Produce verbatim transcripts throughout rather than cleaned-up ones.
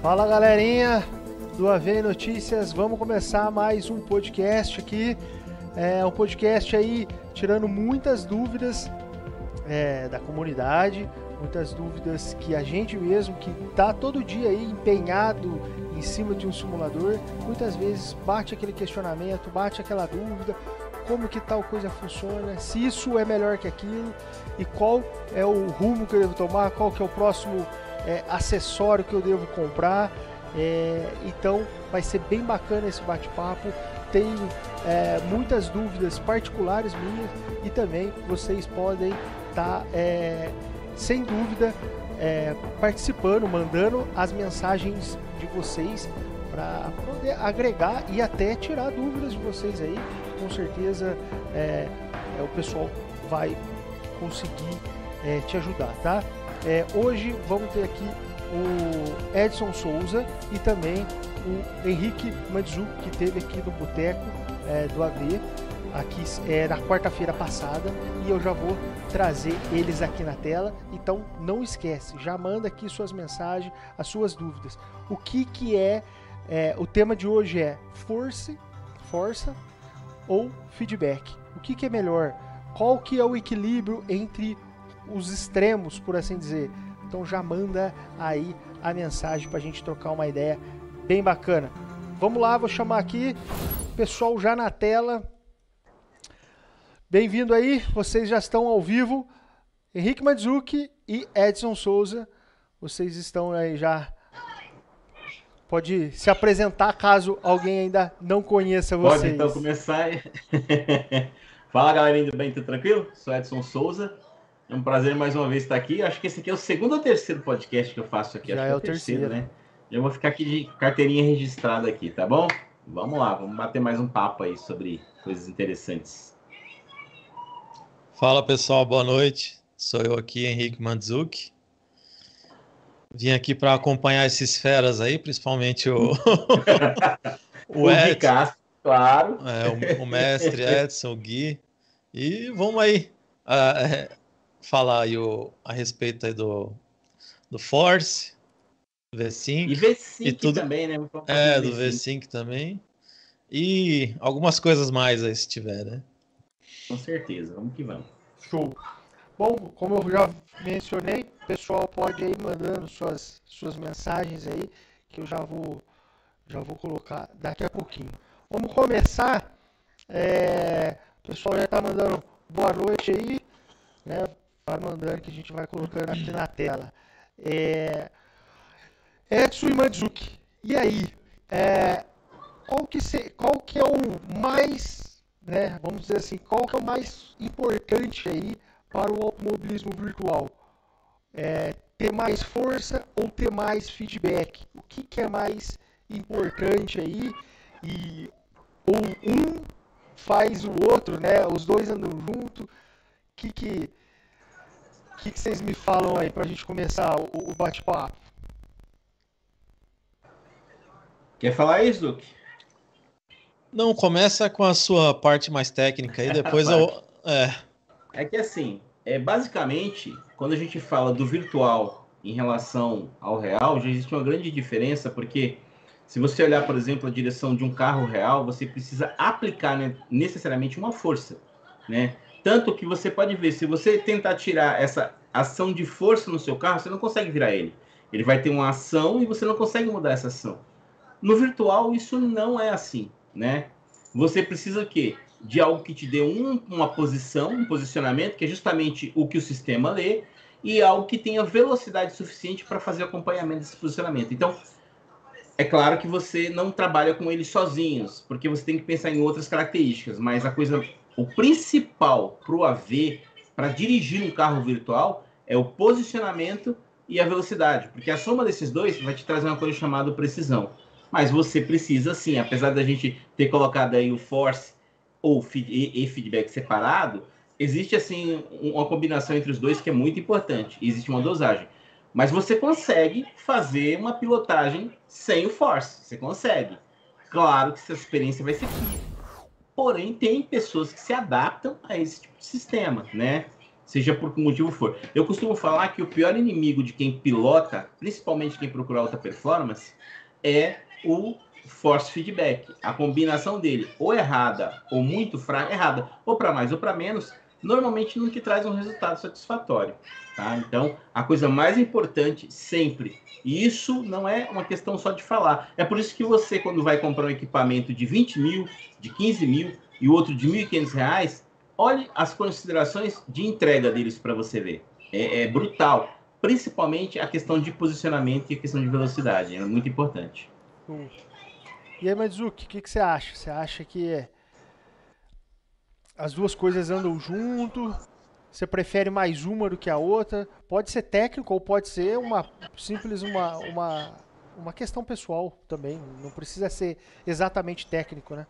Fala galerinha do A V Notícias, vamos começar mais um podcast aqui, é um podcast aí tirando muitas dúvidas é, da comunidade, muitas dúvidas que a gente mesmo que tá todo dia aí empenhado em cima de um simulador, muitas vezes bate aquele questionamento, bate aquela dúvida, como que tal coisa funciona, se isso é melhor que aquilo e qual é o rumo que eu devo tomar, qual que é o próximo é, acessório que eu devo comprar. É, então vai ser bem bacana esse bate-papo. Tenho é, muitas dúvidas particulares minhas e também vocês podem estar tá, é, sem dúvida é, participando, mandando as mensagens de vocês para poder agregar e até tirar dúvidas de vocês aí. Com certeza é, é, o pessoal vai conseguir é, te ajudar, tá? É, hoje vamos ter aqui o Edson Souza e também o Henrique Mandzuc, que esteve aqui no Boteco é, do A V aqui é, na quarta-feira passada, e eu já vou trazer eles aqui na tela. Então não esquece, já manda aqui suas mensagens, as suas dúvidas. O que que é, é o tema de hoje é force, força ou feedback? O que que é melhor? Qual que é o equilíbrio entre os extremos, por assim dizer? Então já manda aí a mensagem pra gente trocar uma ideia bem bacana. Vamos lá, vou chamar aqui o pessoal já na tela. Bem-vindo aí, vocês já estão ao vivo. Henrique Mandzuc e Edson Souza, vocês estão aí já. Pode se apresentar caso alguém ainda não conheça vocês. Pode então começar. Fala galerinha, tudo bem? Tudo tranquilo? Sou Edson Souza. É um prazer mais uma vez estar aqui. Acho que esse aqui é o segundo ou terceiro podcast que eu faço aqui. Já Acho é que o terceiro, terceiro, né? Eu vou ficar aqui de carteirinha registrada aqui, tá bom? Vamos lá, vamos bater mais um papo aí sobre coisas interessantes. Fala pessoal, boa noite. Sou eu aqui, Henrique Mandzuc. Vim aqui para acompanhar esses feras aí, principalmente o o, o Ed, Gui Castro, claro. É, o, o mestre Edson, o Gui. E vamos aí uh, é, falar aí o, a respeito aí do, do Force, do V cinco. E V cinco e tudo, também, né? É, do V cinco também. E algumas coisas mais aí, se tiver, né? Com certeza, vamos que vamos. Show. Bom, como eu já mencionei, o pessoal pode ir mandando suas, suas mensagens aí, que eu já vou, já vou colocar daqui a pouquinho. Vamos começar. É, o pessoal já está mandando boa noite aí, né? Vai mandando que a gente vai colocando aqui na tela. É, Edson e Mandzuc, e aí? É, qual, que se, qual que é o mais, né? Vamos dizer assim, qual que é o mais importante aí para o automobilismo virtual? É, ter mais força ou ter mais feedback? O que, que é mais importante aí? E ou um faz o outro, né? Os dois andam junto. O que que, que que vocês me falam aí para a gente começar o, o bate-papo? Quer falar isso, Duque? Não, começa com a sua parte mais técnica aí, depois eu... É. é que assim, é, basicamente, quando a gente fala do virtual em relação ao real, já existe uma grande diferença, porque se você olhar, por exemplo, a direção de um carro real, você precisa aplicar, né, necessariamente uma força, né? Tanto que você pode ver, se você tentar tirar essa ação de força no seu carro, você não consegue virar ele. Ele vai ter uma ação e você não consegue mudar essa ação. No virtual, isso não é assim, né? Você precisa o quê? De algo que te dê um, uma posição, um posicionamento, que é justamente o que o sistema lê, e algo que tenha velocidade suficiente para fazer o acompanhamento desse posicionamento. Então, é claro que você não trabalha com eles sozinhos, porque você tem que pensar em outras características, mas a coisa, o principal para o A V, para dirigir um carro virtual, é o posicionamento e a velocidade, porque a soma desses dois vai te trazer uma coisa chamada precisão. Mas você precisa, sim, apesar da gente ter colocado aí o force ou e feedback separado, existe, assim, uma combinação entre os dois que é muito importante. Existe uma dosagem. Mas você consegue fazer uma pilotagem sem o force. Você consegue. Claro que essa experiência vai ser fria. Porém, tem pessoas que se adaptam a esse tipo de sistema, né? seja por que motivo for. Eu costumo falar que o pior inimigo de quem pilota, principalmente quem procura alta performance, é o force feedback. A combinação dele, ou errada, ou muito fraca, errada, ou para mais ou para menos, normalmente não te traz um resultado satisfatório. Tá? Então, a coisa mais importante sempre, e isso não é uma questão só de falar, é por isso que você, quando vai comprar um equipamento de vinte mil, de quinze mil e o outro de mil e quinhentos reais, olhe as considerações de entrega deles para você ver. É, é brutal. Principalmente a questão de posicionamento e a questão de velocidade. É muito importante. Hum. E aí, Mandzuki, o que, que você acha? Você acha que as duas coisas andam junto? Você prefere mais uma do que a outra? Pode ser técnico ou pode ser uma simples uma, uma, uma questão pessoal também. Não precisa ser exatamente técnico, né?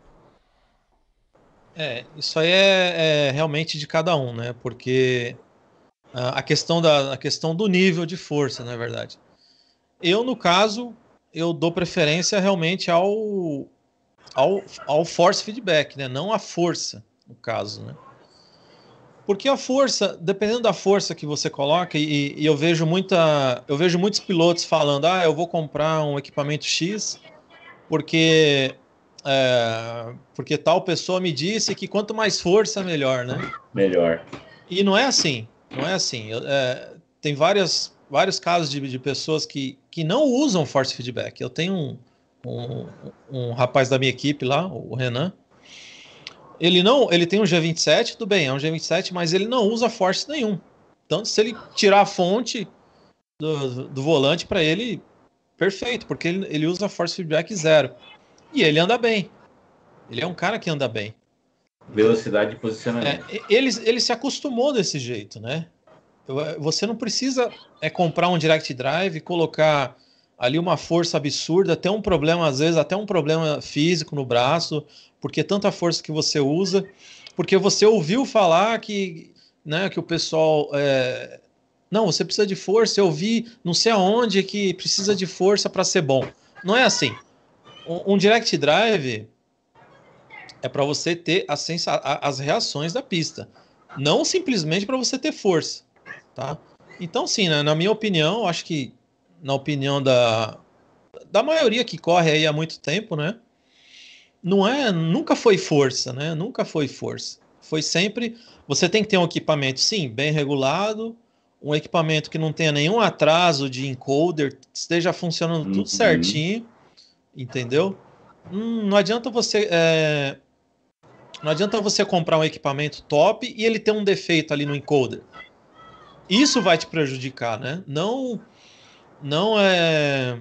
É, isso aí é, é realmente de cada um, né? Porque a questão, da, a questão do nível de força, na verdade. Eu, no caso, eu dou preferência realmente ao, ao, ao force feedback, né? Não à força, no caso, né? Porque a força, dependendo da força que você coloca, e, e eu vejo muita, eu vejo muitos pilotos falando, ah, eu vou comprar um equipamento X porque é, porque tal pessoa me disse que quanto mais força, melhor, né? Melhor. E não é assim, não é assim. É, tem várias, vários casos de, de pessoas que, que não usam force feedback. Eu tenho um, um, um rapaz da minha equipe lá, o Renan. Ele não, ele tem um G vinte e sete, tudo bem, é um G vinte e sete, mas ele não usa force nenhum. Então, se ele tirar a fonte do, do volante para ele, perfeito, porque ele, ele usa force feedback zero. E ele anda bem. Ele é um cara que anda bem. Velocidade de posicionamento. É, ele, ele se acostumou desse jeito, né? Você não precisa é, comprar um direct drive, colocar ali uma força absurda, ter um problema, às vezes até um problema físico no braço, porque tanta força que você usa, porque você ouviu falar que, né, que o pessoal... É, não, você precisa de força, eu vi não sei aonde que precisa de força para ser bom. Não é assim. Um, um direct drive é para você ter a sensa as reações da pista, não simplesmente para você ter força, tá? Então, sim, né, na minha opinião, acho que na opinião da, da maioria que corre aí há muito tempo, né? Não é, nunca foi força, né? Nunca foi força. Foi sempre, você tem que ter um equipamento, sim, bem regulado, um equipamento que não tenha nenhum atraso de encoder, esteja funcionando tudo uhum. certinho, entendeu? Hum, não adianta você é, não adianta você comprar um equipamento top e ele ter um defeito ali no encoder. Isso vai te prejudicar, né? Não, não é,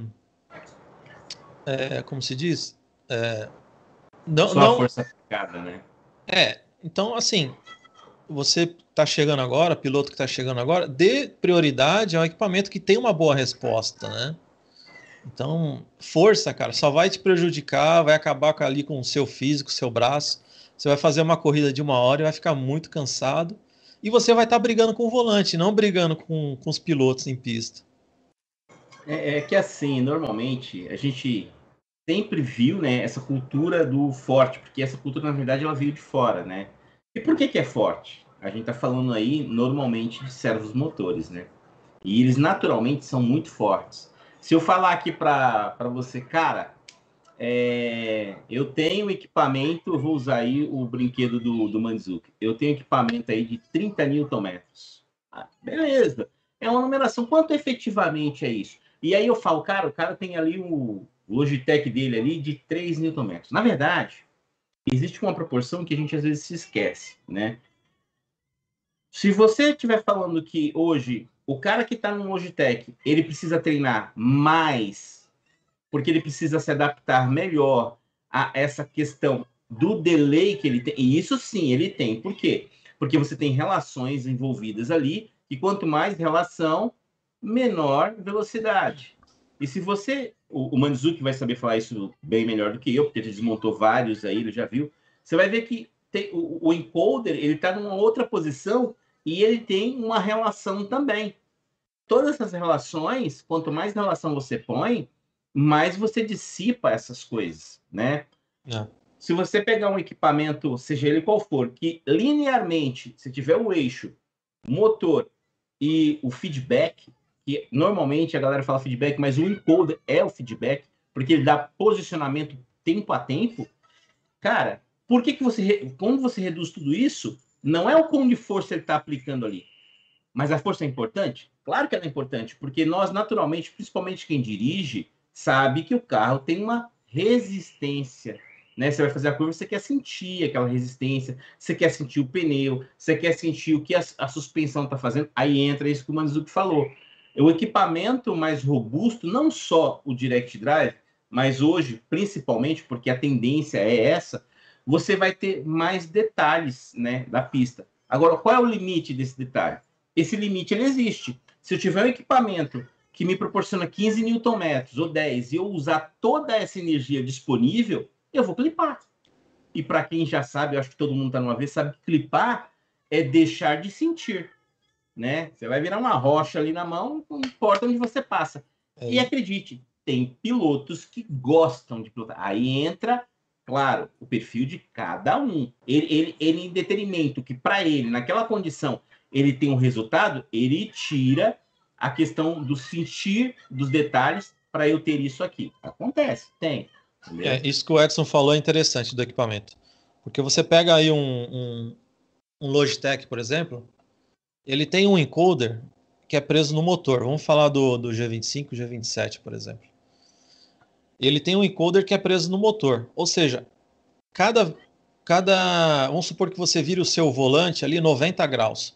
é como se diz? É, não, Só não, a força aplicada, né? É, então assim, você está chegando agora, piloto que está chegando agora, dê prioridade ao equipamento que tem uma boa resposta, né? Então, força, cara, só vai te prejudicar, vai acabar ali com o seu físico, seu braço. Você vai fazer uma corrida de uma hora e vai ficar muito cansado. E você vai estar tá brigando com o volante, não brigando com, com os pilotos em pista. É, é que assim, normalmente, a gente sempre viu, né, essa cultura do forte, porque essa cultura, na verdade, ela veio de fora, né? E por que que é forte? A gente tá falando aí, normalmente, de servos motores, né? E eles, naturalmente, são muito fortes. Se eu falar aqui para você, cara, é, eu tenho equipamento, eu vou usar aí o brinquedo do, do Mandzuki, eu tenho equipamento aí de trinta newton metros. Ah, beleza, é uma numeração, quanto efetivamente é isso? E aí eu falo, cara, o cara tem ali o Logitech dele ali de três newton metros. Na verdade, existe uma proporção que a gente às vezes se esquece, né? Se você estiver falando que hoje o cara que está no Logitech, ele precisa treinar mais, porque ele precisa se adaptar melhor a essa questão do delay que ele tem, e isso sim ele tem. Por quê? Porque você tem relações envolvidas ali, e quanto mais relação, menor velocidade. E se você, o, o Mandzuki vai saber falar isso bem melhor do que eu, porque ele desmontou vários aí, ele já viu, você vai ver que tem, o, o encoder, ele está numa outra posição e ele tem uma relação também. Todas essas relações, quanto mais relação você põe, mais você dissipa essas coisas, né? É. Se você pegar um equipamento, seja ele qual for, que linearmente, se tiver o eixo motor e o feedback, que normalmente a galera fala feedback, mas o encoder é o feedback, porque ele dá posicionamento tempo a tempo. Cara, por que que você, como você reduz tudo isso, não é o quão de força ele está aplicando ali, mas a força é importante? Claro que ela é importante, porque nós, naturalmente, principalmente quem dirige, sabe que o carro tem uma resistência, né? Você vai fazer a curva, você quer sentir aquela resistência, você quer sentir o pneu, você quer sentir o que a, a suspensão está fazendo, aí entra isso que o Mandzukic falou. O equipamento mais robusto, não só o Direct Drive, mas hoje, principalmente, porque a tendência é essa, você vai ter mais detalhes, né, da pista. Agora, qual é o limite desse detalhe? Esse limite, ele existe. Se eu tiver um equipamento que me proporciona quinze newton-metros ou dez e eu usar toda essa energia disponível, eu vou clipar. E para quem já sabe, eu acho que todo mundo está numa vez, sabe que clipar é deixar de sentir, né? Você vai virar uma rocha ali na mão, não importa onde você passa. É. E acredite, tem pilotos que gostam de pilotar. Aí entra, claro, o perfil de cada um. Ele, ele, ele em detrimento que para ele, naquela condição, ele tem um resultado, ele tira a questão do sentir dos detalhes para eu ter isso aqui. Acontece, tem. É, isso que o Edson falou é interessante do equipamento. Porque você pega aí um, um, um Logitech, por exemplo, ele tem um encoder que é preso no motor. Vamos falar do, do G vinte e cinco, G vinte e sete, por exemplo. Ele tem um encoder que é preso no motor. Ou seja, cada, cada vamos supor que você vire o seu volante ali noventa graus.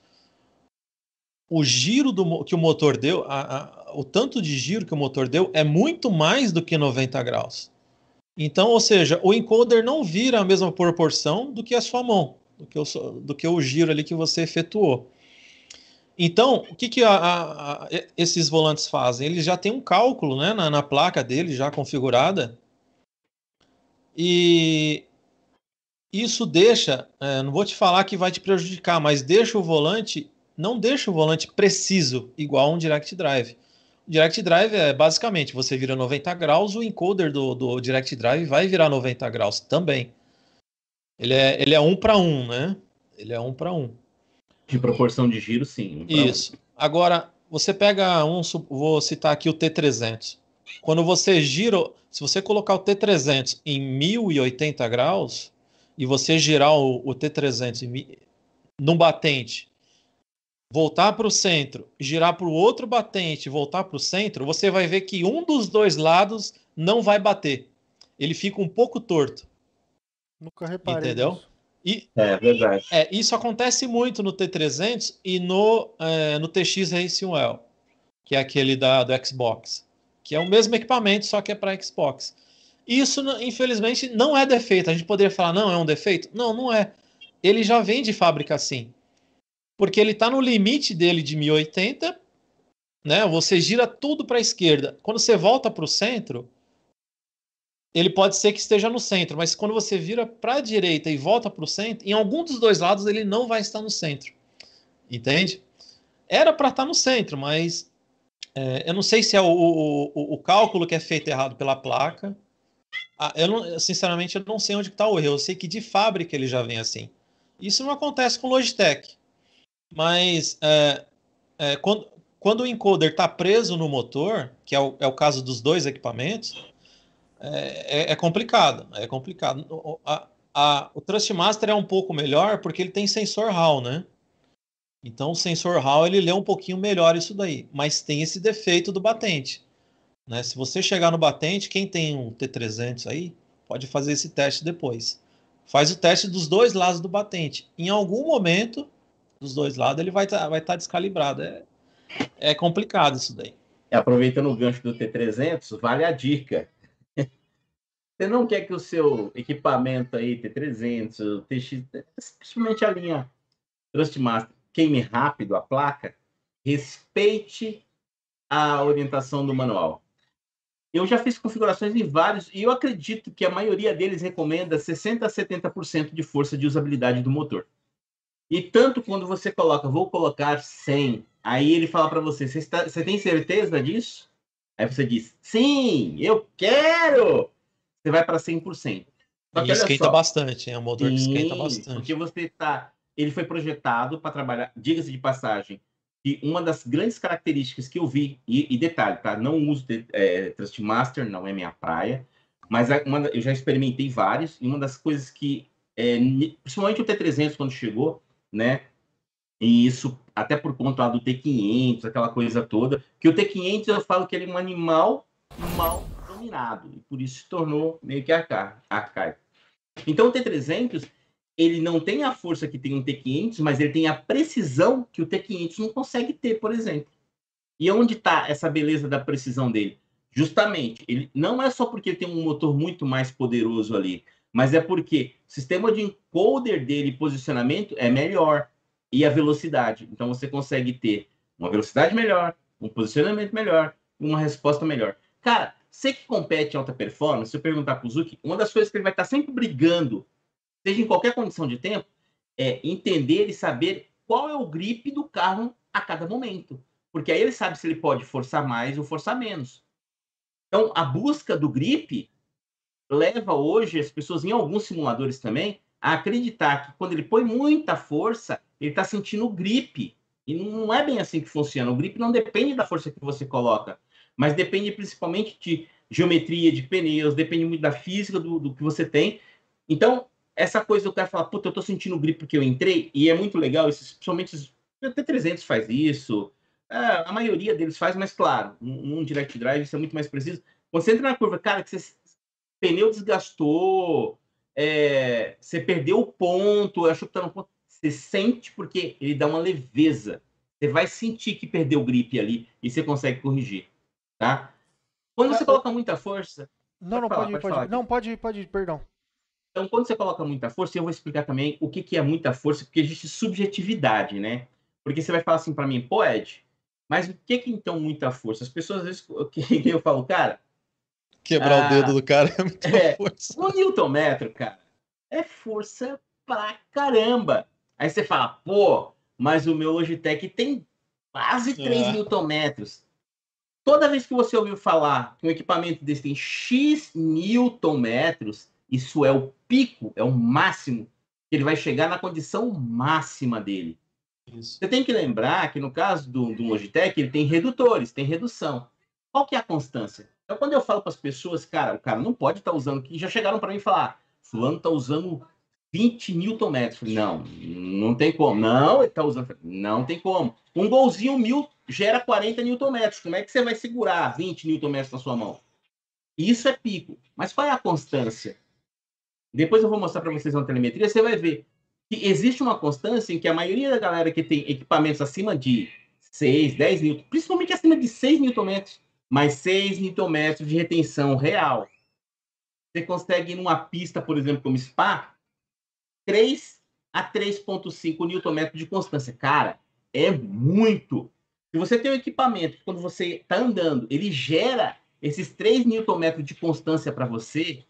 O giro do, que o motor deu, a, a, o tanto de giro que o motor deu é muito mais do que noventa graus. Então, ou seja, o encoder não vira a mesma proporção do que a sua mão, do que o, do que o giro ali que você efetuou. Então, o que, que a, a, a, esses volantes fazem? Eles já têm um cálculo, né, na, na placa dele já configurada, e isso deixa, é, não vou te falar que vai te prejudicar, mas deixa o volante, não deixa o volante preciso, igual um Direct Drive. O Direct Drive é basicamente, você vira noventa graus, o encoder do, do Direct Drive vai virar noventa graus também. Ele é, ele é um para um, né? Ele é um para um. De proporção de giro, sim. Um Isso. Um. Agora, você pega um, vou citar aqui o T trezentos. Quando você gira, se você colocar o T trezentos em mil e oitenta graus, e você girar o, o T trezentos em, num batente, voltar para o centro, girar para o outro batente, voltar para o centro, você vai ver que um dos dois lados não vai bater. Ele fica um pouco torto. Nunca reparei. Entendeu? Nisso. E, é verdade. É, isso acontece muito no T trezentos e no, é, no T X Race Well, que é aquele da, do Xbox, que é o mesmo equipamento, só que é para Xbox. Isso, infelizmente, não é defeito. A gente poderia falar, não, é um defeito? Não, não é. Ele já vem de fábrica assim. Porque ele está no limite dele de mil e oitenta, né? Você gira tudo para a esquerda. Quando você volta para o centro, ele pode ser que esteja no centro, mas quando você vira para a direita e volta para o centro, em algum dos dois lados ele não vai estar no centro. Entende? Era para estar no centro, mas é, eu não sei se é o, o, o, o cálculo que é feito errado pela placa. Ah, eu não, sinceramente, eu não sei onde está o erro. Eu sei que de fábrica ele já vem assim. Isso não acontece com o Logitech. Mas é, é, quando, quando o encoder está preso no motor, que é o, é o caso dos dois equipamentos, é, é, é complicado. É complicado. O, a, a, o Thrustmaster é um pouco melhor porque ele tem sensor Hall, né? Então o sensor Hall ele lê um pouquinho melhor isso daí. Mas tem esse defeito do batente. Né? Se você chegar no batente, quem tem um T trezentos aí, pode fazer esse teste depois. Faz o teste dos dois lados do batente. Em algum momento, dos dois lados, ele vai estar tá, vai tá descalibrado. É, é complicado isso daí. Aproveitando o gancho do T trezentos, vale a dica. Você não quer que o seu equipamento aí, T trezentos, o T X, principalmente a linha Thrustmaster, queime rápido a placa, respeite a orientação do manual. Eu já fiz configurações em vários, e eu acredito que a maioria deles recomenda sessenta a setenta por cento de força de usabilidade do motor. E tanto quando você coloca, vou colocar cem, aí ele fala para você, você, está, você tem certeza disso? Aí você diz, sim, eu quero! Você vai para cem por cento. Só que, e esquenta só, bastante, hein? O motor sim, esquenta bastante. Porque você está ele foi projetado para trabalhar, diga-se de passagem, e uma das grandes características que eu vi, e, e detalhe, tá? Não uso de, é, Trustmaster, não é minha praia, mas uma, eu já experimentei vários, e uma das coisas que, é, principalmente o T trezentos quando chegou, né? E isso até por conta lá do T quinhentos, aquela coisa toda, que o T quinhentos eu falo que ele é um animal mal dominado, e por isso se tornou meio que arcaico. Então o T trezentos, ele não tem a força que tem um T quinhentos, mas ele tem a precisão que o T quinhentos não consegue ter, por exemplo. E onde está essa beleza da precisão dele? Justamente, ele não é só porque ele tem um motor muito mais poderoso ali, mas é porque o sistema de encoder dele e posicionamento é melhor, e a velocidade. Então você consegue ter uma velocidade melhor, um posicionamento melhor, uma resposta melhor. Cara, você que compete em alta performance, se eu perguntar para o Zuki, uma das coisas que ele vai estar sempre brigando, seja em qualquer condição de tempo, é entender e saber qual é o grip do carro a cada momento. Porque aí ele sabe se ele pode forçar mais ou forçar menos. Então, a busca do grip leva hoje as pessoas, em alguns simuladores também, a acreditar que quando ele põe muita força, ele está sentindo o grip. E não é bem assim que funciona. O grip não depende da força que você coloca, mas depende principalmente de geometria de pneus, depende muito da física do, do que você tem. Então, essa coisa do cara falar, puta, eu tô sentindo o grip porque eu entrei, e é muito legal, esses, principalmente o T trezentos faz isso, é, a maioria deles faz, mas claro, num direct drive isso é muito mais preciso. Quando você entra na curva, cara, que você, pneu desgastou, é, você perdeu o ponto, achou que tá no ponto, você sente porque ele dá uma leveza. Você vai sentir que perdeu o grip ali e você consegue corrigir, tá? Quando você é, coloca muita força... Não, pode não, falar, pode ir, pode, pode ir. Não, pode ir, pode ir, perdão. Então, quando você coloca muita força, eu vou explicar também o que, que é muita força, porque existe subjetividade, né? Porque você vai falar assim para mim, pô, Ed, mas o que que então muita força? As pessoas, às vezes, que eu falo, cara... Quebrar ah, o dedo do cara é muita é, força. Um newton metro, cara, é força pra caramba. Aí você fala, pô, mas o meu Logitech tem quase três é. newton metros. Toda vez que você ouviu falar que um equipamento desse tem X newton metros, isso é o pico, é o máximo, que ele vai chegar na condição máxima dele. Isso. Você tem que lembrar que no caso do, do Logitech, ele tem redutores, tem redução. Qual que é a constância? Então, quando eu falo para as pessoas, cara, o cara não pode estar tá usando, que já chegaram para mim e falar, fulano está usando vinte newton metros. Não, não tem como. Não, ele está usando. Não tem como. Um golzinho mil gera quarenta newton metros. Como é que você vai segurar vinte newton metros na sua mão? Isso é pico. Mas qual é a constância? Depois eu vou mostrar para vocês na telemetria, você vai ver que existe uma constância em que a maioria da galera que tem equipamentos acima de seis, dez newton, principalmente acima de seis newton metros, mais seis newton metros de retenção real. Você consegue ir numa pista, por exemplo, como Spa, três a três vírgula cinco newton metros de constância. Cara, é muito. Se você tem um equipamento que quando você está andando, ele gera esses três newton metros de constância para você,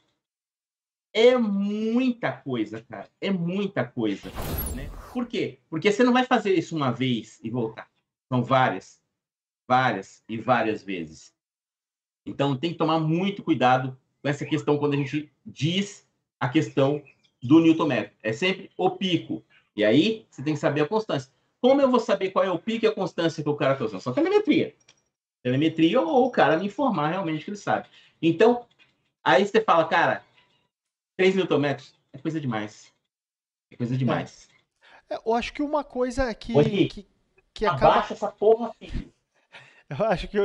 é muita coisa, cara. É muita coisa. Né? Por quê? Porque você não vai fazer isso uma vez e voltar. São várias, várias e várias vezes. Então, tem que tomar muito cuidado com essa questão quando a gente diz a questão do newton metro. É sempre o pico. E aí, você tem que saber a constância. Como eu vou saber qual é o pico e a constância que o cara está usando? Só telemetria. Telemetria ou o cara me informar realmente que ele sabe. Então, aí você fala, cara, três newton metros é coisa demais. É coisa demais. É, eu acho que uma coisa que... Oi, que, que acaba... Abaixa essa porra, filho. Eu acho que... Eu...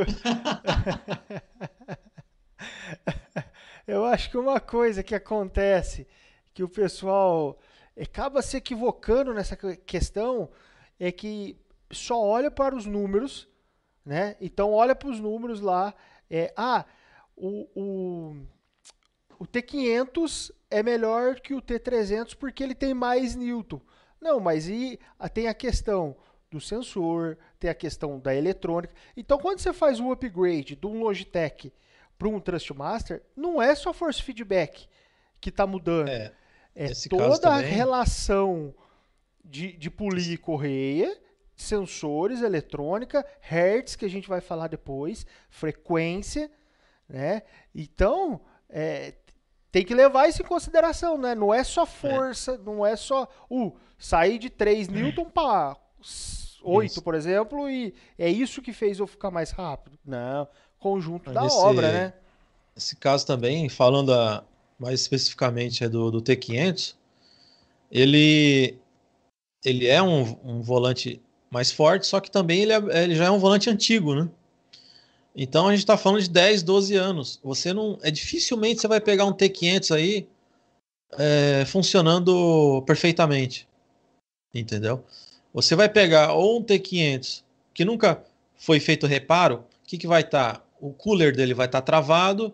eu acho que uma coisa que acontece, que o pessoal acaba se equivocando nessa questão, é que só olha para os números, né? Então olha para os números lá, é, ah, o, o, o T quinhentos é melhor que o T trezentos porque ele tem mais newton. Não, mas e tem a questão do sensor, tem a questão da eletrônica. Então quando você faz um upgrade de um Logitech para um Trustmaster, não é só force feedback que está mudando. É, é toda a relação de, de polir e correia, sensores, eletrônica, hertz, que a gente vai falar depois, frequência, né? Então, é, tem que levar isso em consideração, né? Não é só força, é. não é só uh, sair de três newton para oito, por exemplo, e é isso que fez eu ficar mais rápido. Não, conjunto da Nesse, obra, né? Nesse caso também, falando a, mais especificamente é do, do T quinhentos, ele, ele é um, um volante mais forte, só que também ele, é, ele já é um volante antigo, né? Então a gente está falando de dez, doze anos. Você não, é dificilmente você vai pegar um T quinhentos aí é, funcionando perfeitamente, entendeu? Você vai pegar ou um T quinhentos que nunca foi feito reparo, o que, que vai estar? Tá? O cooler dele vai estar tá travado,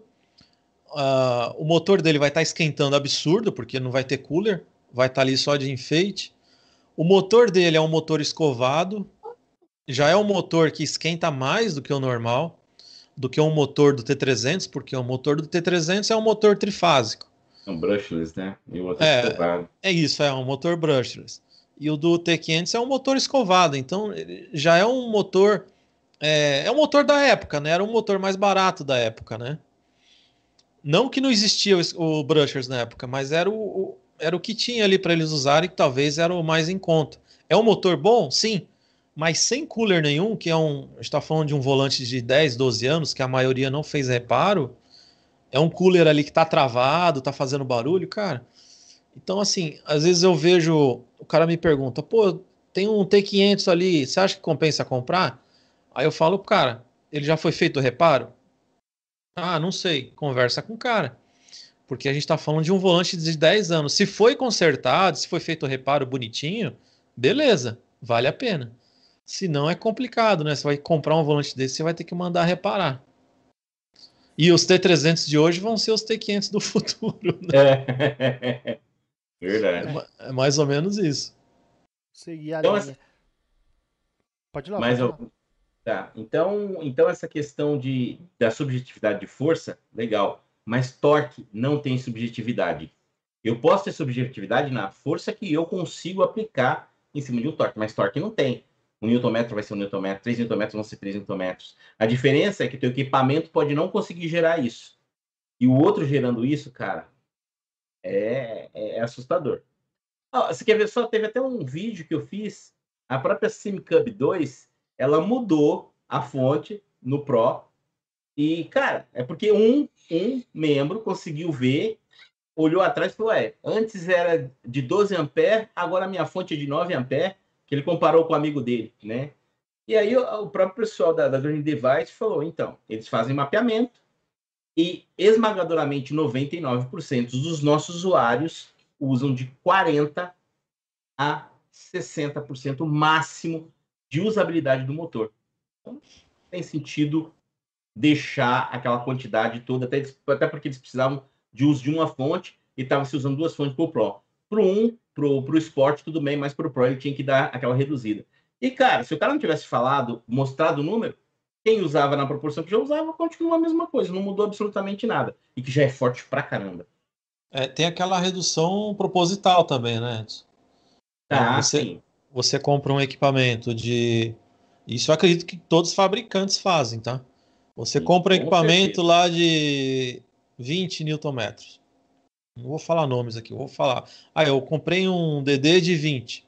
uh, o motor dele vai estar tá esquentando absurdo, porque não vai ter cooler, vai estar tá ali só de enfeite. O motor dele é um motor escovado, já é um motor que esquenta mais do que o normal, do que um motor do T trezentos, porque o motor do T trezentos é um motor trifásico. É um brushless, né? E o outro é, escovado. É isso, é um motor brushless. E o do T quinhentos é um motor escovado, então já é um motor... É, é um motor da época, né? Era um motor mais barato da época, né? Não que não existia o, o brushless na época, mas era o, o, era o que tinha ali para eles usarem, que talvez era o mais em conta. É um motor bom? Sim. Mas sem cooler nenhum, que é um... A gente está falando de um volante de dez, doze anos, que a maioria não fez reparo. É um cooler ali que está travado, está fazendo barulho, cara. Então, assim, às vezes eu vejo... O cara me pergunta, pô, tem um T quinhentos ali, você acha que compensa comprar? Aí eu falo, cara, ele já foi feito o reparo? Ah, não sei. Conversa com o cara. Porque a gente está falando de um volante de dez anos. Se foi consertado, se foi feito o reparo bonitinho, beleza, vale a pena. Se não, é complicado, né? Você vai comprar um volante desse, você vai ter que mandar reparar. E os T trezentos de hoje vão ser os T quinhentos do futuro, né? É. Verdade. É, é mais ou menos isso. Seguir a então, linha. essa... Pode ir lá, Mas pode ir eu... lá. Tá. Então, então, essa questão de, da subjetividade de força, legal. Mas torque não tem subjetividade. Eu posso ter subjetividade na força que eu consigo aplicar em cima de um torque, mas torque não tem. Um newtonmetro vai ser um newtonmetro, três newtonmetros vão ser três newtonmetros. A diferença é que o teu equipamento pode não conseguir gerar isso. E o outro gerando isso, cara, é, é, é assustador. Ah, você quer ver só? Teve até um vídeo que eu fiz, a própria SimCub dois, ela mudou a fonte no Pro. E, cara, é porque um, um membro conseguiu ver, olhou atrás e falou, é, antes era de doze amperes, agora a minha fonte é de nove amperes, que ele comparou com o amigo dele, né? E aí o, o próprio pessoal da, da Green Device falou, então, eles fazem mapeamento e esmagadoramente noventa e nove por cento dos nossos usuários usam de quarenta a sessenta por cento máximo de usabilidade do motor. Então, não tem sentido deixar aquela quantidade toda, até, até porque eles precisavam de uso de uma fonte e estavam se usando duas fontes para o Pro. Para o um, para o Sport, tudo bem, mas para o Pro ele tinha que dar aquela reduzida. E, cara, se o cara não tivesse falado, mostrado o número, quem usava na proporção que já usava, continua a mesma coisa, não mudou absolutamente nada. E que já é forte pra caramba. É, tem aquela redução proposital também, né, Edson? Ah, você, sim. Você compra um equipamento de... Isso eu acredito que todos os fabricantes fazem, tá? Você Sim, compra um com equipamento certeza. lá de vinte newtonmetros. Não vou falar nomes aqui, vou falar. Ah, eu comprei um D D de vinte.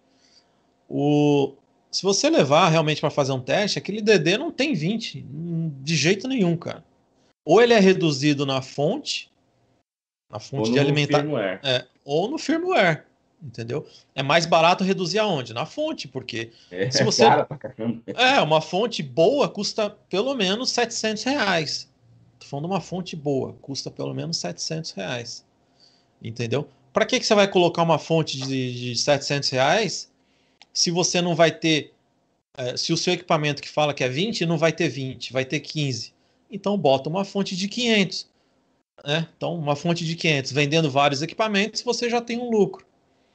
O... Se você levar realmente para fazer um teste, aquele D D não tem vinte, de jeito nenhum, cara. Ou ele é reduzido na fonte, na fonte Ou de no alimentar, firmware. é, ou no firmware, entendeu? É mais barato reduzir aonde? Na fonte, porque É, se você... cara pra caramba. É, uma fonte boa custa pelo menos setecentos reais. Tô falando de uma fonte boa, custa pelo menos setecentos reais. Entendeu? Para que, que você vai colocar uma fonte de, de setecentos reais se você não vai ter... É, se o seu equipamento que fala que é vinte, não vai ter vinte, vai ter quinze. Então bota uma fonte de quinhentos. Né? Então uma fonte de quinhentos, vendendo vários equipamentos, você já tem um lucro.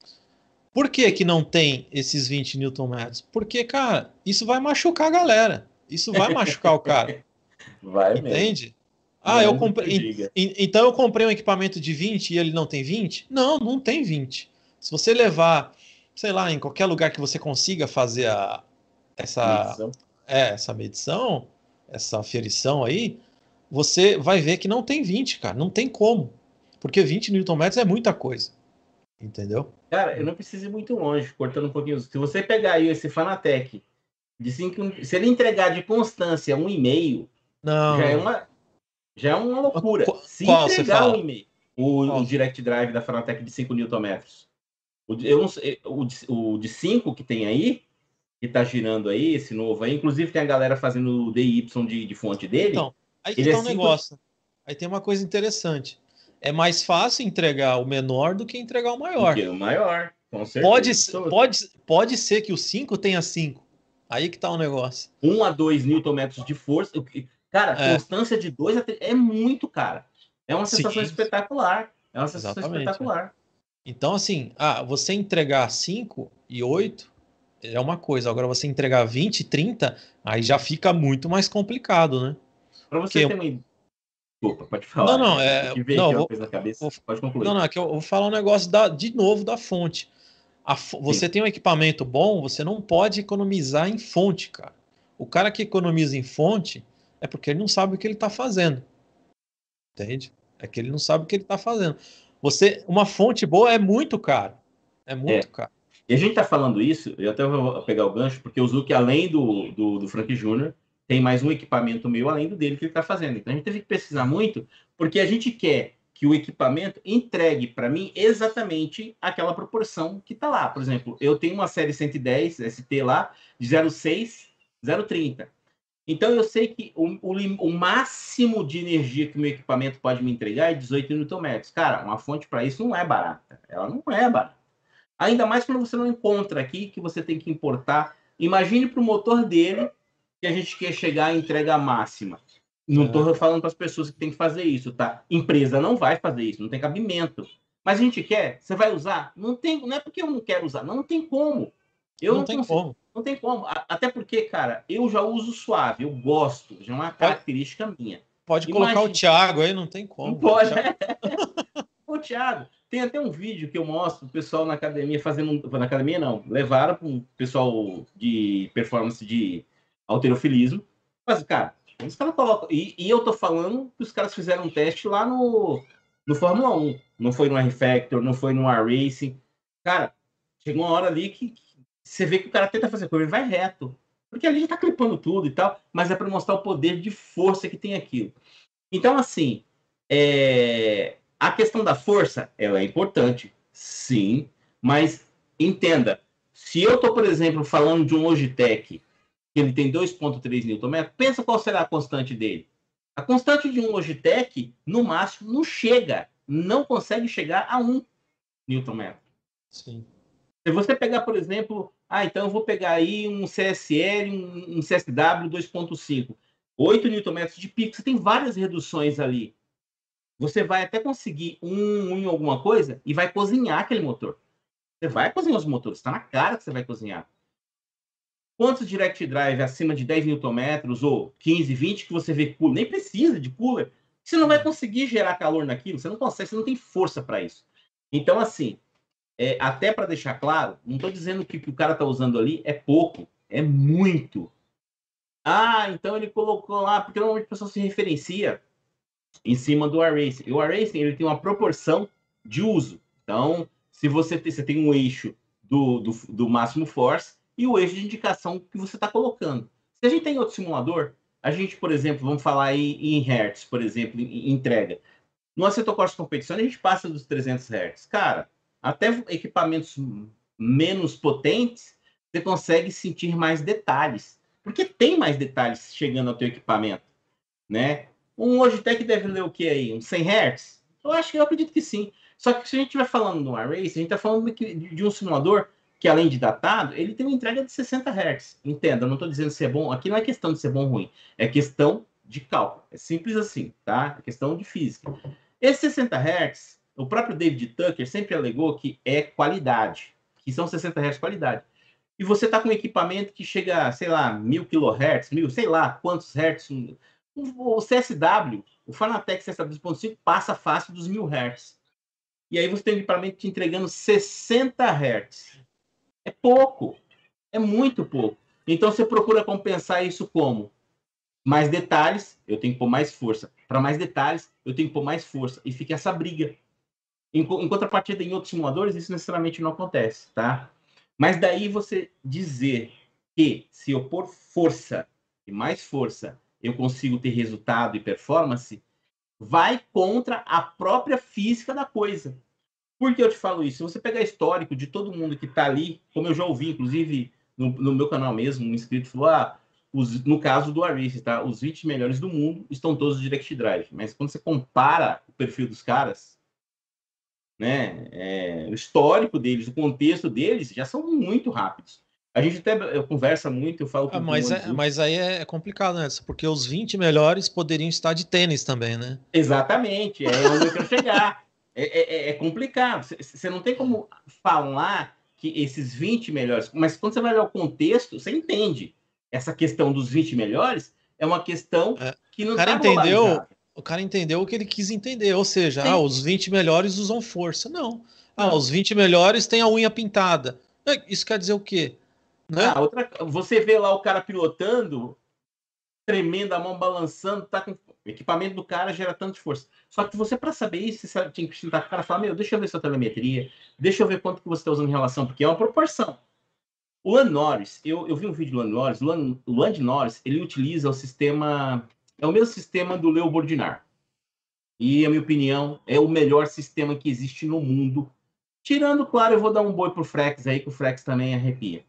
Por que que não tem esses vinte newton-metros? Porque, cara, isso vai machucar a galera. Isso vai machucar o cara. Vai mesmo. Entende? Ah, eu Não comprei. Então eu comprei um equipamento de vinte e ele não tem vinte? Não, não tem vinte. Se você levar, sei lá, em qualquer lugar que você consiga fazer a, essa, medição. É, essa medição, essa aferição aí, você vai ver que não tem vinte, cara. Não tem como. Porque vinte newton-metros é muita coisa. Entendeu? Cara, eu não preciso ir muito longe, cortando um pouquinho. Se você pegar aí esse Fanatec, de cinco, se ele entregar de constância um e meio, já é uma, já é uma loucura. Qu se qual entregar um e meio, o, o Direct Drive da Fanatec de cinco newton-metros, o, eu não sei, o, o de cinco que tem aí, que tá girando aí, esse novo aí, inclusive tem a galera fazendo o D Y de, de fonte dele. Então, aí que ele tá é um cinco... negócio. Aí tem uma coisa interessante. É mais fácil entregar o menor do que entregar o maior. Do que o maior, com certeza. Pode, pode, pode ser que o cinco tenha cinco. Aí que tá o negócio. um a dois newton-metros de força. Cara, É. constância de dois a três é muito, cara. É uma sensação Sim. espetacular. É uma sensação Exatamente, espetacular. Então, assim, ah, você entregar cinco e oito é uma coisa. Agora, você entregar vinte e trinta, aí já fica muito mais complicado, né? Para você Porque... ter uma... Desculpa, pode falar. Não, não, é... Que não, aqui vou... uma coisa na cabeça. Vou... Pode concluir. Não, não, é que eu vou falar um negócio da... de novo da fonte. A... Você Sim. tem um equipamento bom, você não pode economizar em fonte, cara. O cara que economiza em fonte é porque ele não sabe o que ele está fazendo. Entende? É que ele não sabe o que ele está fazendo. Você, uma fonte boa é muito caro. É muito é. caro. E a gente está falando isso, eu até vou pegar o gancho, porque o Zuc, além do, do, do Frank Júnior, tem mais um equipamento meu além do dele que ele está fazendo. Então a gente teve que pesquisar muito, porque a gente quer que o equipamento entregue para mim exatamente aquela proporção que está lá. Por exemplo, eu tenho uma série cento e dez S T lá, de zero vírgula seis, zero vírgula trinta. Então eu sei que o, o, o máximo de energia que o meu equipamento pode me entregar é dezoito newton-metros. Cara, uma fonte para isso não é barata. Ela não é barata. Ainda mais quando você não encontra aqui, que você tem que importar. Imagine para o motor dele que a gente quer chegar à entrega máxima. Não estou é. falando para as pessoas que tem que fazer isso, tá? Empresa não vai fazer isso, não tem cabimento. Mas a gente quer, você vai usar? Não tem, não é porque eu não quero usar, não, não tem como. Eu não, não tem consigo, como. Não tem como. Até porque, cara, eu já uso suave, eu gosto, já é uma característica minha. Pode Imagina... colocar o Thiago aí, não tem como. Não pode. Ô, Thiago, tem até um vídeo que eu mostro o pessoal na academia fazendo... Na academia, não. Levaram para um pessoal de performance de halterofilismo. Mas, cara, os caras colocam... E, e eu tô falando que os caras fizeram um teste lá no, no Fórmula um. Não foi no R-Factor, não foi no R-Racing. Cara, chegou uma hora ali que, que você vê que o cara tenta fazer coisa, ele vai reto. Porque ali já tá clipando tudo e tal, mas é para mostrar o poder de força que tem aquilo. Então, assim, é... a questão da força, ela é importante, sim, mas entenda, se eu estou, por exemplo, falando de um Logitech, que ele tem dois vírgula três newton-metros, pensa qual será a constante dele. A constante de um Logitech, no máximo, não chega, não consegue chegar a um newton-metro. Sim. Se você pegar, por exemplo, ah, então eu vou pegar aí um C S L, um, um C S W dois ponto cinco, oito newton-metros de pico, você tem várias reduções ali. Você vai até conseguir um, um em alguma coisa e vai cozinhar aquele motor. Você vai cozinhar os motores, está na cara que você vai cozinhar. Quantos direct drive acima de dez newton-metros ou quinze, vinte que você vê cooler, nem precisa de cooler, você não vai conseguir gerar calor naquilo, você não consegue, você não tem força para isso. Então, assim, é, até para deixar claro, não estou dizendo que o que o cara está usando ali é pouco, é muito. Ah, então ele colocou lá, porque normalmente a pessoa se referencia em cima do R-Racing. E o R-Racing, ele tem uma proporção de uso. Então, se você tem, você tem um eixo do, do, do máximo force e o eixo de indicação que você está colocando. Se a gente tem outro simulador, a gente, por exemplo, vamos falar aí em hertz, por exemplo, em, em entrega. No Assetto Corsa Competição, a gente passa dos trezentos hertz. Cara, até equipamentos menos potentes, você consegue sentir mais detalhes. Porque tem mais detalhes chegando ao teu equipamento, né? Um Logitech deve ler o que aí? Uns cem hertz? Eu acho que eu acredito que sim. Só que se a gente estiver falando de um R-Racing, a gente está falando de um simulador que, além de datado, ele tem uma entrega de sessenta hertz. Entenda, eu não estou dizendo se é bom. Aqui não é questão de ser bom ou ruim. É questão de cálculo. É simples assim, tá? É questão de física. Esses sessenta hertz, o próprio David Tucker sempre alegou que é qualidade. Que são sessenta hertz qualidade. E você está com um equipamento que chega, sei lá, mil quilohertz, mil, sei lá, quantos hertz... O C S W, o Fanatec C S W dois ponto cinco passa fácil dos mil hertz. E aí você tem um equipamento te entregando sessenta hertz. É pouco. É muito pouco. Então você procura compensar isso como? Mais detalhes, eu tenho que pôr mais força. Para mais detalhes, eu tenho que pôr mais força. E fica essa briga. Em, em contrapartida, em outros simuladores, isso necessariamente não acontece, tá? Mas daí você dizer que se eu pôr força e mais força, eu consigo ter resultado e performance, vai contra a própria física da coisa. Por que eu te falo isso? Se você pegar histórico de todo mundo que está ali, como eu já ouvi, inclusive no, no meu canal mesmo, um inscrito falou, ah, os, no caso do iRacing, tá? Os vinte melhores do mundo estão todos no Direct Drive. Mas quando você compara o perfil dos caras, né, é, o histórico deles, o contexto deles, já são muito rápidos. A gente até eu conversa muito, eu falo Ah, com mas, o é, mas aí é complicado, né? Porque os vinte melhores poderiam estar de tênis também, né? Exatamente, é onde eu quero chegar. É, é, é complicado. Você não tem como falar que esses vinte melhores, mas quando você vai olhar o contexto, você entende. Essa questão dos vinte melhores é uma questão É, que o não cara está entendeu, globalizada. o cara entendeu o que ele quis entender, ou seja, ah, Sim. os vinte melhores usam força. Não. Ah, Não. os vinte melhores têm a unha pintada. É, isso quer dizer o quê? Né? Ah, outra, você vê lá o cara pilotando, tremendo, a mão balançando, tá com o equipamento do cara gera tanto de força. Só que você, para saber isso, você tinha que sentar com o cara e falar, meu, deixa eu ver sua telemetria, deixa eu ver quanto que você está usando em relação, porque é uma proporção. O Lando Norris, eu, eu vi um vídeo do Lando Norris, o Lando, o Lando Norris, ele utiliza o sistema, é o mesmo sistema do Leo Bordinar. E, a minha opinião, é o melhor sistema que existe no mundo. Tirando, claro, eu vou dar um boi pro Frex aí, que o Frex também arrepia.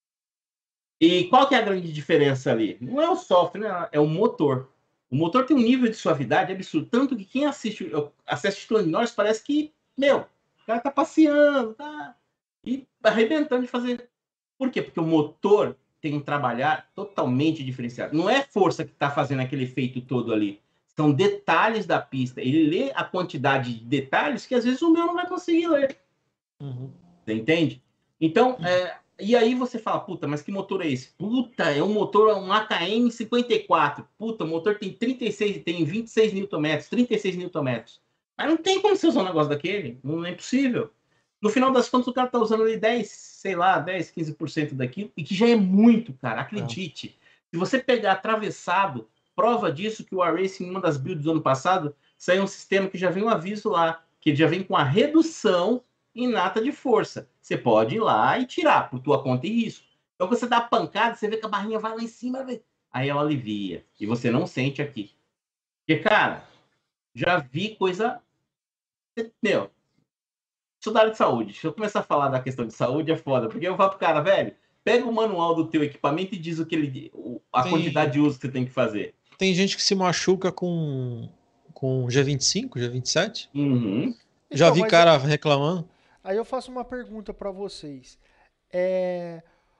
E qual que é a grande diferença ali? Não é o software, é o motor. O motor tem um nível de suavidade absurdo, tanto que quem assiste, assiste o Lando Norris parece que, meu, o cara tá passeando, tá e arrebentando de fazer. Por quê? Porque o motor tem um trabalhar totalmente diferenciado. Não é força que está fazendo aquele efeito todo ali. São detalhes da pista. Ele lê a quantidade de detalhes que às vezes o meu não vai conseguir ler. Uhum. Você entende? Então, é, e aí você fala, puta, mas que motor é esse? Puta, é um motor, um A K M cinquenta e quatro. Puta, o motor tem trinta e seis, tem vinte e seis newton-metros, trinta e seis newton-metros. Mas não tem como você usar um negócio daquele. Não é impossível. No final das contas, o cara tá usando ali dez, sei lá, dez, quinze por cento daquilo, e que já é muito, cara. Acredite. É. Se você pegar atravessado, prova disso que o iRacing, em uma das builds do ano passado, saiu um sistema que já vem um aviso lá, que já vem com a redução inata de força. Você pode ir lá e tirar por tua conta e risco. Então, quando você dá a pancada, você vê que a barrinha vai lá em cima, aí ela alivia. E você não sente aqui. Porque, cara, já vi coisa... Meu, sou da área de saúde. Se eu começar a falar da questão de saúde, é foda. Porque eu falo pro cara, velho, pega o manual do teu equipamento e diz o que ele, a tem, quantidade de uso que você tem que fazer. Tem gente que se machuca com, com G vinte e cinco, G vinte e sete. Uhum. Já Então, vi cara eu, reclamando. Aí eu faço uma pergunta para vocês. É,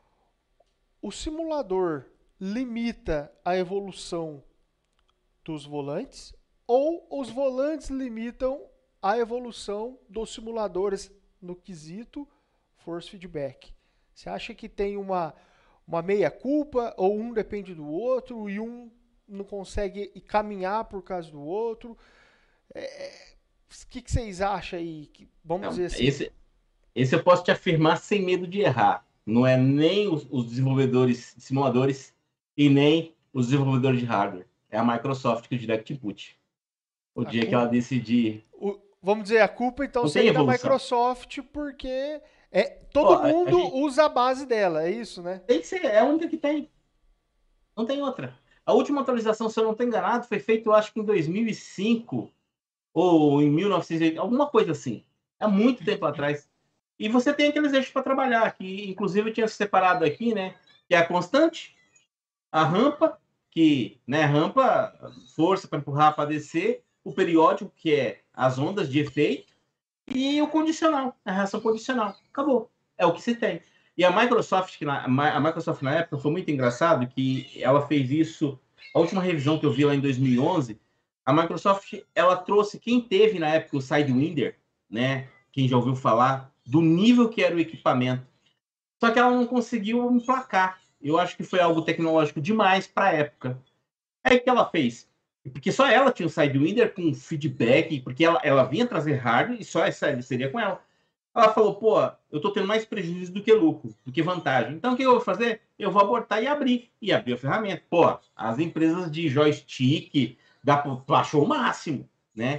o simulador limita a evolução dos volantes ou os volantes limitam a evolução dos simuladores no quesito force feedback? Você acha que tem uma, uma meia-culpa ou um depende do outro e um não consegue caminhar por causa do outro? É, o que, que vocês acham aí? Vamos não, dizer assim. Esse, esse eu posso te afirmar sem medo de errar. Não é nem os, os desenvolvedores de simuladores e nem os desenvolvedores de hardware. É a Microsoft que o Direct Input. O a dia culpa, que ela decidir... O, vamos dizer, a culpa então seria da Microsoft porque é, todo Ó, mundo a, a gente... usa a base dela, é isso, né? Tem que ser, é a única que tem. Não tem outra. A última atualização, se eu não estou enganado, foi feita, eu acho que em dois mil e cinco ou em mil e novecentos e oitenta, alguma coisa assim. É muito tempo atrás. E você tem aqueles eixos para trabalhar, que inclusive eu tinha separado aqui, né? Que é a constante, a rampa, que, né, rampa, força para empurrar para descer, o periódico, que é as ondas de efeito, e o condicional, a reação condicional. Acabou. É o que se tem. E a Microsoft, que na, a Microsoft na época foi muito engraçado, que ela fez isso, a última revisão que eu vi lá em dois mil e onze, a Microsoft, ela trouxe, quem teve na época o Sidewinder, né, quem já ouviu falar, do nível que era o equipamento. Só que ela não conseguiu emplacar. Eu acho que foi algo tecnológico demais para a época. Aí o que ela fez? Porque só ela tinha o Sidewinder com feedback, porque ela, ela vinha trazer hardware e só essa seria com ela. Ela falou, pô, eu tô tendo mais prejuízo do que lucro, do que vantagem. Então, o que eu vou fazer? Eu vou abortar e abrir. E abrir a ferramenta. Pô, as empresas de joystick, dá, achou o máximo, né?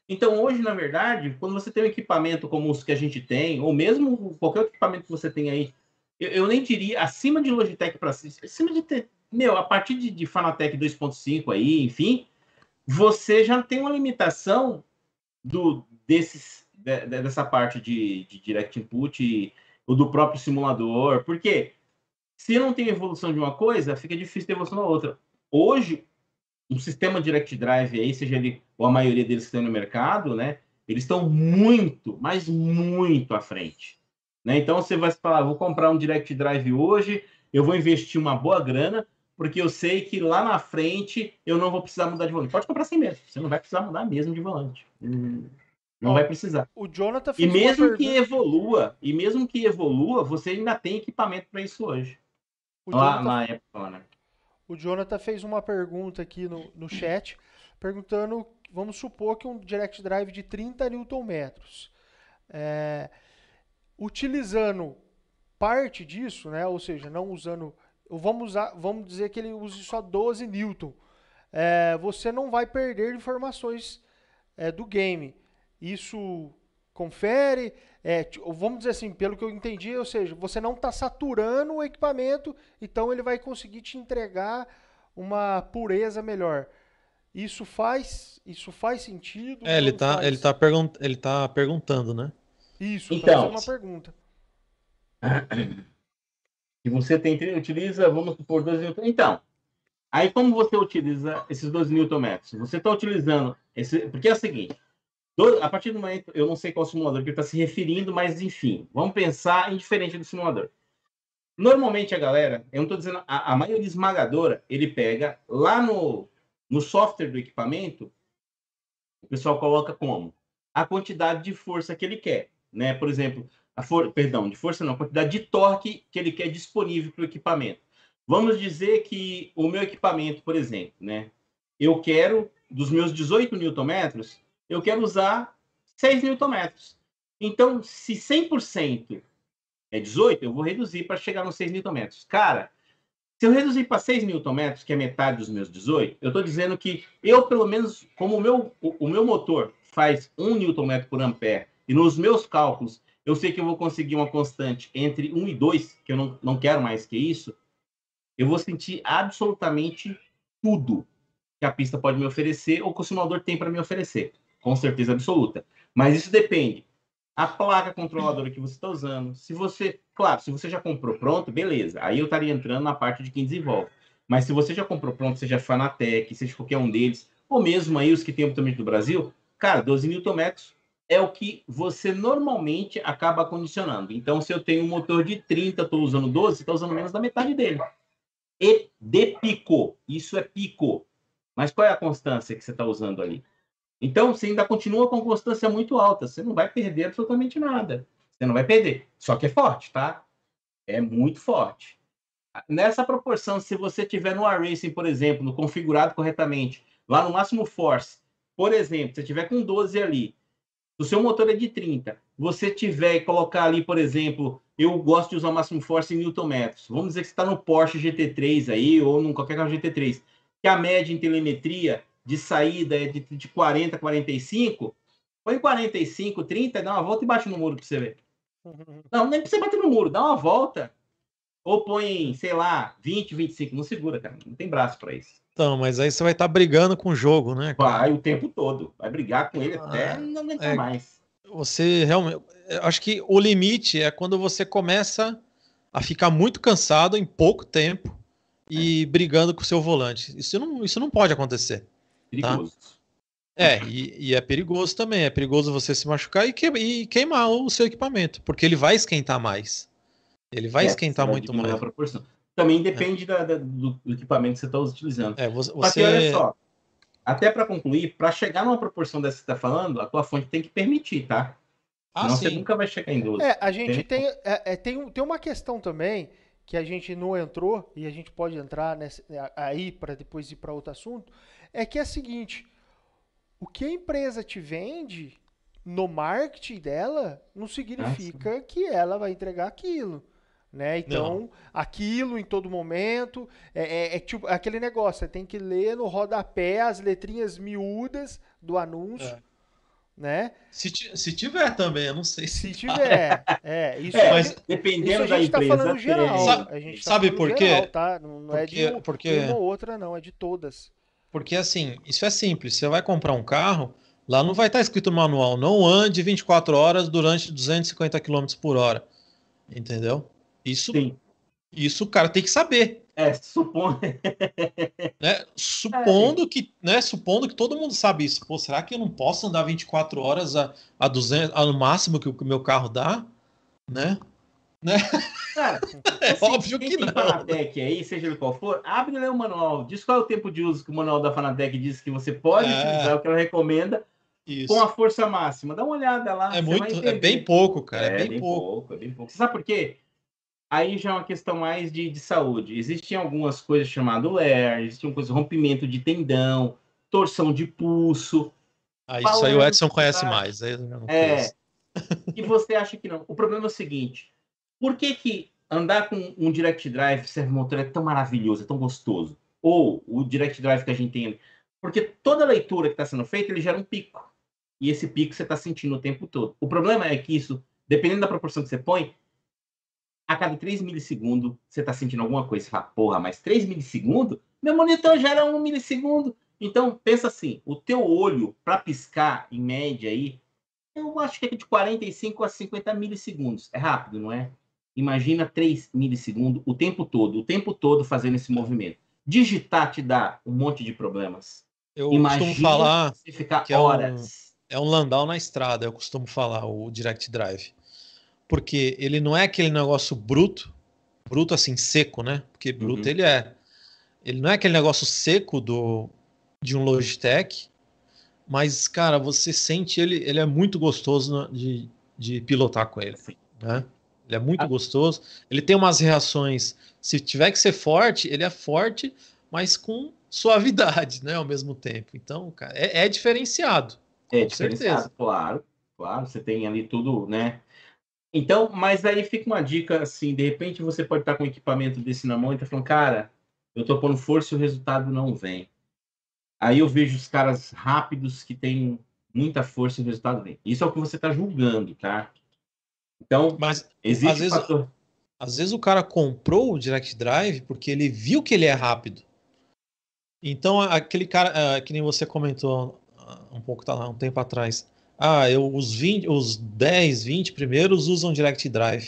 Então, hoje, na verdade, quando você tem um equipamento como os que a gente tem, ou mesmo qualquer outro equipamento que você tem aí, eu, eu nem diria acima de Logitech para cima, acima de ter, meu, a partir de, de Fanatec dois ponto cinco aí, enfim, você já tem uma limitação do, desses, de, dessa parte de, de direct input e, ou do próprio simulador, porque se não tem evolução de uma coisa, fica difícil ter evolução da outra. Hoje, um sistema Direct Drive aí, seja ele, ou a maioria deles que estão no mercado, né? Eles estão muito, mas muito à frente. Né? Então você vai falar, vou comprar um Direct Drive hoje, eu vou investir uma boa grana, porque eu sei que lá na frente eu não vou precisar mudar de volante. Pode comprar assim mesmo, você não vai precisar mudar mesmo de volante. Não Ó, vai precisar. O Jonathan fez e mesmo que pergunta... evolua, e mesmo que evolua, você ainda tem equipamento para isso hoje. O lá Jonathan... na época, né? O Jonathan fez uma pergunta aqui no, no chat, perguntando, vamos supor que um Direct Drive de trinta newton metros, é, utilizando parte disso, né, ou seja, não usando, vamos, usar, vamos dizer que ele use só doze newton, é, você não vai perder informações é, do game. Isso confere, é, vamos dizer assim, pelo que eu entendi, ou seja, você não está saturando o equipamento, então ele vai conseguir te entregar uma pureza melhor. Isso faz, isso faz sentido? É, ele está ele tá pergun ele tá perguntando, né? Isso, então, tá fazendo uma pergunta. E você tem, utiliza, vamos supor, doze newton. Então, aí como você utiliza esses doze newton metros? Você está utilizando, esse, porque é o seguinte, do, a partir do momento, eu não sei qual simulador que ele está se referindo, mas enfim, vamos pensar em diferente do simulador. Normalmente a galera, eu não estou dizendo, a, a maioria esmagadora, ele pega lá no, no software do equipamento, o pessoal coloca como? A quantidade de força que ele quer, né? Por exemplo, a for, perdão, de força não, a quantidade de torque que ele quer disponível para o equipamento. Vamos dizer que o meu equipamento, por exemplo, né? Eu quero, dos meus dezoito newton-metros, eu quero usar seis newton-metros. Então, se cem por cento é dezoito, eu vou reduzir para chegar nos seis newton-metros. Cara, se eu reduzir para seis newton-metros, que é metade dos meus dezoito, eu estou dizendo que eu, pelo menos, como o meu, o, o meu motor faz um newton-metro por ampere, e nos meus cálculos, eu sei que eu vou conseguir uma constante entre um e dois, que eu não, não quero mais que isso, eu vou sentir absolutamente tudo que a pista pode me oferecer ou que o simulador tem para me oferecer, com certeza absoluta. Mas isso depende. A placa controladora que você está usando, se você, claro, se você já comprou pronto, beleza, aí eu estaria entrando na parte de quem desenvolve. Mas se você já comprou pronto, seja Fanatec, seja qualquer um deles, ou mesmo aí os que tem também do Brasil, cara, doze newton-metros é o que você normalmente acaba condicionando. Então, se eu tenho um motor de trinta, estou usando doze, está usando menos da metade dele. E de pico, isso é pico. Mas qual é a constância que você está usando ali? Então, você ainda continua com constância muito alta. Você não vai perder absolutamente nada. Você não vai perder. Só que é forte, tá? É muito forte. Nessa proporção, se você tiver no iRacing, por exemplo, no configurado corretamente, lá no máximo force, por exemplo, se você tiver com doze ali, o seu motor é de trinta, você tiver e colocar ali, por exemplo, eu gosto de usar o máximo force em newton-metros. Vamos dizer que você está no Porsche G T três aí, ou em qualquer carro G T três, que a média em telemetria de saída é de, de quarenta, quarenta e cinco, põe quarenta e cinco, trinta, dá uma volta e bate no muro para você ver. Não, nem precisa bater no muro, dá uma volta, ou põe, sei lá, vinte, vinte e cinco, não segura, cara, não tem braço para isso. Então, mas aí você vai estar tá brigando com o jogo, né, cara? Vai o tempo todo, vai brigar com ele ah, até não aguentar é, mais. Você realmente, acho que o limite é quando você começa a ficar muito cansado em pouco tempo e é. brigando com o seu volante. Isso não, isso não pode acontecer. Perigoso. Tá? É, e, e é perigoso também. É perigoso você se machucar e, que, e queimar o seu equipamento, porque ele vai esquentar mais. Ele vai é, esquentar muito mais. A proporção. Também depende é. da, da, do, do equipamento que você está utilizando. É, você... Porque olha só, até para concluir, para chegar numa proporção dessa que você está falando, a tua fonte tem que permitir, tá? Ah, Senão sim. você nunca vai chegar em doze. É, a gente tem, é, é, tem, tem uma questão também que a gente não entrou e a gente pode entrar nessa, aí para depois ir para outro assunto, é que é o seguinte, o que a empresa te vende no marketing dela não significa ah, que ela vai entregar aquilo. Né? Então, não. aquilo em todo momento, é, é, é tipo aquele negócio, você tem que ler no rodapé as letrinhas miúdas do anúncio, é. né? Se, se tiver também, eu não sei se, se tiver. É, isso É, mas mas dependendo isso a gente da tá empresa, falando geral. Sabe, A gente tá sabe falando por geral, quê? tá? Não, não é de, Porque, um, porque, de uma ou outra, não, é de todas. porque assim, isso é simples. Você vai comprar um carro, lá não vai estar escrito no manual, não ande vinte e quatro horas durante duzentos e cinquenta quilômetros por hora. Entendeu? Isso, sim. isso o cara tem que saber. É, supondo. Né? É. Supondo que, né, supondo que todo mundo sabe isso. Pô, será que eu não posso andar vinte e quatro horas a, a duzentos, a, no máximo que o meu carro dá? Né? Né? Cara, É assim, óbvio quem que tem não. Fanatec aí, seja ele qual for, abre né, o manual, diz qual é o tempo de uso que o manual da Fanatec diz que você pode utilizar, É, o que ela recomenda, com a isso. força máxima. Dá uma olhada lá, É você vai muito, é bem entender. pouco, cara, é É bem bem pouco. pouco, é bem pouco. Você sabe por quê? Aí já é uma questão mais de, de saúde. Existem algumas coisas chamadas L E R, existem coisas, rompimento de tendão, torção de pulso, Ah, isso aí o falando Edson que conhece tá. mais, aí eu não É, conheço. e você acha que não. O problema é o seguinte: por que, que andar com um Direct Drive servo motor é tão maravilhoso, é tão gostoso? Ou o Direct Drive que a gente tem. Porque toda leitura que está sendo feita, ele gera um pico. E esse pico você está sentindo o tempo todo. O problema é que isso, dependendo da proporção que você põe, a cada três milissegundos você está sentindo alguma coisa. Você fala, porra, mas três milissegundos? Meu monitor gera um milissegundo. Então, pensa assim, o teu olho, para piscar, em média, aí, eu acho que é de quarenta e cinco a cinquenta milissegundos. É rápido, não é? Imagina três milissegundos o tempo todo, o tempo todo fazendo esse movimento. Digitar te dá um monte de problemas. Eu costumo Imagina falar você ficar que é um, horas. é um Landau na estrada, eu costumo falar, o Direct Drive. Porque ele não é aquele negócio bruto, bruto assim, seco, né? Porque bruto Uhum. ele é. Ele não é aquele negócio seco do, de um Logitech, mas, cara, você sente ele, ele é muito gostoso de, de pilotar com ele, Assim. né? Ele é muito Ah, gostoso. Ele tem umas reações, se tiver que ser forte, ele é forte, mas com suavidade, né, ao mesmo tempo. Então, cara, é, é diferenciado, é com certeza. diferenciado, claro. Claro, você tem ali tudo, né? Então, mas aí fica uma dica assim, de repente você pode estar com um equipamento desse na mão e tá falando, cara, eu tô pondo força e o resultado não vem. Aí eu vejo os caras rápidos que têm muita força e o resultado vem. Isso é o que você está julgando, tá? Então, Mas às existe o vezes, fator. às vezes o cara comprou o Direct Drive porque ele viu que ele é rápido. Então, aquele cara, que nem você comentou um pouco, tá lá, um tempo atrás. Ah, eu, os, vinte, os dez, vinte primeiros usam Direct Drive.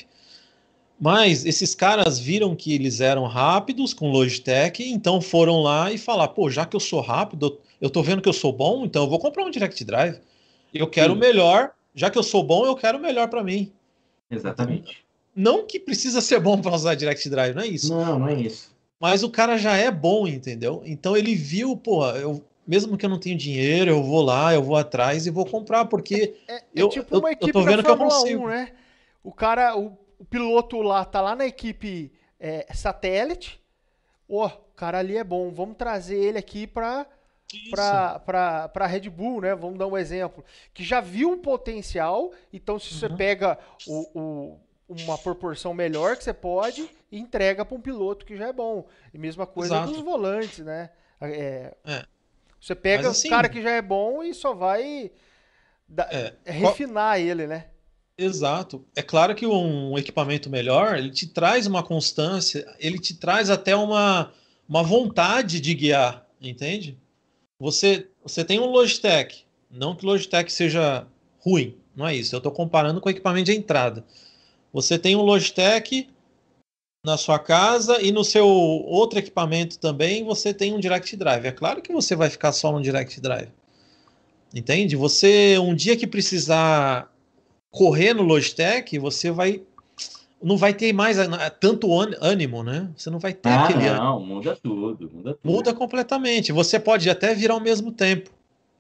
Mas esses caras viram que eles eram rápidos com Logitech, então foram lá e falaram, pô, já que eu sou rápido, eu tô vendo que eu sou bom, então eu vou comprar um Direct Drive. Eu quero o Sim, melhor, já que eu sou bom, eu quero o melhor para mim. Entendeu? exatamente. Não que precisa ser bom para usar Direct Drive, não é isso. Não, não é isso. Mas o cara já é bom, entendeu? Então ele viu, pô, eu, mesmo que eu não tenho dinheiro, eu vou lá, eu vou atrás e vou comprar, porque É, é eu, tipo eu, uma eu equipe tô da vendo que eu Fórmula um, consigo. né? O cara, o, o piloto lá tá lá na equipe é, satélite. Ó, o cara ali é bom, vamos trazer ele aqui pra, Isso. pra, pra, pra Red Bull, né? Vamos dar um exemplo. Que já viu um potencial, então se você Uhum. pega o, o- uma proporção melhor que você pode e entrega para um piloto que já é bom. E mesma coisa dos Exato. volantes, né? É, É. você Mas pega o cara assim, que já é bom e só vai da- é, qual- refinar ele, né? exato. É claro que um equipamento melhor, ele te traz uma constância, ele te traz até uma, uma vontade de guiar, entende? Você, você tem um Logitech, não que o Logitech seja ruim, não é isso. Eu estou comparando com o equipamento de entrada. Você tem um Logitech na sua casa e no seu outro equipamento também você tem um Direct Drive. É claro que você vai ficar só no Direct Drive. Entende? Você, um dia que precisar correr no Logitech, você vai não vai ter mais tanto ânimo, né? Você não vai ter Ah, aquele ânimo. não, muda tudo, muda Muda tudo. completamente. Você pode até vir ao mesmo tempo.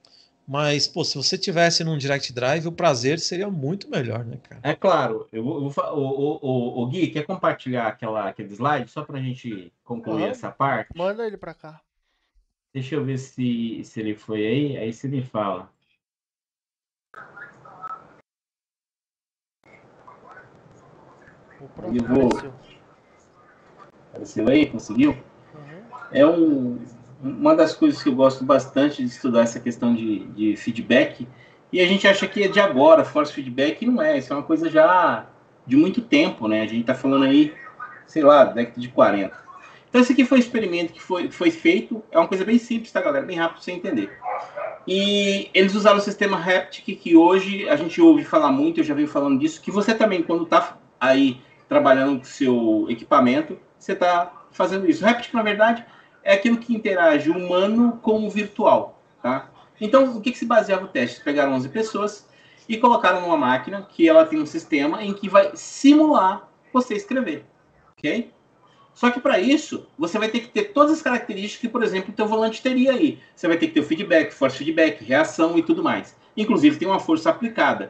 Mas, pô, se você tivesse num Direct Drive, o prazer seria muito melhor, né, cara? É claro, eu vou, eu vou fa- o, o, o, o Gui, quer compartilhar aquela, aquele slide só para a gente concluir Aham, essa parte? manda ele pra cá. Deixa eu ver se, se ele foi aí, aí você me fala. Opa, Eu vou. apareceu. Apareceu aí? Conseguiu? Uhum. É um, uma das coisas que eu gosto bastante de estudar essa questão de, de feedback E a gente acha que é de agora, force feedback, e não é. Isso é uma coisa já de muito tempo, né? A gente está falando aí, sei lá, década de quarenta. Então esse aqui foi um experimento que foi, foi feito, é uma coisa bem simples, tá, galera? Bem rápido para você entender. E eles usaram o sistema Haptic, que hoje a gente ouve falar muito, eu já venho falando disso, que você também, quando está aí trabalhando com o seu equipamento, você está fazendo isso. O Haptic, na verdade, é aquilo que interage o humano com o virtual, tá? Então, o que, que se baseava o teste? Pegaram onze pessoas e colocaram numa máquina que ela tem um sistema em que vai simular você escrever, ok? Só que para isso, você vai ter que ter todas as características que, por exemplo, o teu volante teria aí. Você vai ter que ter o feedback, force feedback, reação e tudo mais. Inclusive, tem uma força aplicada.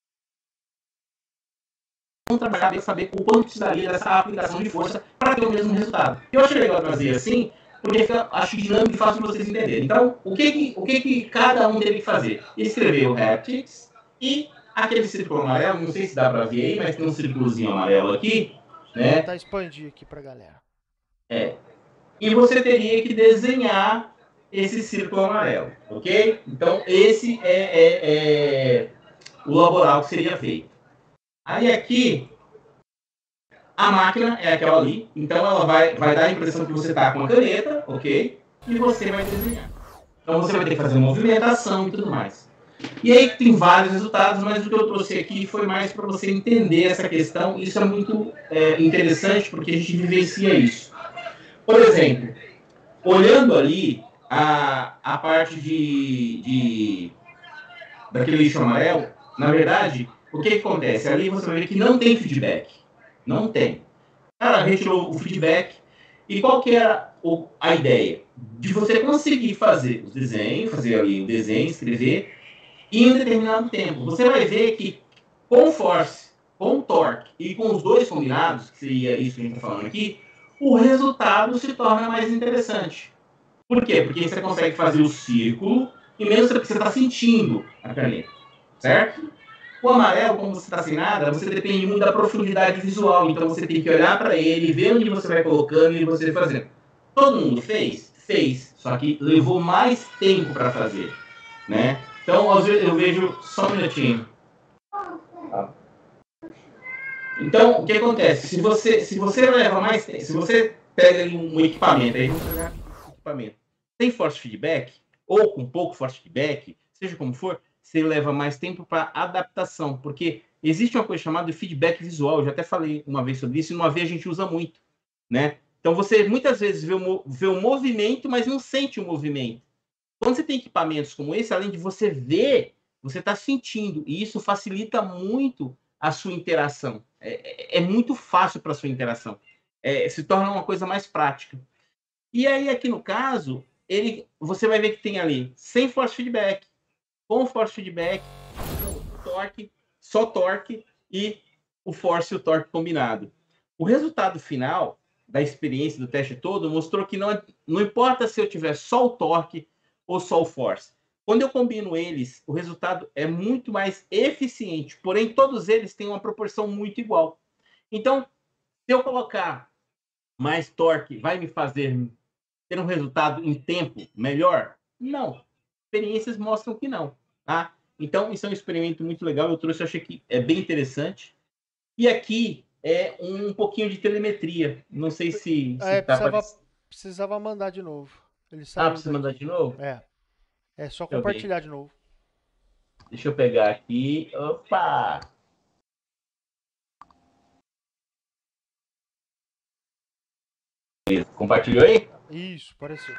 Vamos trabalhar para saber o quanto precisaria dessa aplicação de força para ter o mesmo resultado. Eu achei legal trazer assim, porque fica, acho dinâmico e fácil de vocês entenderem. Então, o que que, o que que cada um teve que fazer? Escrever o Haptics e aquele círculo amarelo, não sei se dá para ver aí, mas tem um círculozinho amarelo aqui, né? Vou tentar expandir aqui para a galera. É. E você teria que desenhar esse círculo amarelo, ok? Então, esse é, é, é o laboral que seria feito. Aí aqui, a máquina é aquela ali, então ela vai, vai dar a impressão que você está com a caneta, ok? E você vai desenhar. Então você vai ter que fazer movimentação e tudo mais. E aí tem vários resultados, mas o que eu trouxe aqui foi mais para você entender essa questão. Isso é muito é, interessante porque a gente vivencia isso. Por exemplo, olhando ali a, a parte de, de daquele lixo amarelo, na verdade, o que, que acontece? Ali você vai ver que não tem feedback. Não tem. Cara, retirou o feedback. E qual que era o, a ideia? De você conseguir fazer os desenhos, fazer ali o desenho, escrever, em um determinado tempo. Você vai ver que com force, com torque e com os dois combinados, que seria isso que a gente está falando aqui, o resultado se torna mais interessante. Por quê? Porque você consegue fazer o círculo e mesmo porque você está sentindo a caneta. Certo? O amarelo, como você está sem nada, você depende muito da profundidade visual. Então você tem que olhar para ele, ver onde você vai colocando e você fazendo. Todo mundo fez? Fez. Só que levou mais tempo para fazer. Né? Então às vezes eu vejo... Só um minutinho. Então, o que acontece? Se você, se você leva mais tempo, se você pega um equipamento, aí vamos pegar um equipamento, tem force feedback, ou com pouco force feedback, seja como for, você leva mais tempo para adaptação, porque existe uma coisa chamada de feedback visual, eu já até falei uma vez sobre isso, e numa vez a gente usa muito, né? Então você muitas vezes vê o, vê o movimento, mas não sente o movimento. Quando você tem equipamentos como esse, além de você ver, você está sentindo, e isso facilita muito a sua interação. É, é, é muito fácil para a sua interação. É, se torna uma coisa mais prática. E aí, aqui no caso, ele, você vai ver que tem ali sem force feedback, com force feedback, com torque, só torque e o force e o torque combinado. O resultado final da experiência do teste todo mostrou que não, não importa se eu tiver só o torque ou só o force. Quando eu combino eles, o resultado é muito mais eficiente, porém todos eles têm uma proporção muito igual. Então, se eu colocar mais torque, vai me fazer ter um resultado em tempo melhor? Não. Experiências mostram que não. Tá? Então, isso é um experimento muito legal. Eu trouxe, eu achei que é bem interessante. E aqui é um pouquinho de telemetria. Não sei se... se é, tá precisava, pra... precisava mandar de novo. Ele ah, precisa daqui. Mandar de novo? É. É só compartilhar de novo. Deixa eu pegar aqui. Opa! Compartilhou aí? Isso, apareceu.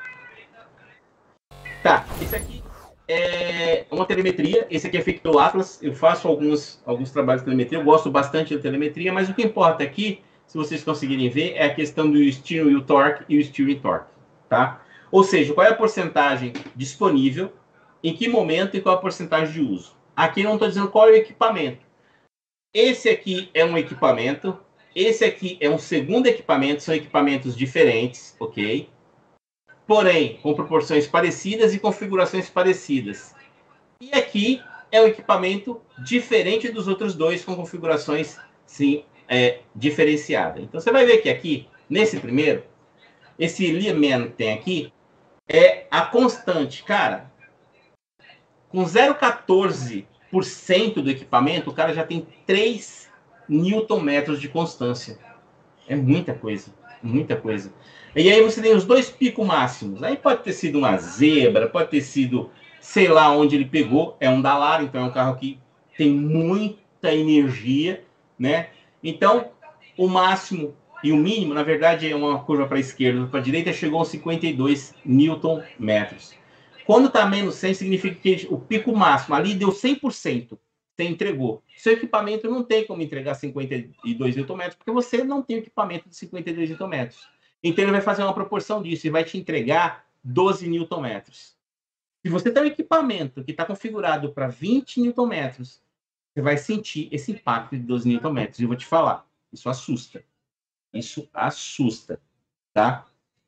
Tá, esse aqui é uma telemetria. Esse aqui é feito pelo Atlas. Eu faço alguns, alguns trabalhos de telemetria. Eu gosto bastante da telemetria, mas o que importa aqui, se vocês conseguirem ver, é a questão do steering wheel torque e o steering torque. Tá? Ou seja, qual é a porcentagem disponível, em que momento e qual a porcentagem de uso. Aqui não estou dizendo qual é o equipamento. Esse aqui é um equipamento, esse aqui é um segundo equipamento, são equipamentos diferentes, ok? Porém, com proporções parecidas e configurações parecidas. E aqui é um equipamento diferente dos outros dois, com configurações, sim, é, diferenciadas. Então, você vai ver que aqui, nesse primeiro, esse Leman que tem aqui, é a constante, cara. Com zero vírgula quatorze por cento do equipamento, o cara já tem três newton-metros de constância. É muita coisa, muita coisa. E aí você tem os dois picos máximos. Aí pode ter sido uma zebra, pode ter sido, sei lá onde ele pegou. É um Dallara, então é um carro que tem muita energia, né? Então, o máximo e o mínimo, na verdade, é uma curva para a esquerda, para a direita, chegou a cinquenta e dois newton-metros. Quando está menos cem, significa que o pico máximo ali deu cem por cento. Você entregou. Seu equipamento não tem como entregar cinquenta e dois newton-metros, porque você não tem equipamento de cinquenta e dois newton-metros. Então, ele vai fazer uma proporção disso e vai te entregar doze newton-metros. Se você tem um equipamento que está configurado para vinte newton-metros, você vai sentir esse impacto de doze newton-metros. E eu vou te falar, isso assusta. Isso assusta, tá?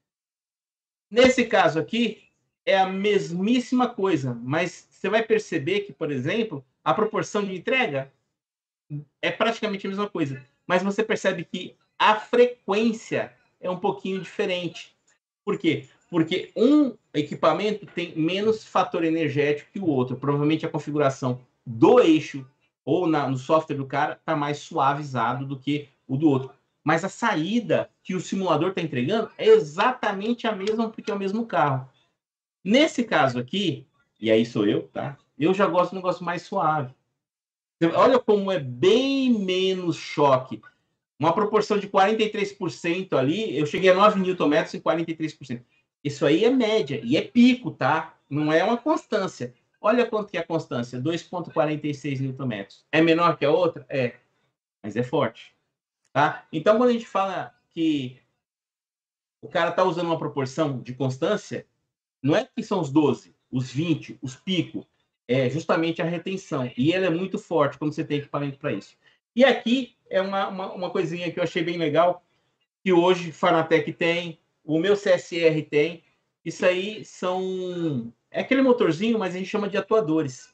Nesse caso aqui, é a mesmíssima coisa, mas você vai perceber que, por exemplo, a proporção de entrega é praticamente a mesma coisa, mas você percebe que a frequência é um pouquinho diferente. Por quê? Porque um equipamento tem menos fator energético que o outro. Provavelmente a configuração do eixo ou na, no software do cara está mais suavizado do que o do outro. Mas a saída que o simulador está entregando é exatamente a mesma, porque é o mesmo carro. Nesse caso aqui, e aí sou eu, tá? Eu já gosto de um negócio mais suave. Olha como é bem menos choque. Uma proporção de quarenta e três por cento ali, eu cheguei a nove newton-metros em quarenta e três por cento. Isso aí é média, e é pico, tá? Não é uma constância. Olha quanto que é a constância, dois vírgula quarenta e seis newton-metros. É menor que a outra? É, mas é forte. Tá? Então, quando a gente fala que o cara está usando uma proporção de constância, não é que são os doze, os vinte, os picos, é justamente a retenção. E ela é muito forte quando você tem equipamento para isso. E aqui é uma, uma, uma coisinha que eu achei bem legal, que hoje Fanatec tem, o meu C S R tem. Isso aí são... É aquele motorzinho, mas a gente chama de atuadores.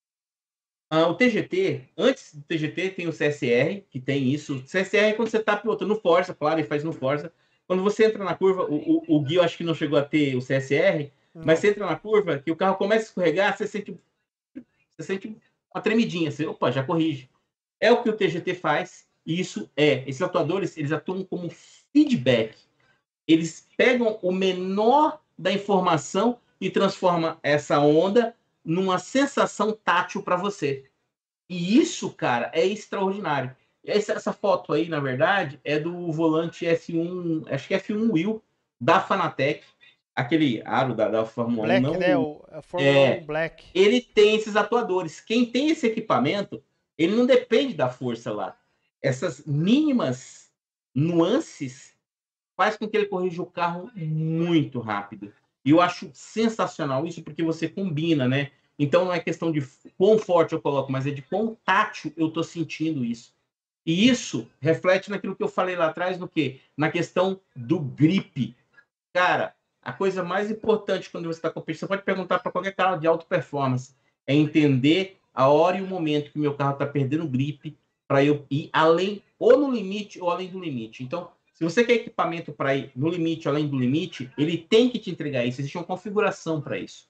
Ah, o T G T, antes do T G T tem o C S R, que tem isso. O C S R é quando você está pilotando no Forza, claro, ele faz no Forza. Quando você entra na curva, o, o, o Gui eu acho que não chegou a ter o C S R, não. Mas você entra na curva, que o carro começa a escorregar, você sente, você sente uma tremidinha, você, opa, já corrige. É o que o T G T faz, e isso é. Esses atuadores, eles atuam como feedback. Eles pegam o menor da informação e transformam essa onda numa sensação tátil para você. E isso, cara, é extraordinário. Essa, essa foto aí, na verdade, é do volante F um, acho que é F um Wheel da Fanatec, aquele aro da, da Fórmula Black, um. Não, né? O, a Fórmula é, um Black. Ele tem esses atuadores. Quem tem esse equipamento, ele não depende da força lá. Essas mínimas nuances faz com que ele corrija o carro muito rápido. E eu acho sensacional isso, porque você combina, né? Então não é questão de quão forte eu coloco, mas é de quão tátil eu estou sentindo isso. E isso reflete naquilo que eu falei lá atrás, no quê? Na questão do grip. Cara, a coisa mais importante quando você está competindo, você pode perguntar para qualquer carro de alta performance, é entender a hora e o momento que o meu carro está perdendo grip para eu ir além, ou no limite, ou além do limite. Então, se você quer equipamento para ir no limite, além do limite, ele tem que te entregar isso. Existe uma configuração para isso.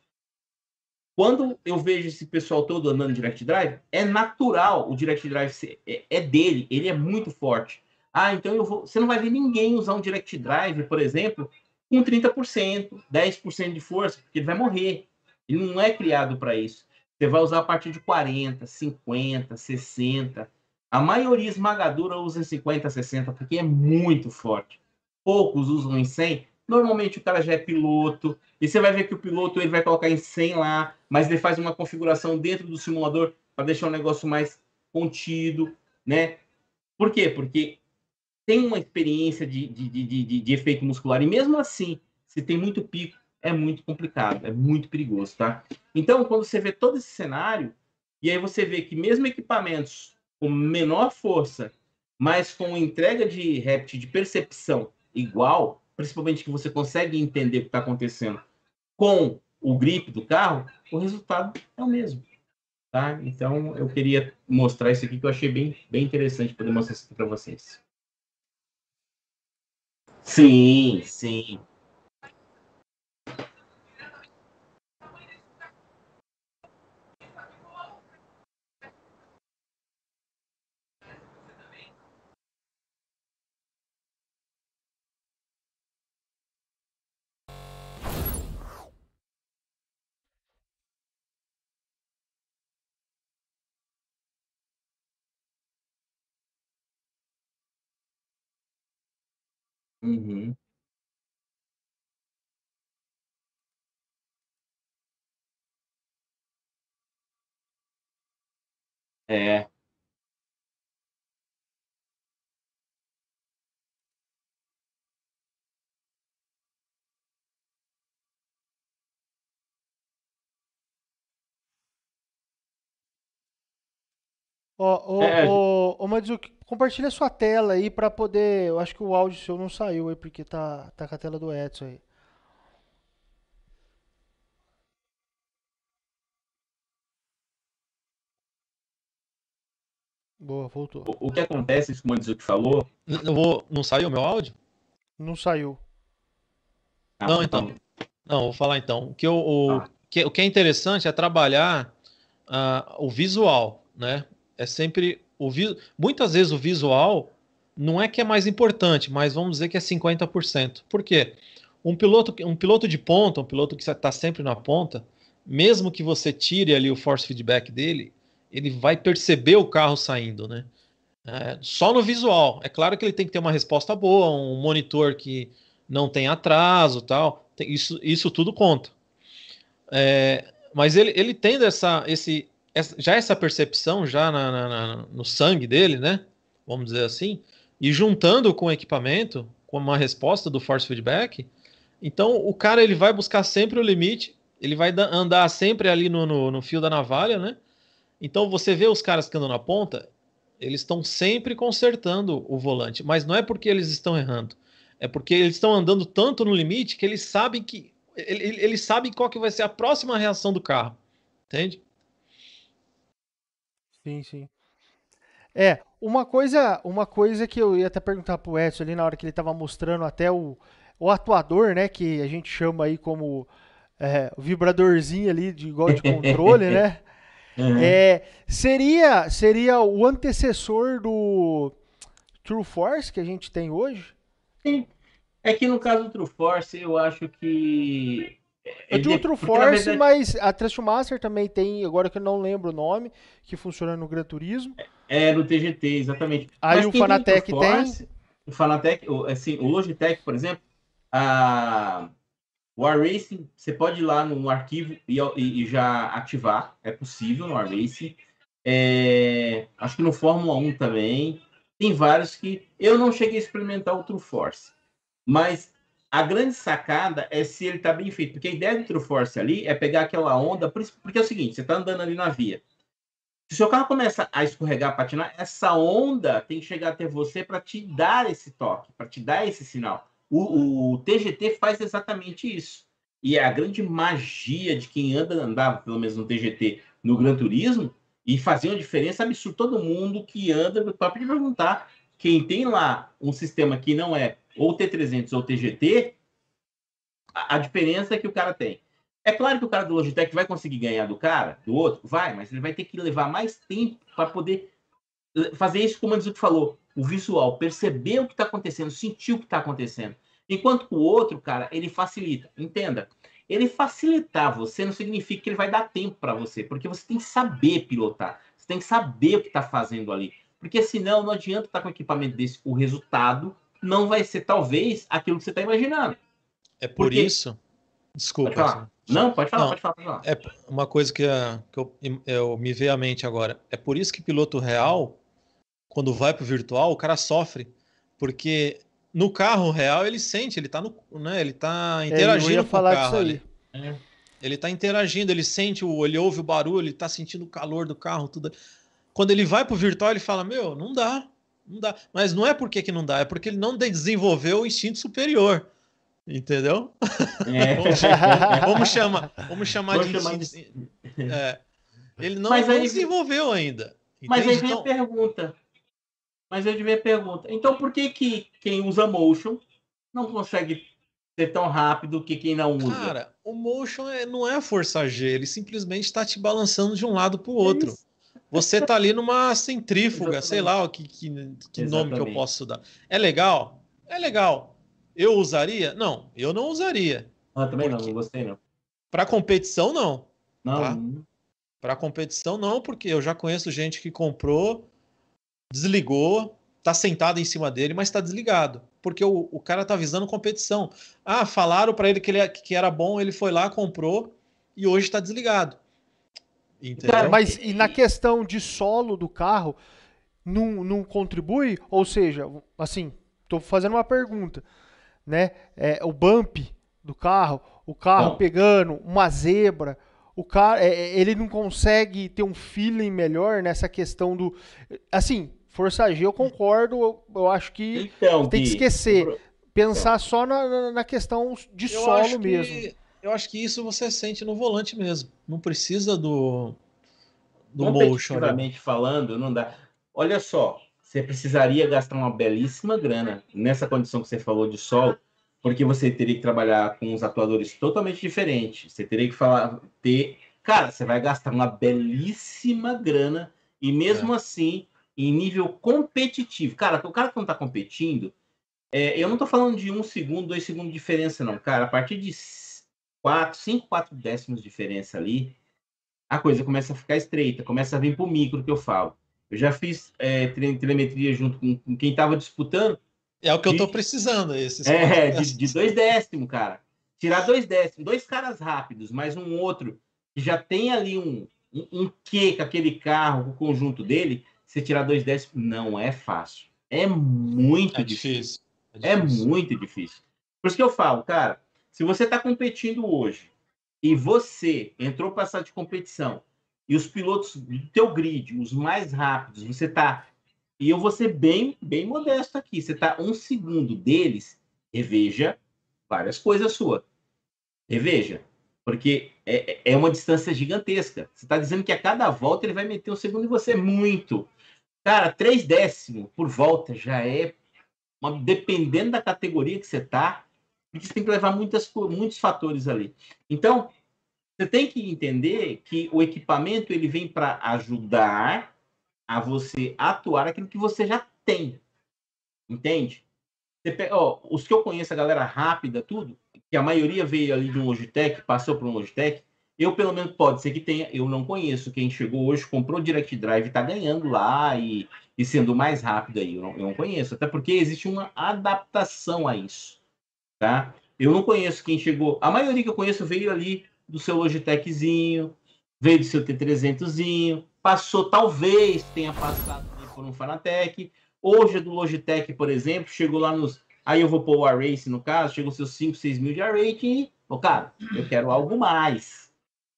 Quando eu vejo esse pessoal todo andando Direct Drive, é natural o Direct Drive ser, é, é dele, ele é muito forte. Ah, então eu vou. Você não vai ver ninguém usar um Direct Drive, por exemplo, com trinta por cento, dez por cento de força, porque ele vai morrer. Ele não é criado para isso. Você vai usar a partir de quarenta, cinquenta, sessenta. A maioria esmagadora usa em cinquenta, sessenta, porque é muito forte. Poucos usam em cem. Normalmente o cara já é piloto, e você vai ver que o piloto ele vai colocar em cem lá, mas ele faz uma configuração dentro do simulador para deixar o negócio mais contido, né? Por quê? Porque tem uma experiência de, de, de, de, de efeito muscular, e mesmo assim, se tem muito pico, é muito complicado, é muito perigoso, tá? Então, quando você vê todo esse cenário, e aí você vê que mesmo equipamentos com menor força, mas com entrega de rept de percepção igual, principalmente que você consegue entender o que está acontecendo com o grip do carro, o resultado é o mesmo, tá? Então, eu queria mostrar isso aqui, que eu achei bem, bem interessante poder mostrar isso aqui para vocês. Sim, sim. Uhum. É. Ó, É, ô, ô, ô, Madzuki, compartilha sua tela aí pra poder. Eu acho que o áudio seu não saiu aí, porque tá, tá com a tela do Edson aí. Boa, voltou. o, o que acontece, isso que o Manzuki falou. Não, vou, não saiu o meu áudio? Não saiu. Ah, Não, tá então. bom. Não, vou falar então. O que, eu, o, Tá. que, o que é interessante é trabalhar ah, o visual, né? É sempre o vi... Muitas vezes o visual não é que é mais importante, mas vamos dizer que é cinquenta por cento. Por quê? Um piloto, um piloto de ponta, um piloto que está sempre na ponta, mesmo que você tire ali o force feedback dele, ele vai perceber o carro saindo, né? É, só no visual. É claro que ele tem que ter uma resposta boa, um monitor que não tem atraso, tal. Tem- Isso, isso tudo conta. É, mas ele, ele tendo essa, esse, essa- já essa percepção já na- na- na- no sangue dele, né? Vamos dizer assim, e juntando com o equipamento, com uma resposta do force feedback, então o cara ele vai buscar sempre o limite, ele vai da- andar sempre ali no, no, no fio da navalha, né? Então você vê os caras que andam na ponta, eles estão sempre consertando o volante, mas não é porque eles estão errando, é porque eles estão andando tanto no limite que eles sabem que ele- eles sabem qual que vai ser a próxima reação do carro, entende? Sim, sim. É, uma coisa, uma coisa que eu ia até perguntar pro Edson ali na hora que ele tava mostrando até o, o atuador, né? Que a gente chama aí como é, o vibradorzinho ali de igual de controle, né? Uhum. É, seria, seria o antecessor do True Force que a gente tem hoje? Sim. É que no caso do True Force, eu acho que Eu ele digo de- True porque na Force, verdade mas a Trustmaster também tem, agora que eu não lembro o nome, que funciona no Gran Turismo. é no T G T, exatamente. Aí Mas o quem tem o True Fanatec tem. Force, o Fanatec, o, assim, o Logitech, por exemplo, a o iRacing, você pode ir lá no arquivo e, e- e já ativar, é possível no iRacing. É, acho que no Fórmula um também. Tem vários que eu não cheguei a experimentar o True Force, mas a grande sacada é se ele está bem feito, porque a ideia do True Force ali é pegar aquela onda, porque é o seguinte, você está andando ali na via. Se o seu carro começa a escorregar, a patinar, essa onda tem que chegar até você para te dar esse toque, para te dar esse sinal. O, o T G T faz exatamente isso. E é a grande magia de quem anda, andava, pelo menos no T G T, no Gran Turismo, e fazia uma diferença absurda. Todo mundo que anda, para perguntar, quem tem lá um sistema que não é ou T trezentos ou T G T, a, a diferença é que o cara tem. É claro que o cara do Logitech vai conseguir ganhar do cara, do outro, vai, mas ele vai ter que levar mais tempo para poder fazer isso, como o Anzuki falou, o visual, perceber o que está acontecendo, sentir o que está acontecendo. Enquanto que o outro, cara, ele facilita. Entenda, ele facilitar você não significa que ele vai dar tempo para você, porque você tem que saber pilotar, você tem que saber o que está fazendo ali. Porque senão não adianta estar com um equipamento desse, o resultado não vai ser talvez aquilo que você está imaginando. É por Porque isso, pode desculpa, falar. Não, pode falar, não, pode falar, pode falar. é uma coisa que, ah, que eu, eu me veio à mente agora. É por isso que piloto real, quando vai pro virtual, o cara sofre, porque no carro real ele sente, ele tá no, né, ele tá É, eu ia interagindo com o falar disso carro aí. ali. Ele tá interagindo, ele sente o, ele ouve o barulho, ele tá sentindo o calor do carro, tudo. Quando ele vai pro virtual, ele fala: "Meu, não dá. Não dá". Mas não é porque que não dá, é porque ele não desenvolveu o instinto superior, entendeu? Vamos, vamos É. chamar, vamos chamar Vou de chamar instinto. de. É, ele não, Mas não aí, desenvolveu ainda, mas aí entende? vem a Então, pergunta. Mas aí vem a pergunta. Então, por que, que quem usa motion não consegue ser tão rápido que quem não usa? cara, o motion é- não é força G, ele simplesmente está te balançando de um lado para o É outro. isso. Você tá ali numa centrífuga, sei Exatamente. lá o que, que, que nome que eu Exatamente. posso dar. É legal? É legal. Eu usaria? Não, eu não usaria. Ah, também não, não Porque gostei, não. para competição não, tá? Não. Para competição não, porque eu já conheço gente que comprou, desligou, tá sentado em cima dele, mas está desligado, porque o, o cara tá visando competição. Ah, falaram para ele que, ele que era bom, ele foi lá, comprou e hoje está desligado. Cara, Entendeu? Mas e na questão de solo do carro, não, não contribui? Ou seja, assim, tô fazendo uma pergunta, né? É, o bump do carro, o carro Não. pegando uma zebra, o cara, é, é, ele não consegue ter um feeling melhor nessa questão do, assim, Força G eu concordo, eu, eu acho que Então, tem que Gui, o esquecer, pro- pensar então, só na, na- na questão de Eu solo acho mesmo. que eu acho que isso você sente no volante mesmo. Não precisa do do motion ali. competitivamente falando, não dá. Olha só, você precisaria gastar uma belíssima grana nessa condição que você falou de solo, porque você teria que trabalhar com os atuadores totalmente diferentes. Você teria que falar, ter. Cara, você vai gastar uma belíssima grana e É. mesmo assim, em nível competitivo. Cara, o cara que não está competindo, é, eu não estou falando de um segundo, dois segundos de diferença, não. Cara, a partir de quatro, cinco, quatro décimos de diferença ali, a coisa começa a ficar estreita, começa a vir para o micro que eu falo. Eu já fiz é, telemetria junto com, com quem estava disputando É o que eu tô de, precisando, esses quatro é, de, de décimos. dois décimos, cara. Tirar dois décimos, dois caras rápidos, mais um outro que já tem ali um, um, um quê com aquele carro, com o conjunto dele, você tirar dois décimos não é fácil. É muito É difícil. difícil. É É difícil. muito difícil. Por isso que eu falo, cara, se você está competindo hoje e você entrou para essa de competição e os pilotos do teu grid, os mais rápidos, você está... E eu vou ser bem, bem modesto aqui. Você está um segundo deles, reveja várias coisas suas. Reveja. Porque é, é uma distância gigantesca. Você está dizendo que a cada volta ele vai meter um segundo e você é muito. Cara, três décimos por volta já é uma, dependendo da categoria que você está, você tem que levar muitas, muitos fatores ali. Então, você tem que entender que o equipamento ele vem para ajudar a você atuar aquilo que você já tem. Entende? Você pega, ó, os que eu conheço, a galera rápida, tudo, que a maioria veio ali de um Logitech, passou para um Logitech, eu pelo menos pode ser que tenha, eu não conheço quem chegou hoje, comprou Direct Drive, está ganhando lá e, e sendo mais rápido aí, eu não, eu não conheço, até porque existe uma adaptação a isso, tá? Eu não conheço quem chegou, a maioria que eu conheço veio ali do seu Logitechzinho, veio do seu T trezentozinho, passou, talvez tenha passado por um Fanatec. Hoje é do Logitech, por exemplo, chegou lá nos... Aí eu vou pôr o A-Race, no caso, chegou seus cinco, seis mil de A-Rating e, oh, cara, eu quero algo mais.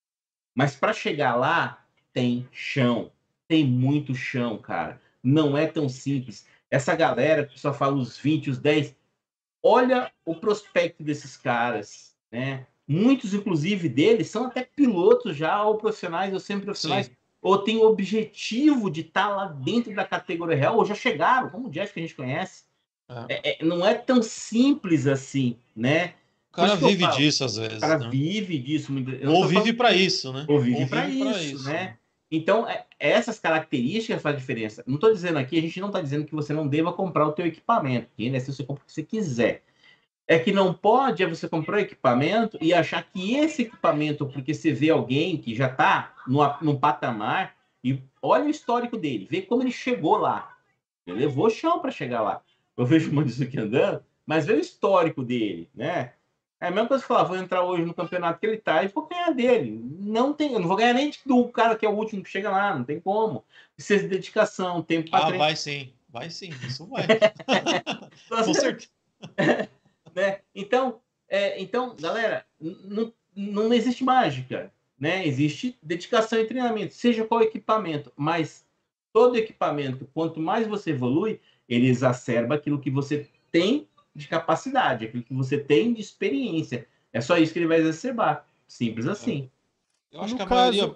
Mas para chegar lá, tem chão. Tem muito chão, cara. Não é tão simples. Essa galera que só fala os vinte, os dez, olha o prospecto desses caras, né? Muitos, inclusive, deles são até pilotos já, ou profissionais, ou semi-profissionais, Sim. ou têm o objetivo de estar lá dentro da categoria real, ou já chegaram, como o Jeff que a gente conhece. É. É, é, não é tão simples assim, né? O Por cara isso que eu vive falo, disso às o vezes, cara né? vive disso. Eu não Ou tô vive falando, para isso, né? ou vive Ou para vive para isso, isso. né? Então, é, essas características fazem diferença. Não estou dizendo aqui, a gente não está dizendo que você não deva comprar o teu equipamento, que né, se você compra o que você quiser. É que não pode é você comprar o equipamento e achar que esse equipamento, porque você vê alguém que já está num patamar, e olha o histórico dele, vê como ele chegou lá. Ele levou chão para chegar lá. Eu vejo o Mandzukic andando, mas vê o histórico dele, né? É a mesma coisa que falar, vou entrar hoje no campeonato que ele tá e vou ganhar dele. Não tem, eu não vou ganhar nem do cara que é o último que chega lá, não tem como. Precisa de dedicação, tempo para Ah, treinar. vai sim. Vai sim, isso vai. Com Então, certeza. né? Então, é, então, galera, não, não existe mágica, né? Existe dedicação e treinamento, seja qual equipamento, mas todo equipamento, quanto mais você evolui, ele exacerba aquilo que você tem de capacidade, aquilo que você tem de experiência. É só isso que ele vai exacerbar. Simples É. assim. Eu acho No que a maioria, caso,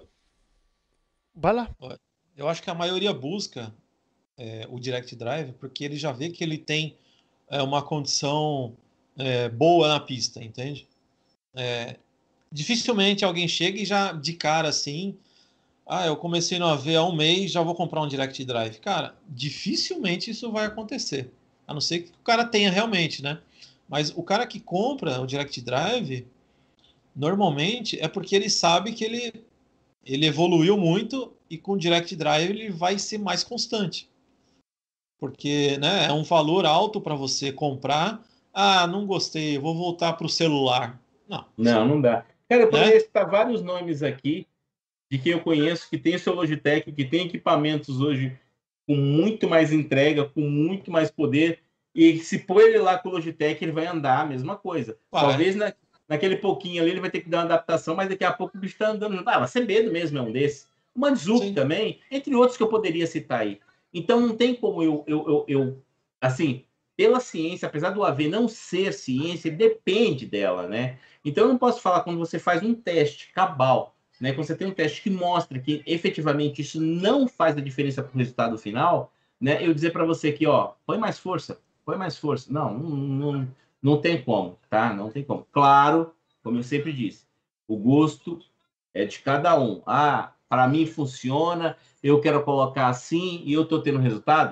vai lá. eu acho que a maioria busca é, o Direct Drive porque ele já vê que ele tem é, uma condição é, boa na pista, entende? É, dificilmente alguém chega e já de cara assim, ah, eu comecei no A V há um mês, já vou comprar um Direct Drive. Cara, dificilmente isso vai acontecer. A não ser que o cara tenha realmente, né? Mas o cara que compra o Direct Drive, normalmente é porque ele sabe que ele, ele evoluiu muito e com o Direct Drive ele vai ser mais constante. Porque, né, é um valor alto para você comprar. Ah, não gostei, vou voltar para o celular. Não. Não, não dá. Cara, eu poderia Né? citar vários nomes aqui de quem eu conheço que tem o seu Logitech, que tem equipamentos hoje com muito mais entrega, com muito mais poder, e se pôr ele lá com o Logitech, ele vai andar a mesma coisa. Vai. Talvez na, naquele pouquinho ali ele vai ter que dar uma adaptação, mas daqui a pouco o bicho está andando. Ah, a Cebedo mesmo é um desses. O Manzuki também, entre outros que eu poderia citar aí. Então não tem como eu, eu, eu, eu assim, pela ciência, apesar do A V não ser ciência, ele depende dela, né? Então eu não posso falar quando você faz um teste cabal, né, quando você tem um teste que mostra que efetivamente isso não faz a diferença para o resultado final, né, eu dizer para você que, ó, põe mais força, põe mais força. Não, não, não, não tem como, tá? Não tem como. Claro, como eu sempre disse, o gosto é de cada um. Ah, para mim funciona, eu quero colocar assim e eu estou tendo resultado?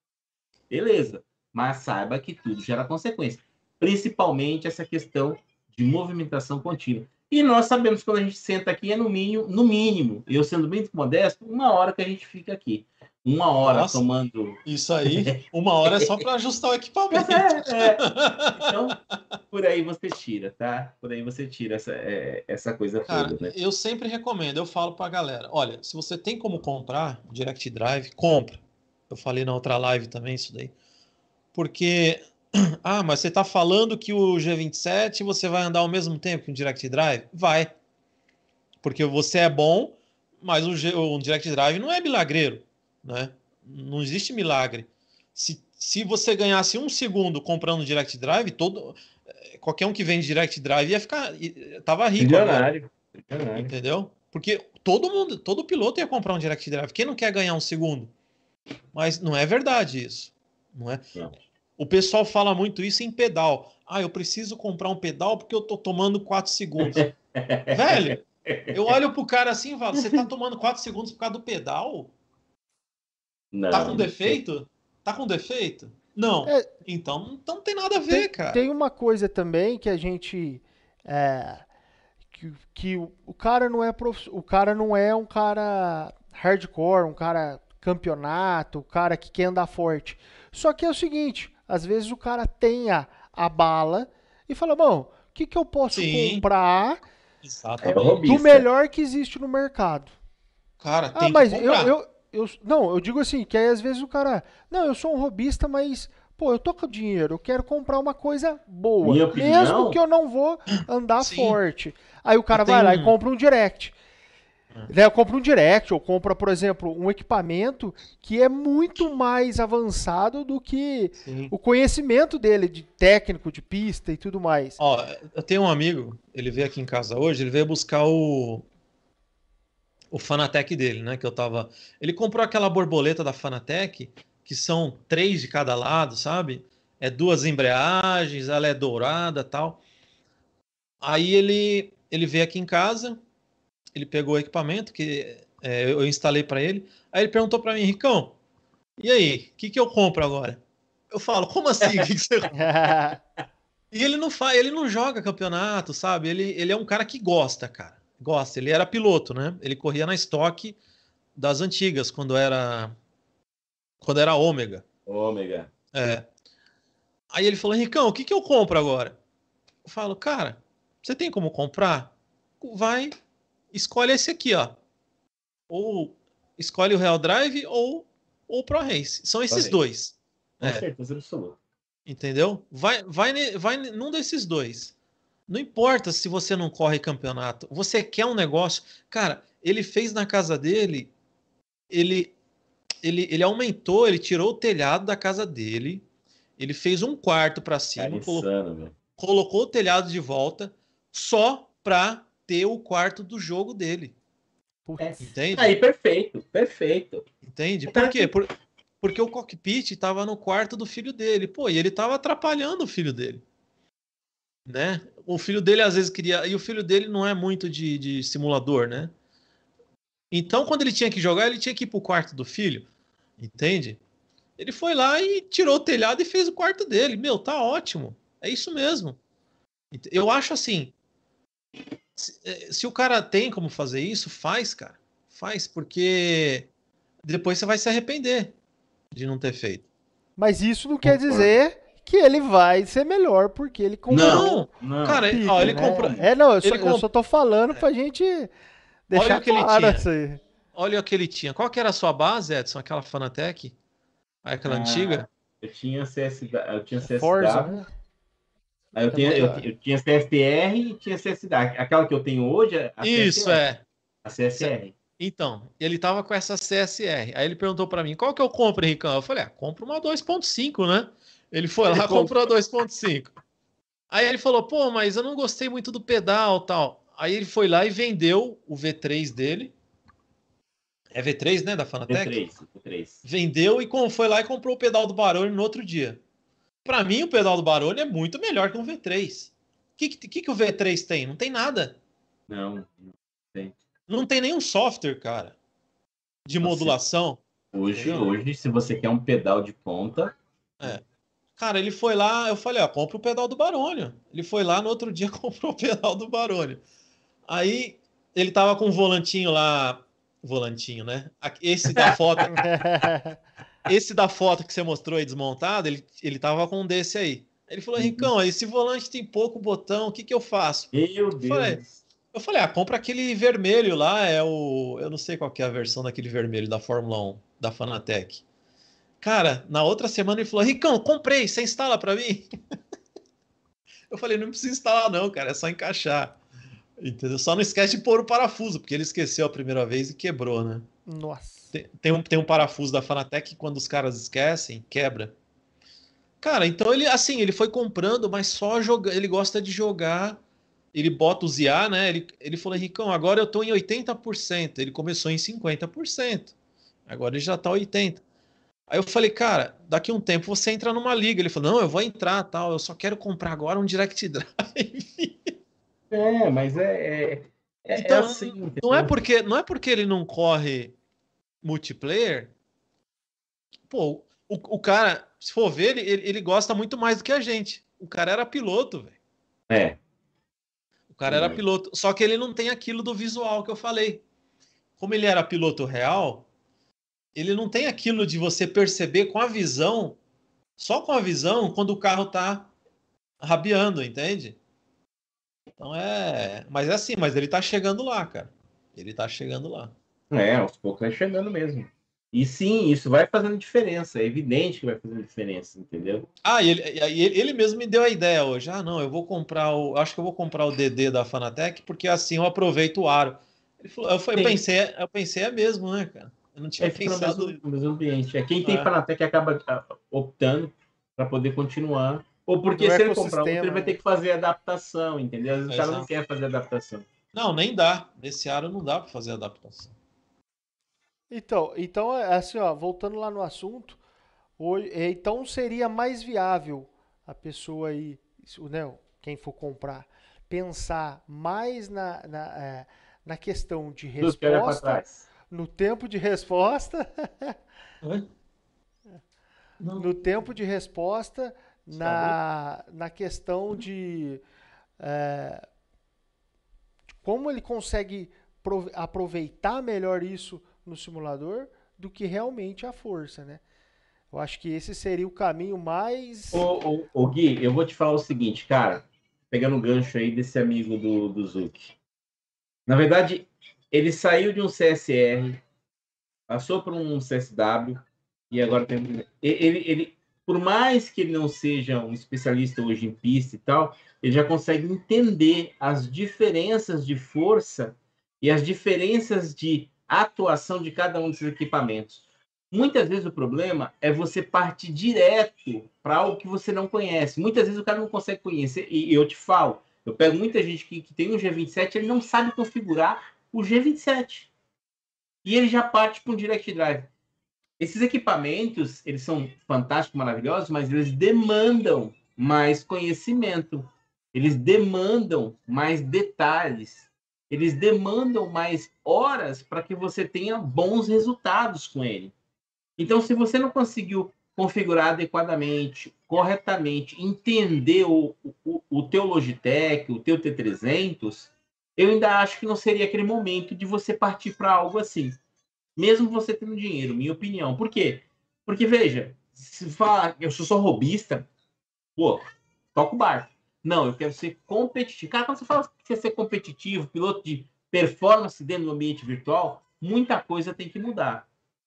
Beleza, mas saiba que tudo gera consequência, principalmente essa questão de movimentação contínua. E nós sabemos que quando a gente senta aqui é no mínimo, no mínimo, eu sendo bem modesto, uma hora que a gente fica aqui. Uma hora Nossa, tomando. Isso aí, uma hora é só para ajustar o equipamento. É, é. Então, por aí você tira, tá? Por aí você tira essa, é, essa coisa Cara, toda, né? eu sempre recomendo, eu falo pra galera, olha, se você tem como comprar Direct Drive, compra. Eu falei na outra live também isso daí. Porque, ah, mas você tá falando que o G vinte e sete você vai andar ao mesmo tempo que o Direct Drive? Vai. Porque você é bom, mas o, G, o Direct Drive não é milagreiro, né? Não existe milagre. Se, se você ganhasse um segundo comprando Direct Drive, todo, qualquer um que vende Direct Drive ia ficar, tava rico agora. Milionário. Entendeu? Porque todo mundo, todo piloto ia comprar um Direct Drive. Quem não quer ganhar um segundo? Mas não é verdade isso. Não é? Não. O pessoal fala muito isso em pedal. Ah, eu preciso comprar um pedal porque eu tô tomando quatro segundos. Velho, eu olho pro cara assim e falo, você tá tomando quatro segundos por causa do pedal? Não, Tá com defeito? Tá com defeito? Não. É, Então, então não tem nada a ver, tem, cara. tem uma coisa também que a gente. É, que, que o, o cara não é prof, o cara não é um cara hardcore, um cara campeonato, o cara que quer andar forte. Só que é o seguinte, às vezes o cara tem a, a bala e fala, bom, o que, que eu posso Sim. comprar É o Exatamente. robista. do melhor que existe no mercado? Cara, Ah, tem mas que eu, comprar. eu, eu. Não, eu digo assim, que aí às vezes o cara. Não, eu sou um robista, mas. Pô, eu tô com dinheiro, eu quero comprar uma coisa boa. Minha Mesmo opinião? que eu não vou andar Sim. forte. Aí o cara Eu tenho vai lá e um- compra um direct. Né, eu compro um direct, ou compra, por exemplo, um equipamento que é muito mais avançado do que Sim. o conhecimento dele de técnico, de pista e tudo mais. Ó, eu tenho um amigo, ele veio aqui em casa hoje, ele veio buscar o o Fanatec dele, né, que eu tava... Ele comprou aquela borboleta da Fanatec, que são três de cada lado, sabe? É duas embreagens, ela é dourada, tal. Aí ele ele veio aqui em casa, ele pegou o equipamento que é, eu instalei para ele. Aí ele perguntou para mim, Ricão, e aí, o que que eu compro agora? Eu falo, como assim? O que que você E ele não faz, ele não joga campeonato, sabe? Ele, ele é um cara que gosta, cara. Gosta. Ele era piloto, né? Ele corria na Stock das antigas, quando era quando era Ômega. Ômega. É. Aí ele falou, Ricão, o que que eu compro agora? Eu falo, cara, você tem como comprar? Vai, escolhe esse aqui, ó. Ou escolhe o Real Drive ou ou o Pro Race. São esses Race. dois. Com É. certeza absoluta. Entendeu? Vai, vai, ne- vai ne- num desses dois. Não importa se você não corre campeonato. Você quer um negócio. Cara, ele fez na casa dele. Ele, ele, ele aumentou, ele tirou o telhado da casa dele. Ele fez um quarto para cima. Cara, Colocou, insano, velho. colocou o telhado de volta só para ter o quarto do jogo dele. Putz. Entende? Aí, perfeito, perfeito. Entende? Por quê? Por, porque o cockpit estava no quarto do filho dele. Pô, e ele estava atrapalhando o filho dele. Né? O filho dele às vezes queria. E o filho dele não é muito de, de simulador, né? Então, quando ele tinha que jogar, ele tinha que ir pro quarto do filho. Entende? Ele foi lá e tirou o telhado e fez o quarto dele. Meu, tá ótimo. É isso mesmo. Eu acho assim. Se, se o cara tem como fazer isso, faz, cara. Faz, porque depois você vai se arrepender de não ter feito. Mas isso não quer dizer que ele vai ser melhor porque ele comprou. Não, Não. cara, Pica, ó, ele né? comprou. É, não, eu só, ele eu comp- só tô falando pra gente deixar o que ele claro tinha. isso aí. Olha o que ele tinha. Qual que era a sua base, Edson? Aquela Fanatec? Aquela Ah, antiga? Eu tinha C S, eu tinha Forza, C S W, né? aí eu É tinha, bom eu, da- eu tinha C S R e tinha C S W. Aquela que eu tenho hoje é a Isso, C S R. é. A C S R. Então, ele tava com essa C S R. Aí ele perguntou pra mim, qual que eu compro, Henricão? Eu falei, ah, compra uma dois ponto cinco, né? Ele foi lá e comprou a dois ponto cinco. Aí ele falou, pô, mas eu não gostei muito do pedal tal. Aí ele foi lá e vendeu o V três dele. É V três, né, da V Fanatec? três, V três. Vendeu e com- foi lá e comprou o pedal do Baroni no outro dia. Pra mim, o pedal do Baroni é muito melhor que um V três. O que, que, que o V três tem? Não tem nada. Não, não tem. Não tem nenhum software, cara, de Nossa. modulação. Hoje, Entendeu? hoje, se você quer um pedal de ponta, É. Cara, ele foi lá, eu falei, ó, compra o pedal do Barônio. Ele foi lá, no outro dia comprou o pedal do Barônio. Aí ele tava com um volantinho lá, volantinho, né? Esse da foto, esse da foto que você mostrou aí desmontado, ele, ele tava com um desse aí. Ele falou, Uhum. Ricão, esse volante tem pouco botão, o que que eu faço? meu Eu Deus. falei, eu falei, ah, compra aquele vermelho lá, é o, eu não sei qual que é a versão daquele vermelho da Fórmula um, da Fanatec. Cara, na outra semana ele falou, Ricão, comprei, você instala pra mim? Eu falei, não precisa instalar não, cara, é só encaixar. Entendeu? Só não esquece de pôr o parafuso, porque ele esqueceu a primeira vez e quebrou, né? Nossa. Tem, tem, um, tem um parafuso da Fanatec que quando os caras esquecem, quebra. Cara, então ele, assim, ele foi comprando, mas só joga, ele gosta de jogar, ele bota os I A, né? Ele, ele falou, Ricão, agora eu tô em oitenta por cento. Ele começou em cinquenta por cento. Agora ele já tá oitenta por cento. Aí eu falei, cara, daqui a um tempo você entra numa liga. Ele falou, não, eu vou entrar, tal, eu só quero comprar agora um Direct Drive. É, mas é, é, é, Então, é assim. não é entendeu? porque, não é porque ele não corre multiplayer. Pô, o, o cara, se for ver, ele, ele, ele gosta muito mais do que a gente. O cara era piloto, velho. É. O cara era Verdade. piloto. Só que ele não tem aquilo do visual que eu falei. Como ele era piloto real, ele não tem aquilo de você perceber com a visão, só com a visão, quando o carro tá rabiando, entende? Então é. Mas é assim, mas ele tá chegando lá, cara. Ele tá chegando lá. É, aos poucos vai chegando mesmo. E sim, isso vai fazendo diferença. É evidente que vai fazendo diferença, entendeu? Ah, e ele, e ele, ele mesmo me deu a ideia hoje. Ah, não, eu vou comprar o. Acho que eu vou comprar o D D da Fanatec, porque assim eu aproveito o aro. Ele falou, eu, foi- eu Sim. pensei, eu pensei, é mesmo, né, cara? Eu não tinha É, fica no pensado. mesmo, no mesmo ambiente. É quem tem É. Fanatec acaba ah, optando para poder continuar. Ou porque No se ele comprar outro, ele ecossistema, vai ter né? que fazer adaptação, entendeu? Às vezes o cara não Exato. quer fazer adaptação. Não, nem dá. Nesse aro não dá para fazer adaptação. Então, então, é assim, ó, voltando lá no assunto, hoje, é, então seria mais viável a pessoa aí, isso, né, quem for comprar, pensar mais na, na, é, na questão de Tudo que olha para resposta, trás. no tempo de resposta, Oi? Não. no tempo de resposta, na, na questão de é, como ele consegue prove- aproveitar melhor isso no simulador do que realmente a força, né? Eu acho que esse seria o caminho mais... Ô, ô, ô, Gui, eu vou te falar o seguinte, cara, pegando o gancho aí desse amigo do, do Zuc. Na verdade, ele saiu de um C S R, passou por um C S W e agora tem. Ele, ele, por mais que ele não seja um especialista hoje em pista e tal, ele já consegue entender as diferenças de força e as diferenças de atuação de cada um desses equipamentos. Muitas vezes o problema é você partir direto para algo que você não conhece. Muitas vezes o cara não consegue conhecer, e eu te falo, eu pego muita gente que, que tem um G vinte e sete, ele não sabe configurar o G vinte e sete. E ele já parte para um Direct Drive. Esses equipamentos, eles são fantásticos, maravilhosos, mas eles demandam mais conhecimento. Eles demandam mais detalhes. Eles demandam mais horas para que você tenha bons resultados com ele. Então, se você não conseguiu configurar adequadamente, corretamente, entender o, o, o teu Logitech, o teu T trezentos, eu ainda acho que não seria aquele momento de você partir para algo assim. Mesmo você tendo dinheiro, minha opinião. Por quê? Porque, veja, se falar, eu sou só robista, pô, toca o barco. Não, eu quero ser competitivo. Cara, quando você fala que quer ser competitivo, piloto de performance dentro do ambiente virtual, muita coisa tem que mudar.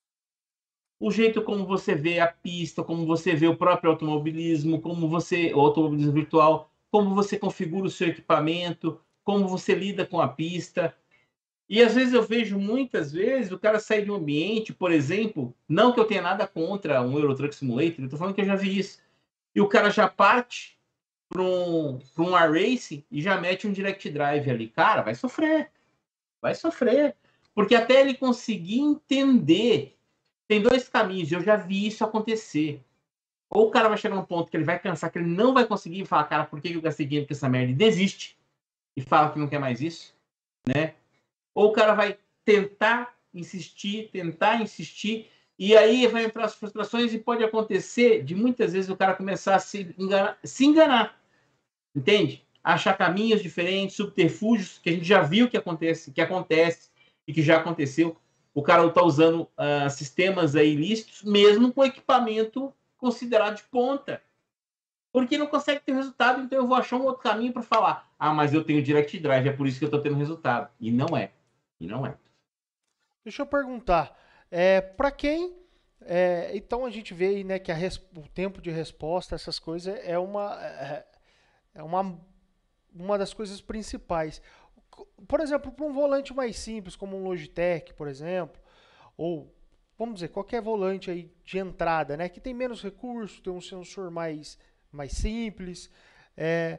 O jeito como você vê a pista, como você vê o próprio automobilismo, como você, o automobilismo virtual, como você configura o seu equipamento, como você lida com a pista. E às vezes eu vejo muitas vezes o cara sair de um ambiente, por exemplo, não que eu tenha nada contra um Euro Truck Simulator, eu tô falando que eu já vi isso. E o cara já parte para um, para um iRacing e já mete um Direct Drive ali. Cara, vai sofrer. Vai sofrer. Porque até ele conseguir entender, tem dois caminhos, eu já vi isso acontecer. Ou o cara vai chegar num ponto que ele vai cansar, que ele não vai conseguir falar, cara, por que eu gastei dinheiro com essa merda? E desiste. E fala que não quer mais isso, né? Ou o cara vai tentar insistir, tentar insistir, e aí vai entrar as frustrações e pode acontecer de muitas vezes o cara começar a se enganar, se enganar, entende? Achar caminhos diferentes, subterfúgios, que a gente já viu que acontece, que acontece e que já aconteceu. O cara está usando uh, sistemas aí ilícitos, mesmo com equipamento considerado de ponta. Porque não consegue ter resultado, então eu vou achar um outro caminho para falar. Ah, mas eu tenho Direct Drive, é por isso que eu estou tendo resultado. E não é. E não é. Deixa eu perguntar. É, para quem... É, então a gente vê aí, né, que a res, o tempo de resposta, essas coisas, é uma, é, é uma, uma das coisas principais. Por exemplo, para um volante mais simples, como um Logitech, por exemplo, ou, vamos dizer, qualquer volante aí de entrada, né, que tem menos recursos, tem um sensor mais, mais simples, é,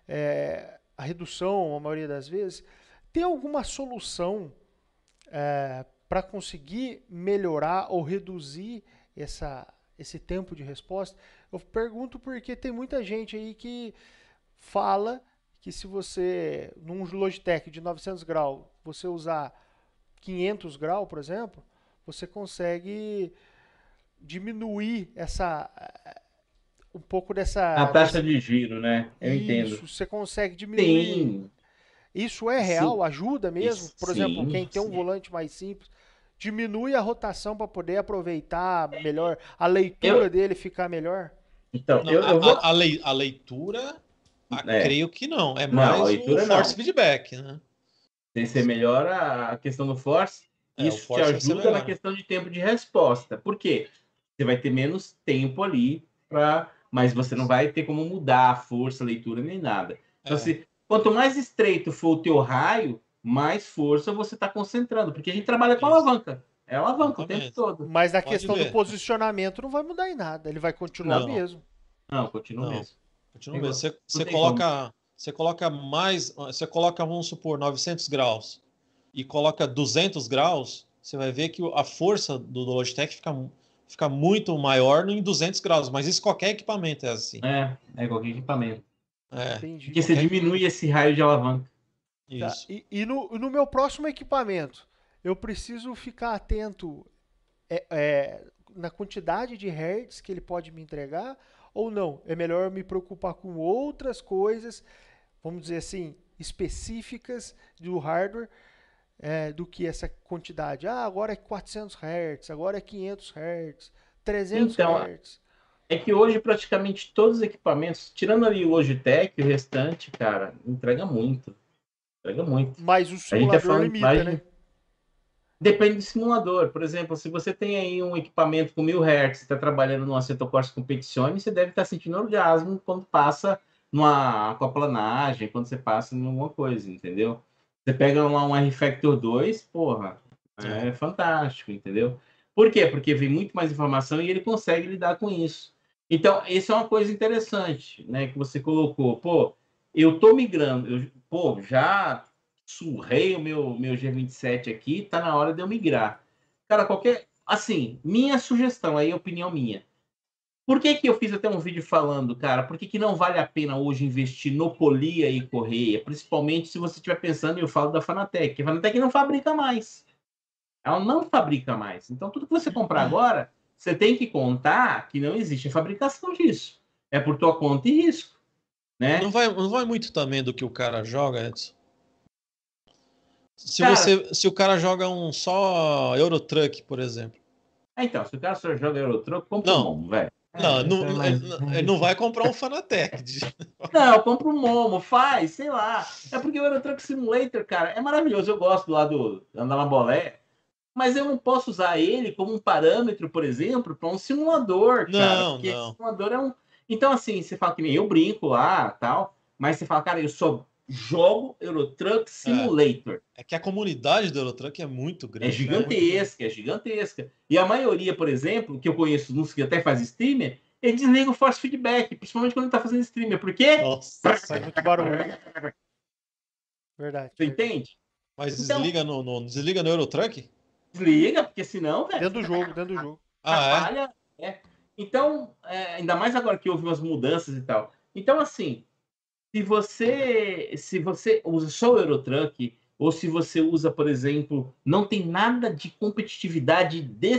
é, a redução, a maioria das vezes, tem alguma solução é, para conseguir melhorar ou reduzir essa, esse tempo de resposta? Eu pergunto porque tem muita gente aí que fala que se você, num Logitech de novecentos graus, você usar quinhentos graus, por exemplo, você consegue diminuir essa um pouco dessa... A taxa dessa, de giro, né? Eu entendo. isso, você consegue diminuir. Sim. Isso é Sim. real? Ajuda mesmo? Por Sim, exemplo, quem tem um sim. volante mais simples, diminui a rotação para poder aproveitar melhor, a leitura Eu- dele ficar melhor? Então, Não, eu, a, eu vou. a- a lei- a leitura, a- É. creio que não. É Não, a mais o leitura force não. feedback, né? Se você melhora a questão do force, É, o isso te force você ajuda na melhora. questão de tempo de resposta. Por quê? Você vai ter menos tempo ali para, mas você não vai ter como mudar a força, a leitura nem nada. Então, É. se quanto mais estreito for o teu raio, mais força você está concentrando, porque a gente trabalha com Isso. alavanca. É alavanca o tempo Exatamente. todo. Mas na Pode questão do ver. posicionamento não vai mudar em nada, ele vai continuar Não. mesmo. Não, continua Não. mesmo. Continua Igual. mesmo. Você, Não você tem como. coloca, você coloca mais, você coloca, vamos supor, novecentos graus e coloca duzentos graus, você vai ver que a força do Logitech fica, fica muito maior em duzentos graus, mas isso qualquer equipamento é assim. É, é qualquer equipamento. É, Entendi. Porque você qualquer... diminui esse raio de alavanca. Tá. Isso. E, e no, no meu próximo equipamento, eu preciso ficar atento é, é, na quantidade de hertz que ele pode me entregar ou não? É melhor eu me preocupar com outras coisas, vamos dizer assim, específicas do hardware é, do que essa quantidade. Ah, agora é quatrocentos hertz, agora é quinhentos hertz, trezentos Então, hertz. é que hoje praticamente todos os equipamentos, tirando ali o Logitech, o restante, cara, entrega muito. Entrega muito. Mas o A gente tá simulador falando limita, mais né? de... Depende do simulador. Por exemplo, se você tem aí um equipamento com mil hertz, está trabalhando numa Assetto Corsa Competizione, você deve estar sentindo orgasmo quando passa numa aquaplanagem, quando você passa em alguma coisa, entendeu? Você pega lá um R-Factor dois, porra, é, É. fantástico, entendeu? Por quê? Porque vem muito mais informação e ele consegue lidar com isso. Então, isso é uma coisa interessante, né, que você colocou. Pô, eu tô migrando, eu, pô, já surrei o meu, meu G vinte e sete aqui, tá na hora de eu migrar. Cara, qualquer... Assim, minha sugestão, aí opinião minha. Por que que eu fiz até um vídeo falando, cara, por que que não vale a pena hoje investir no Polia e Correia? Principalmente se você estiver pensando, e eu falo da Fanatec. A Fanatec não fabrica mais. Ela não fabrica mais. Então, tudo que você comprar agora, você tem que contar que não existe a fabricação disso. É por tua conta e risco, né? Não vai, não vai muito também do que o cara joga, Edson? Se, Cara, você, se o cara joga um só Euro Truck, por exemplo. então, se o cara só joga Euro Truck, compra Não. um, velho. Não, É, não, então é mais- ele, não- ele não vai comprar um Fanatec. de- Não, eu compro um Momo, faz, sei lá. É porque o Euro Truck Simulator, cara, é maravilhoso. Eu gosto lá do andar na bolé, mas eu não posso usar ele como um parâmetro, por exemplo, para um simulador, cara. Não, Porque não. simulador é um. Então, assim, você fala que nem eu brinco lá tal, mas você fala, cara, eu só jogo Euro Truck É, Simulator. é que a comunidade do Eurotruck é muito É grande. É muito grande. gigantesca, é gigantesca. E a maioria, por exemplo, que eu conheço, uns que até faz streamer, ele desliga o force feedback, principalmente quando ele tá fazendo streamer. Por quê? Nossa. Faz muito barulho. Verdade. Você verdade. entende? Mas Então, desliga no, no- desliga no Eurotruck? desliga, porque senão, velho, Dentro do jogo, dentro do jogo. Ah, é? atrapalha. É. Então, é, ainda mais agora que houve umas mudanças e tal. Então, assim, se você se você usa só o Eurotruck, ou se você usa, por exemplo, não tem nada de competitividade de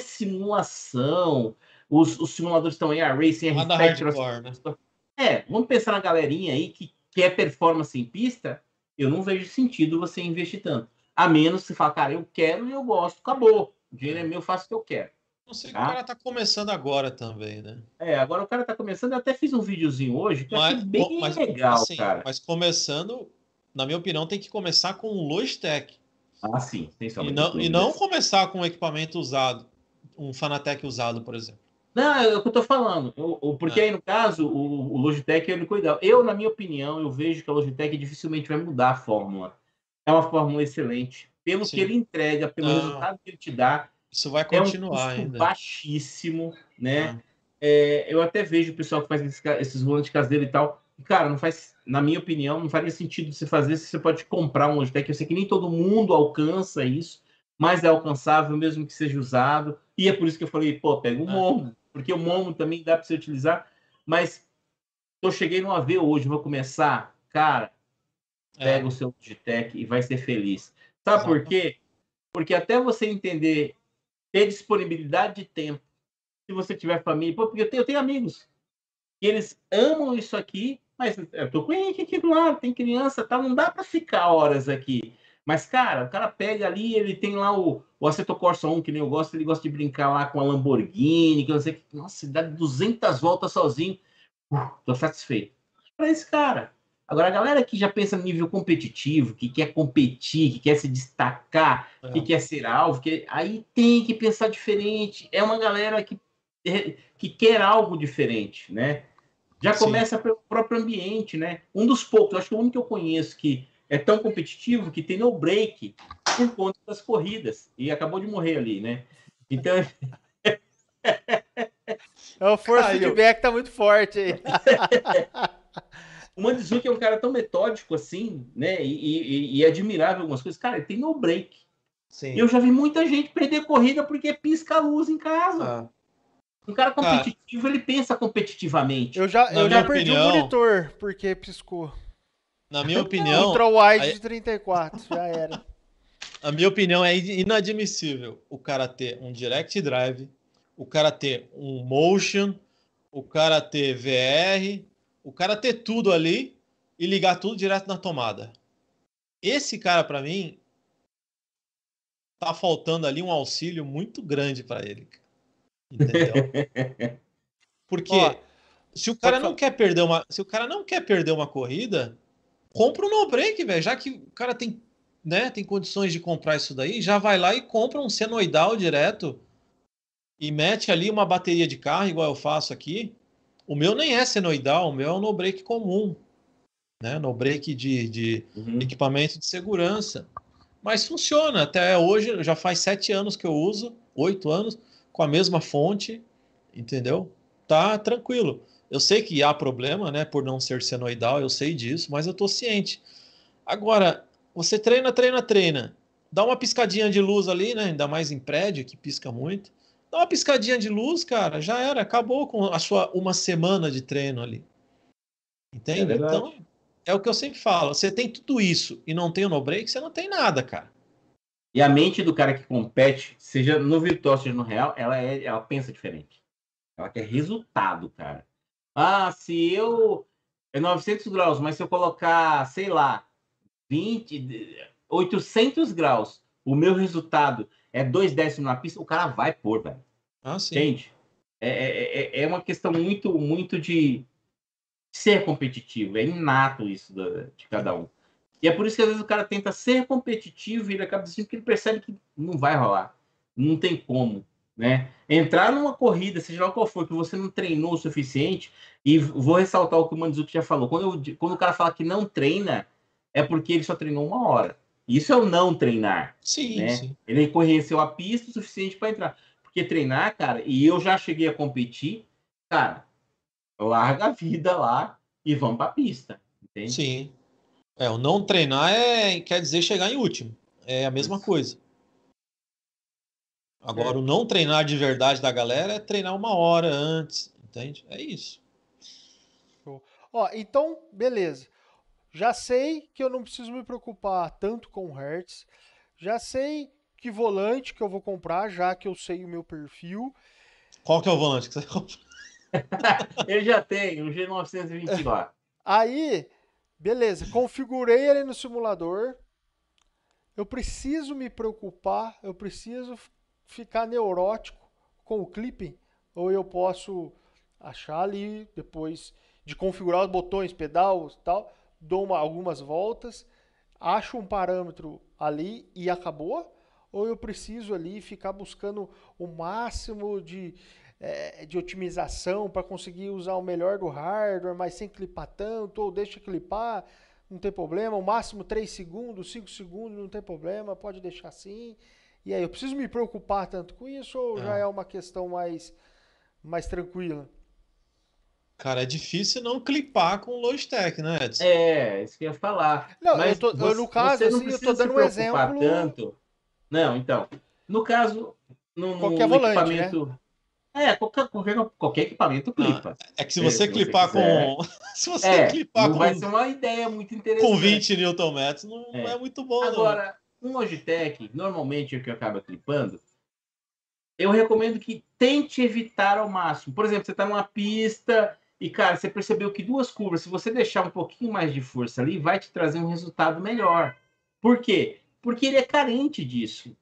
simulação, os, os simuladores estão aí, a Racing, a Nada R-Spectre, hardcore, né? é, vamos pensar na galerinha aí que quer performance em pista, eu não vejo sentido você investir tanto. A menos que você fala, cara, eu quero e eu gosto, acabou. O dinheiro é meu, eu faço o que eu quero. Não sei que o Tá? cara tá começando agora também, né? É, agora o cara tá começando, eu até fiz um videozinho hoje que eu achei Mas, bem mas legal, assim, cara. mas começando, na minha opinião, tem que começar com um Logitech. Ah, sim, sem E sombra de não, e não dúvidas. começar com um equipamento usado, um Fanatec usado, por exemplo. Não, é o que eu tô falando. O, o- porque É. aí, no caso, o, o Logitech é o único ideal. Eu, na minha opinião, eu vejo que a Logitech dificilmente vai mudar a fórmula. É uma fórmula excelente. Pelo que Sim. ele entrega, pelo Não, resultado que ele te dá, isso vai é um continuar custo ainda. baixíssimo, né? Ah, É, eu até vejo o pessoal que faz esses, ca- esses volantes caseiros e tal. E, cara, não faz, na minha opinião, não faria sentido você fazer se você pode comprar um Logitech. Eu sei que nem todo mundo alcança isso, mas é alcançável mesmo que seja usado. E é por isso que eu falei, pô, pega o É. Momo, porque o Momo também dá para você utilizar. Mas eu cheguei no A V hoje, vou começar, cara, é, pega o seu Logitech e vai ser feliz. Sabe por exatamente. quê? Porque até você entender, ter disponibilidade de tempo, se você tiver família, pô, porque eu tenho, eu tenho amigos que eles amam isso aqui, mas eu tô com o Henrique aqui do lado, tem criança, tá, não dá para ficar horas aqui. Mas, cara, o cara pega ali, ele tem lá o, o Assetto Corsa um, que nem eu gosto, ele gosta de brincar lá com a Lamborghini, que eu sei que, nossa, ele dá duzentas voltas sozinho. Uh, tô satisfeito. Para esse cara. Agora, a galera que já pensa no nível competitivo, que quer competir, que quer se destacar, que É. quer ser alvo, que, aí tem que pensar diferente. É uma galera que, que quer algo diferente, né? Já Sim. começa pelo próprio ambiente, né? Um dos poucos, acho que o único que eu conheço que é tão competitivo que tem no break por conta das corridas. E acabou de morrer ali, né? Então, É o force Caiu. feedback tá muito forte aí. o Mandizuki é um cara tão metódico assim, né? E, e, e admirável algumas coisas. Cara, ele tem no break. Sim. Eu já vi muita gente perder corrida porque pisca a luz em casa. Ah, Um cara Cara, competitivo, ele pensa competitivamente. Eu já, Na eu já minha perdi o opinião- monitor porque piscou. na minha opinião, Ultra wide aí- de trinta e quatro, já era. a minha opinião é inadmissível o cara ter um direct drive, o cara ter um motion, o cara ter V R, o cara ter tudo ali e ligar tudo direto na tomada. Esse cara, pra mim, tá faltando ali um auxílio muito grande pra ele. Entendeu? Porque Ó, se o cara pode não falar. quer perder uma, se o cara não quer perder uma corrida, compra um no break, velho, já que o cara tem, né, tem condições de comprar isso daí, já vai lá e compra um senoidal direto e mete ali uma bateria de carro, igual eu faço aqui. O meu nem é senoidal, o meu é um no break comum, né, no break de, de Uhum. equipamento de segurança. Mas funciona, até hoje, já faz sete anos que eu uso, oito anos, com a mesma fonte, entendeu? Tá tranquilo. Eu sei que há problema, né, por não ser senoidal, eu sei disso, mas eu tô ciente. Agora, você treina, treina, treina. Dá uma piscadinha de luz ali, né, ainda mais em prédio, que pisca muito. Dá uma piscadinha de luz, cara, já era, acabou com a sua uma semana de treino ali. É Entende? verdade. Então, é o que eu sempre falo. Você tem tudo isso e não tem o no break, você não tem nada, cara. E a mente do cara que compete, seja no virtual, seja no real, ela, é, ela pensa diferente. Ela quer resultado, cara. Ah, se eu... É novecentos graus, mas se eu colocar, sei lá, vinte, oitocentos graus, o meu resultado é dois décimos na pista, o cara vai pôr, velho. Ah, sim. Entende? É, é, é uma questão muito, muito de ser competitivo. É inato isso da, de cada um. E é por isso que às vezes o cara tenta ser competitivo e ele acaba desistindo porque ele percebe que não vai rolar. Não tem como. Né? Entrar numa corrida, seja lá qual for, que você não treinou o suficiente, e vou ressaltar o que o Mandzukic já falou. Quando, eu, quando o cara fala que não treina, é porque ele só treinou uma hora. Isso é o não treinar. Sim, né? sim. Ele conheceu a pista o suficiente para entrar. Porque treinar, cara, e eu já cheguei a competir, cara, larga a vida lá e vamos para a pista. Entende? Sim. É, o não treinar é, quer dizer chegar em último. É a mesma Isso. coisa. Agora, É. o não treinar de verdade da galera é treinar uma hora antes, entende? É isso. Show. Ó, então, beleza. Já sei que eu não preciso me preocupar tanto com o Hertz. Já sei que volante que eu vou comprar, já que eu sei o meu perfil. Qual que é o volante que você compra? Ele já tem um G novecentos e vinte lá. Aí, beleza, configurei ele no simulador. Eu preciso me preocupar, eu preciso ficar neurótico com o clipping, ou eu posso achar ali depois de configurar os botões, pedal e tal, dou uma, algumas voltas, acho um parâmetro ali e acabou, ou eu preciso ali ficar buscando o máximo de, é, de otimização para conseguir usar o melhor do hardware, mas sem clipar tanto, ou deixa clipar, não tem problema, o máximo três segundos, cinco segundos, não tem problema, pode deixar assim. E aí, eu preciso me preocupar tanto com isso ou já Ah, é uma questão mais, mais tranquila? cara, é difícil não clipar com o Logitech, né, Edson? É, isso que eu ia falar. Não, eu Mas tô, eu, no você, caso, você não assim, eu tô precisa se dando um preocupar exemplo, tanto. Não, então. No caso, no, qualquer no- no volante, né? equipamento. É, qualquer, qualquer, qualquer equipamento Ah, clipa. é que se É, você se você clipar quiser. com. Se você É, clipar não vai com, ser uma ideia muito com interessante. vinte newton metros, não, não é É. muito bom, não. Agora, um Logitech, normalmente o que acaba clipando, eu recomendo que tente evitar ao máximo. Por exemplo, você está numa pista e, cara, você percebeu que duas curvas, se você deixar um pouquinho mais de força ali, vai te trazer um resultado melhor. Por quê? Porque ele é carente disso.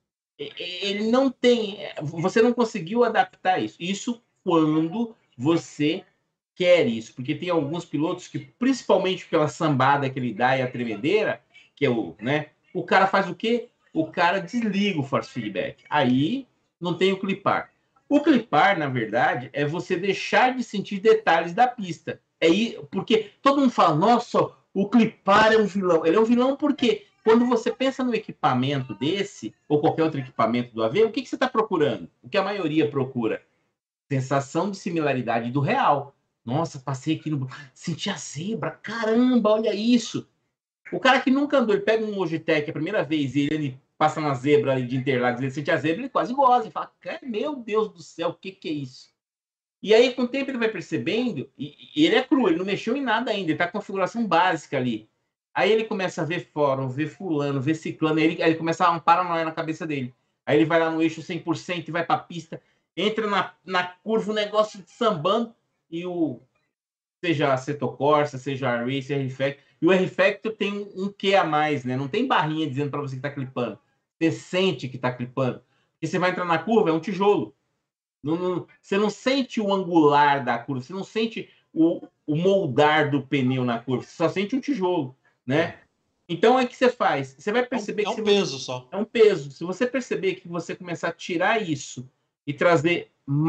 Ele não tem. Você não conseguiu adaptar isso. Isso quando você quer isso. Porque tem alguns pilotos que, principalmente pela sambada que ele dá e a tremedeira, que é o, né? O cara faz o quê? O cara desliga o force feedback. Aí não tem o clipar. O clipar, na verdade, é você deixar de sentir detalhes da pista. É aí, porque todo mundo fala, nossa, o clipar é um vilão. Ele é um vilão porque quando você pensa no equipamento desse, ou qualquer outro equipamento do A V, o que, que você está procurando? O que a maioria procura? Sensação de similaridade do real. Nossa, passei aqui no. Senti a zebra, caramba, olha isso. O cara que nunca andou, ele pega um Logitech a primeira vez e ele passa na zebra de Interlagos, ele sente a zebra, ele quase goza, ele fala, meu Deus do céu, o que, que é isso? E aí, com o tempo, ele vai percebendo, e, e ele é cru, ele não mexeu em nada ainda, ele tá com a configuração básica ali. Aí ele começa a ver fórum, ver fulano, ver ciclano, aí ele, aí ele começa a um paranoia na cabeça dele. Aí ele vai lá no eixo cem por cento e vai pra pista, entra na, na curva, o negócio sambando, e o seja a Seto Corsa, seja a Racer, R Factor. E o R Factor tem um Q a mais, né? Não tem barrinha dizendo para você que está clipando. Você sente que está clipando. Porque você vai entrar na curva, é um tijolo. Não, não, você não sente o angular da curva, você não sente o, o moldar do pneu na curva, você só sente um tijolo, né? Então, é que você faz. Você vai É um, perceber é que um se peso você, só. é um peso. Se você perceber que você começar a tirar isso e trazer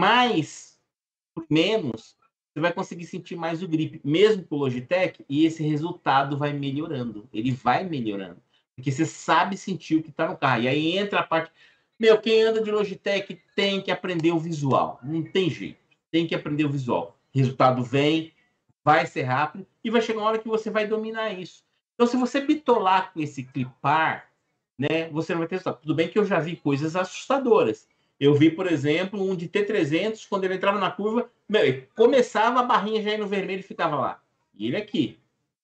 mais por menos, você vai conseguir sentir mais o grip, mesmo com o Logitech, e esse resultado vai melhorando. Ele vai melhorando. Porque você sabe sentir o que está no carro. E aí entra a parte. Meu, quem anda de Logitech tem que aprender o visual. Não tem jeito. Tem que aprender o visual. O resultado vem, vai ser rápido, e vai chegar uma hora que você vai dominar isso. Então, se você bitolar com esse clipar, né, você não vai ter resultado. Tudo bem que eu já vi coisas assustadoras. Eu vi, por exemplo, um de T trezentos, quando ele entrava na curva, meu, começava a barrinha já ir no vermelho e ficava lá. E ele aqui.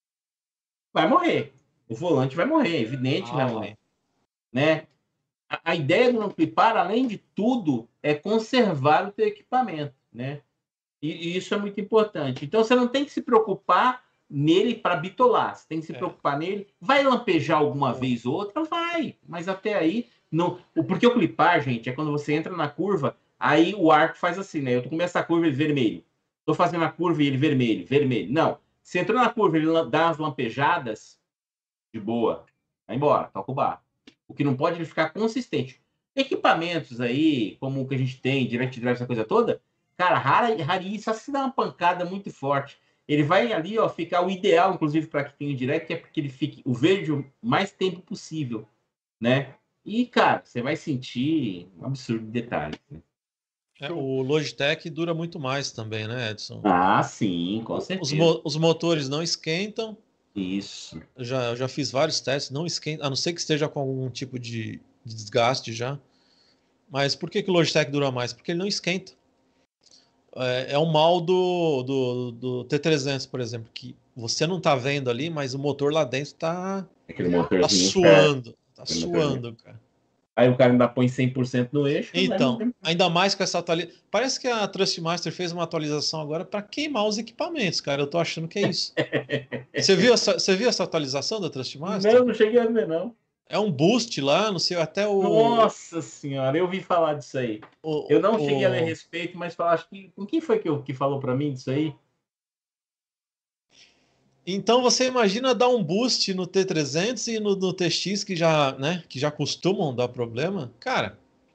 Vai morrer. O volante vai morrer, é evidente que Ah, vai vai. morrer. Né? A, a ideia do não clipar, além de tudo, é conservar o teu equipamento. Né? E, e isso é muito importante. Então, você não tem que se preocupar nele para bitolar. Você tem que se É. preocupar nele. Vai lampejar alguma Bom. vez ou outra? Vai. Mas até aí, não. Porque o clipar, gente, é quando você entra na curva, Aí o arco faz assim, né? Eu tô começando essa curva ele vermelho. Tô fazendo a curva e ele vermelho, vermelho. Não. Se entrou na curva e ele dá umas lampejadas, de boa, vai embora, toca o barco. O que não pode é ele ficar consistente. Equipamentos aí, como o que a gente tem, direct drive, essa coisa toda, cara, rara, raríssimo, só se dá uma pancada muito forte. Ele vai ali, ó, ficar o ideal, inclusive, para que tenha o direct, é porque ele fique o verde o mais tempo possível, né? E, cara, você vai sentir um absurdo de detalhes. Né? É, o Logitech dura muito mais também, né, Edson? Ah, sim, com Os, certeza. mo os motores não esquentam. Isso. Eu já, eu já fiz vários testes, não esquenta, a não ser que esteja com algum tipo de, de desgaste já. Mas por que, que o Logitech dura mais? Porque ele não esquenta. É, é um mal do, do, do T trezentos, por exemplo, que você não está vendo ali, mas o motor lá dentro está tá suando. Tá suando, cara. Aí o cara ainda põe cem por cento no eixo. Então, né? ainda mais com essa atualização. Parece que a Trustmaster fez uma atualização agora para queimar os equipamentos, cara. Eu tô achando que é isso. Você viu essa, você viu essa atualização da Trustmaster? Não, não cheguei a ver, não. É um boost lá, não sei, até o... Nossa senhora, eu ouvi falar disso aí. O, eu não o... cheguei a ler a respeito, mas falar, acho que... Com quem foi que, eu, que falou para mim disso aí? Então você imagina dar um boost no T trezentos e no, no T X que já, né, que já costumam dar problema? Cara...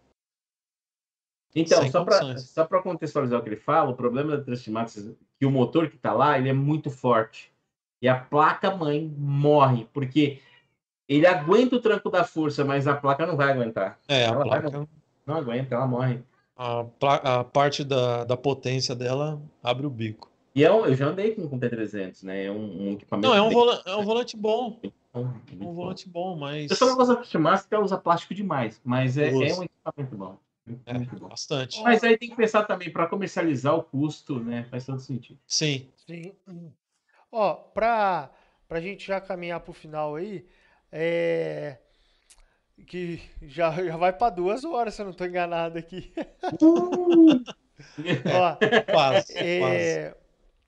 Então, só para só para contextualizar o que ele fala, o problema da Trustmaster é que o motor que está lá, ele é muito forte. E a placa-mãe morre, porque ele aguenta o tranco da força, mas a placa não vai aguentar. É, a ela placa... Não, não aguenta, ela morre. A, a parte da, da potência dela abre o bico. E é um, eu já andei com o T trezentos, né? É um, um equipamento... Não, é um, bem... volante, é um volante bom. É um, é um volante bom, mas... Eu só não gosto da Trustmaster porque ela usa plástico demais, mas é, é um equipamento bom. É, muito bom. Bastante. Mas aí tem que pensar também, para comercializar o custo, né? Faz todo sentido. Sim. Sim. Ó, pra, pra gente já caminhar pro final aí, é... que já, já vai para duas horas, se eu não estou enganado aqui. Uh! Ó, quase, é, quase.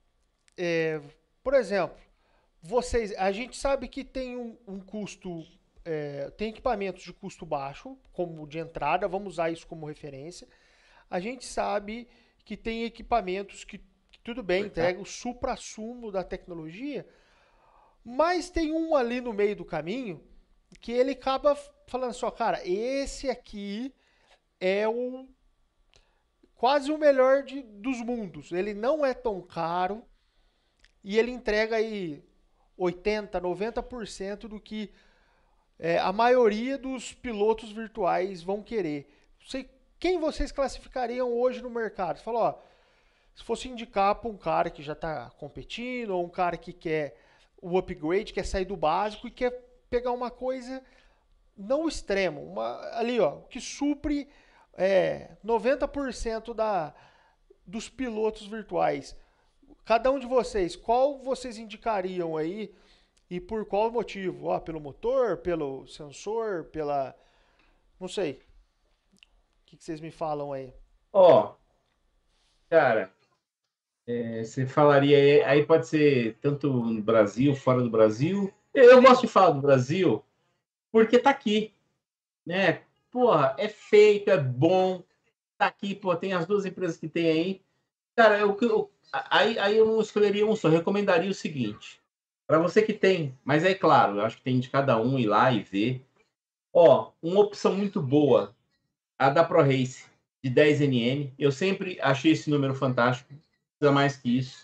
É, por exemplo, vocês, a gente sabe que tem um, um custo, é, tem equipamentos de custo baixo, como de entrada, vamos usar isso como referência. A gente sabe que tem equipamentos que, que tudo bem, entregam o supra-sumo da tecnologia, mas tem um ali no meio do caminho que ele acaba falando só, cara, esse aqui é o quase o melhor de, dos mundos. Ele não é tão caro e ele entrega aí oitenta, noventa por cento do que é, a maioria dos pilotos virtuais vão querer. Sei, quem vocês classificariam hoje no mercado? Você falou, ó, se fosse indicar para um cara que já está competindo ou um cara que quer o upgrade, quer sair do básico e quer pegar uma coisa não extremo, uma, ali ó, que supre é, noventa por cento da, dos pilotos virtuais. Cada um de vocês, qual vocês indicariam aí e por qual motivo? Ó, pelo motor, pelo sensor, pela... não sei. O que, que vocês me falam aí? Ó, cara, é, você falaria, aí pode ser tanto no Brasil, fora do Brasil. Eu gosto de falar do Brasil porque tá aqui, né? Porra, é feito, é bom, tá aqui, pô, tem as duas empresas que tem aí. Cara, eu, eu, aí, aí eu não escolheria um só, eu recomendaria o seguinte, para você que tem, mas é claro, eu acho que tem de cada um ir lá e ver. Ó, uma opção muito boa, a da ProRace, de dez N M, eu sempre achei esse número fantástico, não precisa mais que isso.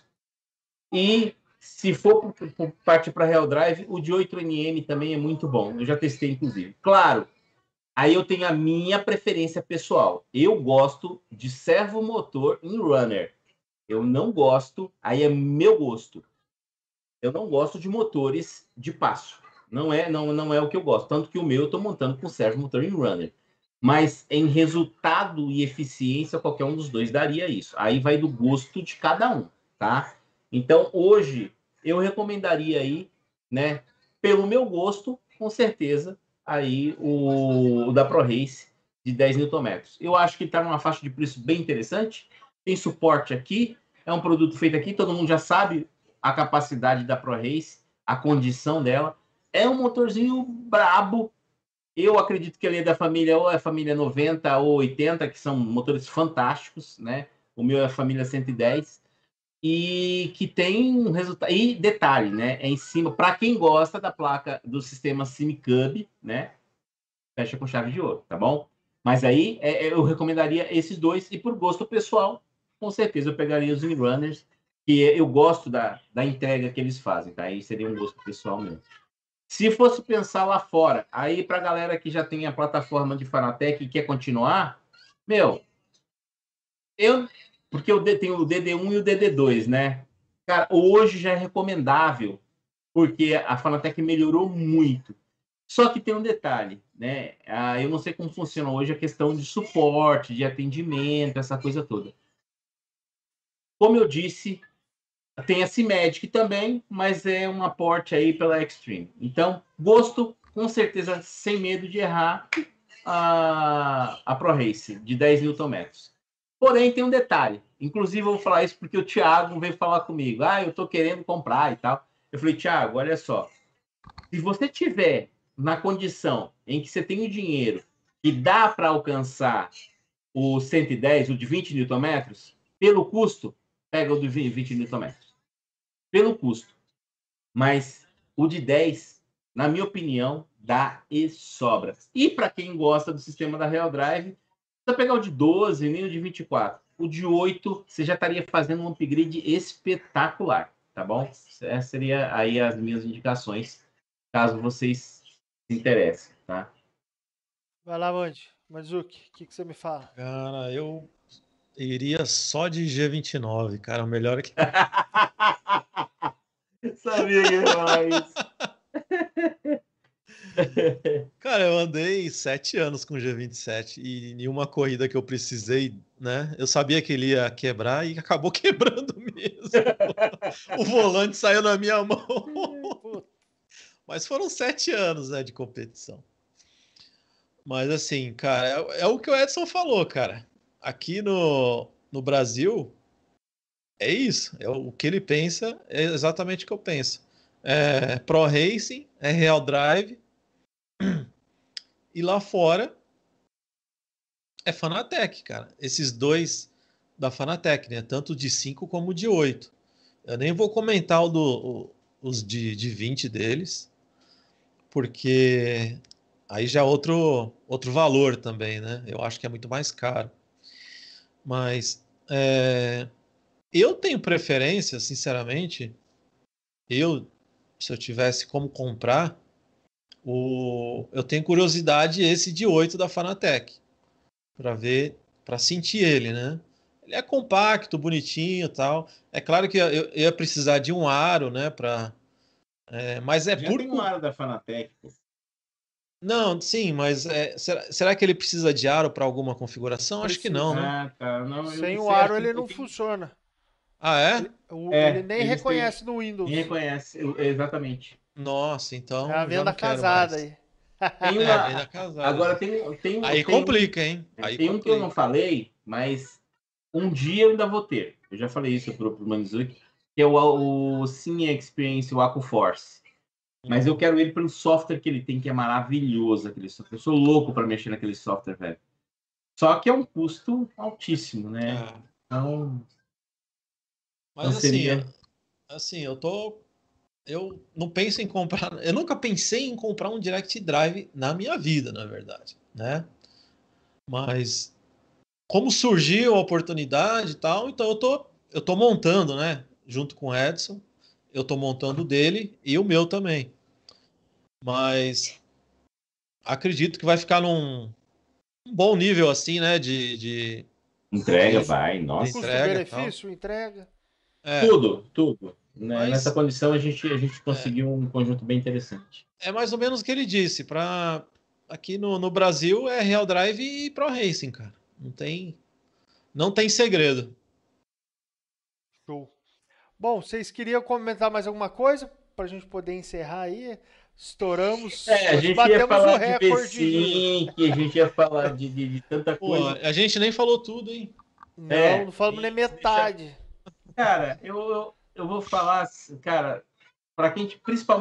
E se for partir para Real Drive, o de oito N M também é muito bom. Eu já testei, inclusive. Claro, aí eu tenho a minha preferência pessoal. Eu gosto de servomotor em runner. Eu não gosto, aí é meu gosto. Eu não gosto de motores de passo. Não é, não, não é o que eu gosto. Tanto que o meu eu estou montando com servomotor em runner. Mas em resultado e eficiência, qualquer um dos dois daria isso. Aí vai do gosto de cada um, tá? Então, hoje, eu recomendaria aí, né, pelo meu gosto, com certeza, aí o, o da ProRace de dez newton-metros. Eu acho que está numa faixa de preço bem interessante, tem suporte aqui, é um produto feito aqui, todo mundo já sabe a capacidade da ProRace, a condição dela. É um motorzinho brabo, Eu acredito que ele é da família, ou é a família noventa ou oitenta, que são motores fantásticos, né? O meu é a família cento e dez. E que tem um resultado. E detalhe, né? É em cima, para quem gosta da placa do sistema SimCub, né? Fecha com chave de ouro, tá bom? Mas aí é, eu recomendaria esses dois, e por gosto pessoal, com certeza eu pegaria os Windrunners, que eu gosto da, da entrega que eles fazem, tá? Aí seria um gosto pessoal mesmo. Se fosse pensar lá fora, aí pra galera que já tem a plataforma de Fanatec e quer continuar, meu, eu, porque eu tenho o D D um e o D D dois, né? Cara, hoje já é recomendável, porque a Fanatec melhorou muito. Só que tem um detalhe, né? Ah, eu não sei como funciona hoje a questão de suporte, de atendimento, essa coisa toda. Como eu disse, tem a C-Magic também, mas é um aporte aí pela Extreme. Então, gosto, com certeza, sem medo de errar, a, a Pro Race, de dez newton metros. Porém, tem um detalhe. Inclusive, eu vou falar isso porque o Thiago veio falar comigo. Ah, eu tô querendo comprar e tal. Eu falei, Thiago, olha só. Se você tiver na condição em que você tem o dinheiro e dá para alcançar o cento e dez, o de vinte newton metros, pelo custo, pega o de vinte newton metros. Pelo custo. Mas o de dez, na minha opinião, dá e sobra. E para quem gosta do sistema da Real Drive, você pegar o de doze, nem o de vinte e quatro. O de oito, você já estaria fazendo um upgrade espetacular, tá bom? Essas seriam aí as minhas indicações, caso vocês se interessem, tá? Vai lá, Mandy. Manzuki, o que, que você me fala? Cara, eu iria só de G vinte e nove, cara. O melhor é que. Sabia que ia falar isso. Cara, eu andei sete anos com o G vinte e sete e em uma corrida que eu precisei, né? Eu sabia que ele ia quebrar e acabou quebrando mesmo. O volante saiu na minha mão. Mas foram sete anos, né, de competição. Mas assim, cara, é, é o que o Edson falou, cara. Aqui no, no Brasil, é isso. É o que ele pensa, é exatamente o que eu penso. É Pro Racing, é Real Drive. E lá fora é Fanatec, cara. Esses dois da Fanatec, né? Tanto de cinco como de oito. Eu nem vou comentar o do, o, os de, de vinte deles, porque aí já é outro, outro valor também, né? Eu acho que é muito mais caro. Mas é, eu tenho preferência, sinceramente, eu, se eu tivesse como comprar, o, eu tenho curiosidade esse de oito da Fanatec, para ver, para sentir ele, né? Ele é compacto, bonitinho, e tal. É claro que eu, eu ia precisar de um aro, né? Para, é, mas é Já por tem um aro da Fanatec, pô. Não, sim, mas é, será, será que ele precisa de aro para alguma configuração? Acho que não, né? Ah, tá. Não, eu Sem não o sei. Acho aro que ele eu não tenho... funciona. Ah, é? Ele, o- ele É, nem eles têm... reconhece no Windows. Nem reconhece, exatamente. Nossa, É a então já venda não quero casada mais. aí. Tem É, vem uma. da casada. Agora tem, tem, Aí tem, um, complica, hein? Aí tem um que eu não complica. falei, mas um dia eu ainda vou ter. Eu já falei isso pro, pro Manzuki, que é o, o Cine Experience, o Aqua Force. Mas eu quero ele pelo software que ele tem, que é maravilhoso aquele software. Eu sou louco para mexer naquele software, velho. Só que é um custo altíssimo, né? É. Então, então Mas assim, seria. assim, eu tô. Eu não penso em comprar. Eu nunca pensei em comprar um Direct Drive na minha vida, na verdade, né? Mas como surgiu a oportunidade e tal, então eu tô, eu tô montando, né? Junto com o Edson, eu tô montando o dele e o meu também. Mas acredito que vai ficar num um bom nível assim, né? De, de, Entrega, de, vai, de nossa. entrega e tal. Custo-benefício, entrega. É, Tudo, tudo. Né? Nessa mas condição a gente, a gente é, conseguiu um conjunto bem interessante. é mais ou menos o que ele disse. Para aqui no, no Brasil é Real Drive e Pro Racing, cara. Não tem, não tem segredo. Show. Bom, vocês queriam comentar mais alguma coisa para a gente poder encerrar aí? Estouramos, É, a hoje gente ia batemos o falar de recorde de. V-Sync, a gente ia falar de, de, de tanta Pô, coisa. a gente nem falou tudo, hein? Não, É, não falamos nem e deixa. metade. Cara, eu, eu, eu vou falar, cara, para quem, principalmente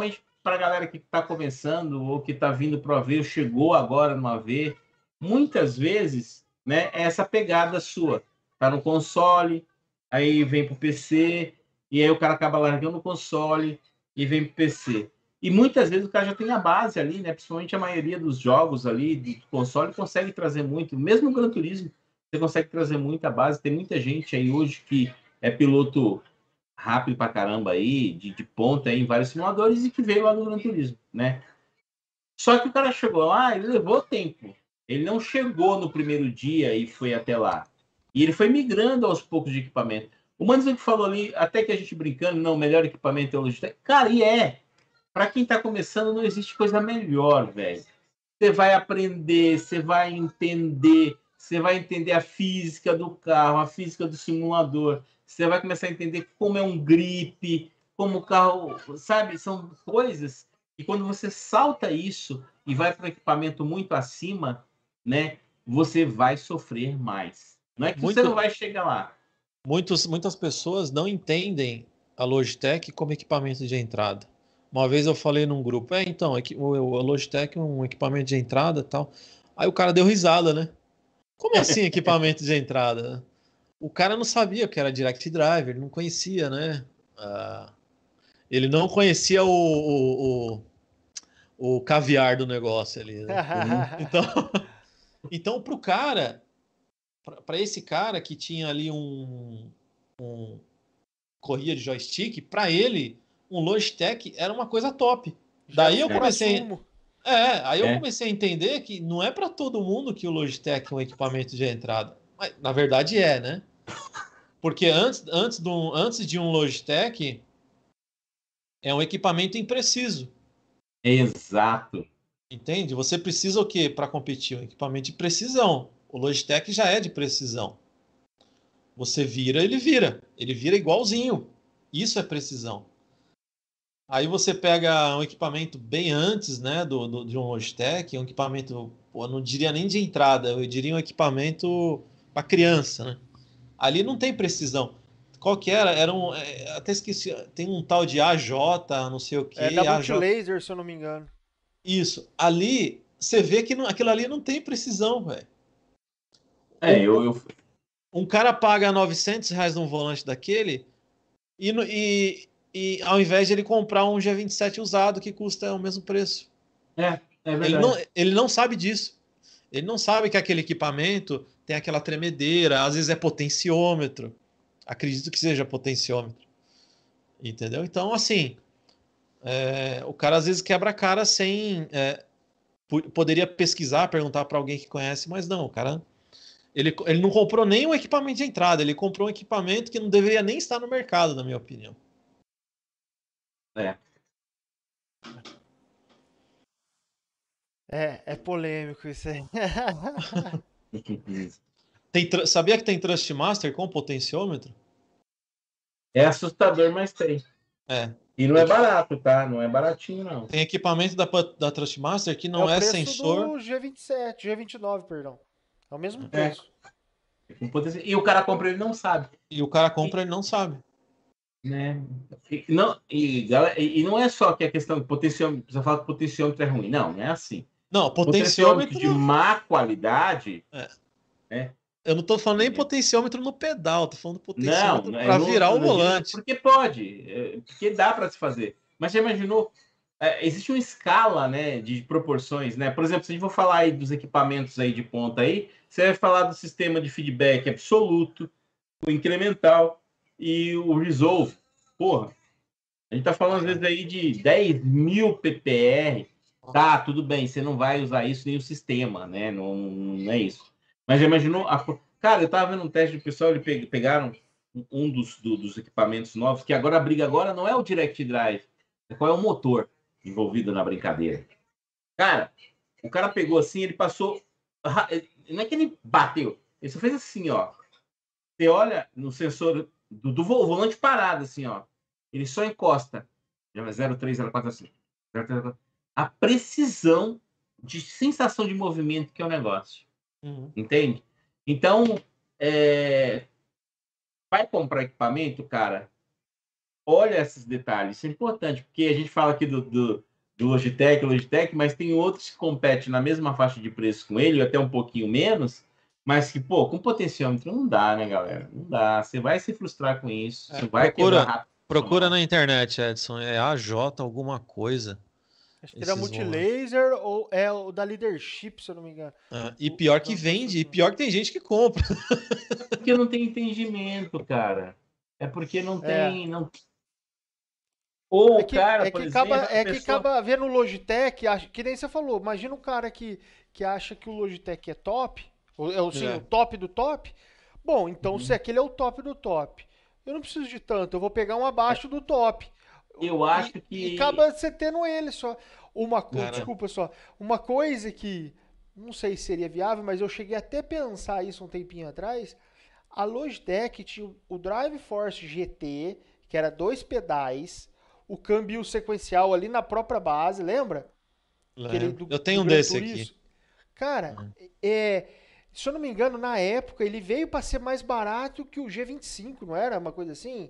para a galera que está começando ou que está vindo para o A V, ou chegou agora no A V, muitas vezes, né, é essa pegada sua. Tá no console, aí vem para o P C, e aí o cara acaba largando o console e vem para o P C. E muitas vezes o cara já tem a base ali, né? Principalmente a maioria dos jogos ali do console consegue trazer muito. Mesmo no Gran Turismo, você consegue trazer muita base. Tem muita gente aí hoje que é piloto rápido pra caramba aí, de, de ponta aí em vários simuladores e que veio lá do Gran Turismo, né? Só que o cara chegou lá, ele levou tempo. Ele não chegou no primeiro dia e foi até lá. E ele foi migrando aos poucos de equipamento. O Manzuk falou ali, até que a gente brincando, não, o melhor equipamento é o Logitech. Cara, e é. Para quem está começando, não existe coisa melhor, velho. Você vai aprender, você vai entender, você vai entender a física do carro, a física do simulador. Você vai começar a entender como é um grip, como o carro, sabe? São coisas que quando você salta isso e vai para um equipamento muito acima, né? Você vai sofrer mais. Não é que Muito, você não vai chegar lá. Muitos, muitas pessoas não entendem a Logitech como equipamento de entrada. Uma vez eu falei num grupo, é, então, o Logitech é um equipamento de entrada e tal. Aí o cara deu risada, né? Como assim equipamento de entrada? O cara não sabia o que era Direct Drive, ele não conhecia, né? Ah, ele não conhecia o, o, o, o caviar do negócio ali, né? Então, então para o cara, para esse cara que tinha ali um, um corria de joystick, para ele, um Logitech era uma coisa top. Já Daí era um eu comecei. É, aí eu É. comecei a entender que não é para todo mundo que o Logitech é um equipamento de entrada. Mas, na verdade é, né? Porque antes, antes, do, antes de um Logitech, é um equipamento impreciso. Exato. Entende? Você precisa o quê para competir? Um equipamento de precisão. O Logitech já é de precisão. Você vira, ele vira. Ele vira igualzinho. Isso é precisão. Aí você pega um equipamento bem antes, né, do, do, de um Logitech, um equipamento, pô, eu não diria nem de entrada, eu diria um equipamento para criança, né? Ali não tem precisão. Qual que era? Era um, é, até esqueci, tem um tal de A J, não sei o É que, da A J. Multilaser, se eu não me engano. Isso. Ali você vê que não, aquilo ali não tem precisão, velho. É, eu, eu... Um cara paga novecentos reais num volante daquele e, e, e ao invés de ele comprar um G vinte e sete usado que custa o mesmo preço. É, é verdade. Ele não, ele não sabe disso. Ele não sabe que aquele equipamento tem aquela tremedeira, às vezes é potenciômetro. Acredito que seja potenciômetro. Entendeu? Então, assim, é, o cara às vezes quebra a cara sem... É, poderia pesquisar, perguntar para alguém que conhece, mas não, o cara... Ele, ele não comprou nem um equipamento de entrada, ele comprou um equipamento que não deveria nem estar no mercado, na minha opinião. É. É, é polêmico isso aí. Tem, sabia que tem Trustmaster com potenciômetro? É assustador, mas tem. É. E não é barato, tá? Não é baratinho, não. Tem equipamento da, da Trustmaster que não é, é, o preço sensor. do G vinte e sete, G vinte e nove, perdão. É o mesmo É. preço. E o cara compra e ele não sabe. E o cara compra e ele não sabe. Né? E, não, e, e não é só que a questão do potenciômetro, você fala que o potenciômetro é ruim. Não, não é assim. Não, potenciômetro, potenciômetro de má qualidade. É. Né? Eu não tô falando nem É. potenciômetro no pedal, tô falando Não, potenciômetro não é para no- virar o no- volante. Porque pode, é, porque dá para se fazer. Mas já imaginou? É, existe uma escala, né, de proporções, né? Por exemplo, se a gente for falar aí dos equipamentos aí de ponta aí, você vai falar do sistema de feedback absoluto, o incremental e o resolve. Porra, a gente tá falando às vezes aí de dez mil P P R. Tá, tudo bem, você não vai usar isso nem o sistema, né? Não, não é isso. Mas já imaginou? A... Cara, eu tava vendo um teste do pessoal, eles pegaram um dos, do, dos equipamentos novos, que agora a briga agora não é o Direct Drive, é qual é o motor envolvido na brincadeira. Cara, o cara pegou assim, ele passou... Não é que ele bateu, ele só fez assim, ó. Você olha no sensor do, do volante parado, assim, ó. Ele só encosta. Já zero três, zero quatro, assim. zero três, zero quatro. A precisão de sensação de movimento que é o negócio. Uhum. Entende? Então, é... vai comprar equipamento, cara, olha esses detalhes. Isso é importante, porque a gente fala aqui do, do, do Logitech, Logitech, mas tem outros que competem na mesma faixa de preço com ele, até um pouquinho menos, mas que, pô, com potenciômetro não dá, né, galera? Não dá. Você vai se frustrar com isso, É, você vai procura, quebrar rápido. procura na internet, Edson. É A J alguma coisa. Acho que era Esses volantes. Multilaser ou é o da Leadership, se eu não me engano. Ah, e pior que Não, vende, e não. pior que tem gente que compra. Porque não tem entendimento, cara. É porque não É. tem. Não... Ou É o que, cara, é por que exemplo, acaba, a é que pessoa... acaba vendo o Logitech, acha- que nem você falou. Imagina um cara que, que acha que o Logitech é top, ou é assim, É. o top do top. Bom, então Uhum. se aquele é o top do top, eu não preciso de tanto, eu vou pegar um abaixo do top. Eu acho E, que... e acaba você tendo ele só. Uma, co- Cara. desculpa só, uma coisa que não sei se seria viável, mas eu cheguei até a pensar isso um tempinho atrás. A Logitech tinha o- o Drive Force G T, que era dois pedais, o câmbio sequencial ali na própria base, lembra? Aquele Lembro. do, Eu tenho do um Gran desse Turismo. aqui. Cara, é, se eu não me engano, na época ele veio para ser mais barato que o G vinte e cinco, não era? Uma coisa assim?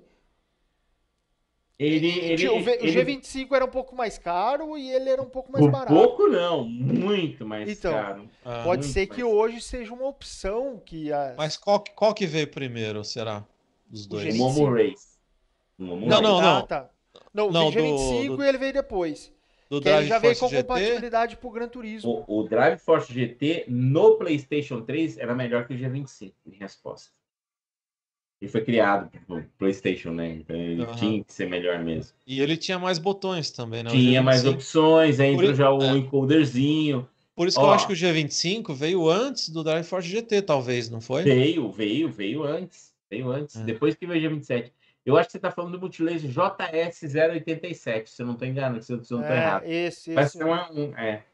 Ele, E- e ele, tinha- o, V- o ele... G vinte e cinco era um pouco mais caro e ele era um pouco mais Por barato. pouco não, muito mais Então, caro. Ah, pode Muito ser que mais. hoje seja uma opção que as, mas qual, que- qual que veio primeiro, será? Dos o dois? O G vinte e cinco. Momo Race. O Momo Não, Não, Race. não, ah, não. tá. Não, o Não, G vinte e do, cinco do, ele veio depois. do Que ele Drive já veio Force com G T. compatibilidade pro Gran Turismo. O, o Drive Force G T no PlayStation três era melhor que o G vinte e cinco, em resposta. Ele foi criado pro PlayStation, né? Então ele Aham. tinha que ser melhor mesmo. E ele tinha mais botões também, né? O Tinha mais G vinte e cinco. opções, aí Por entrou i- já o é. encoderzinho. Por isso que eu Ó, acho que o G vinte e cinco veio antes do Drive Force G T, talvez, não foi? veio, veio, veio antes. Veio antes. É. Depois que veio o G vinte e sete. Eu acho que você tá falando do Multilaser J S zero oitenta e sete, se eu não tô enganado, se eu, se eu não tô errado. É, esse, Vai esse. ser uma, um, é.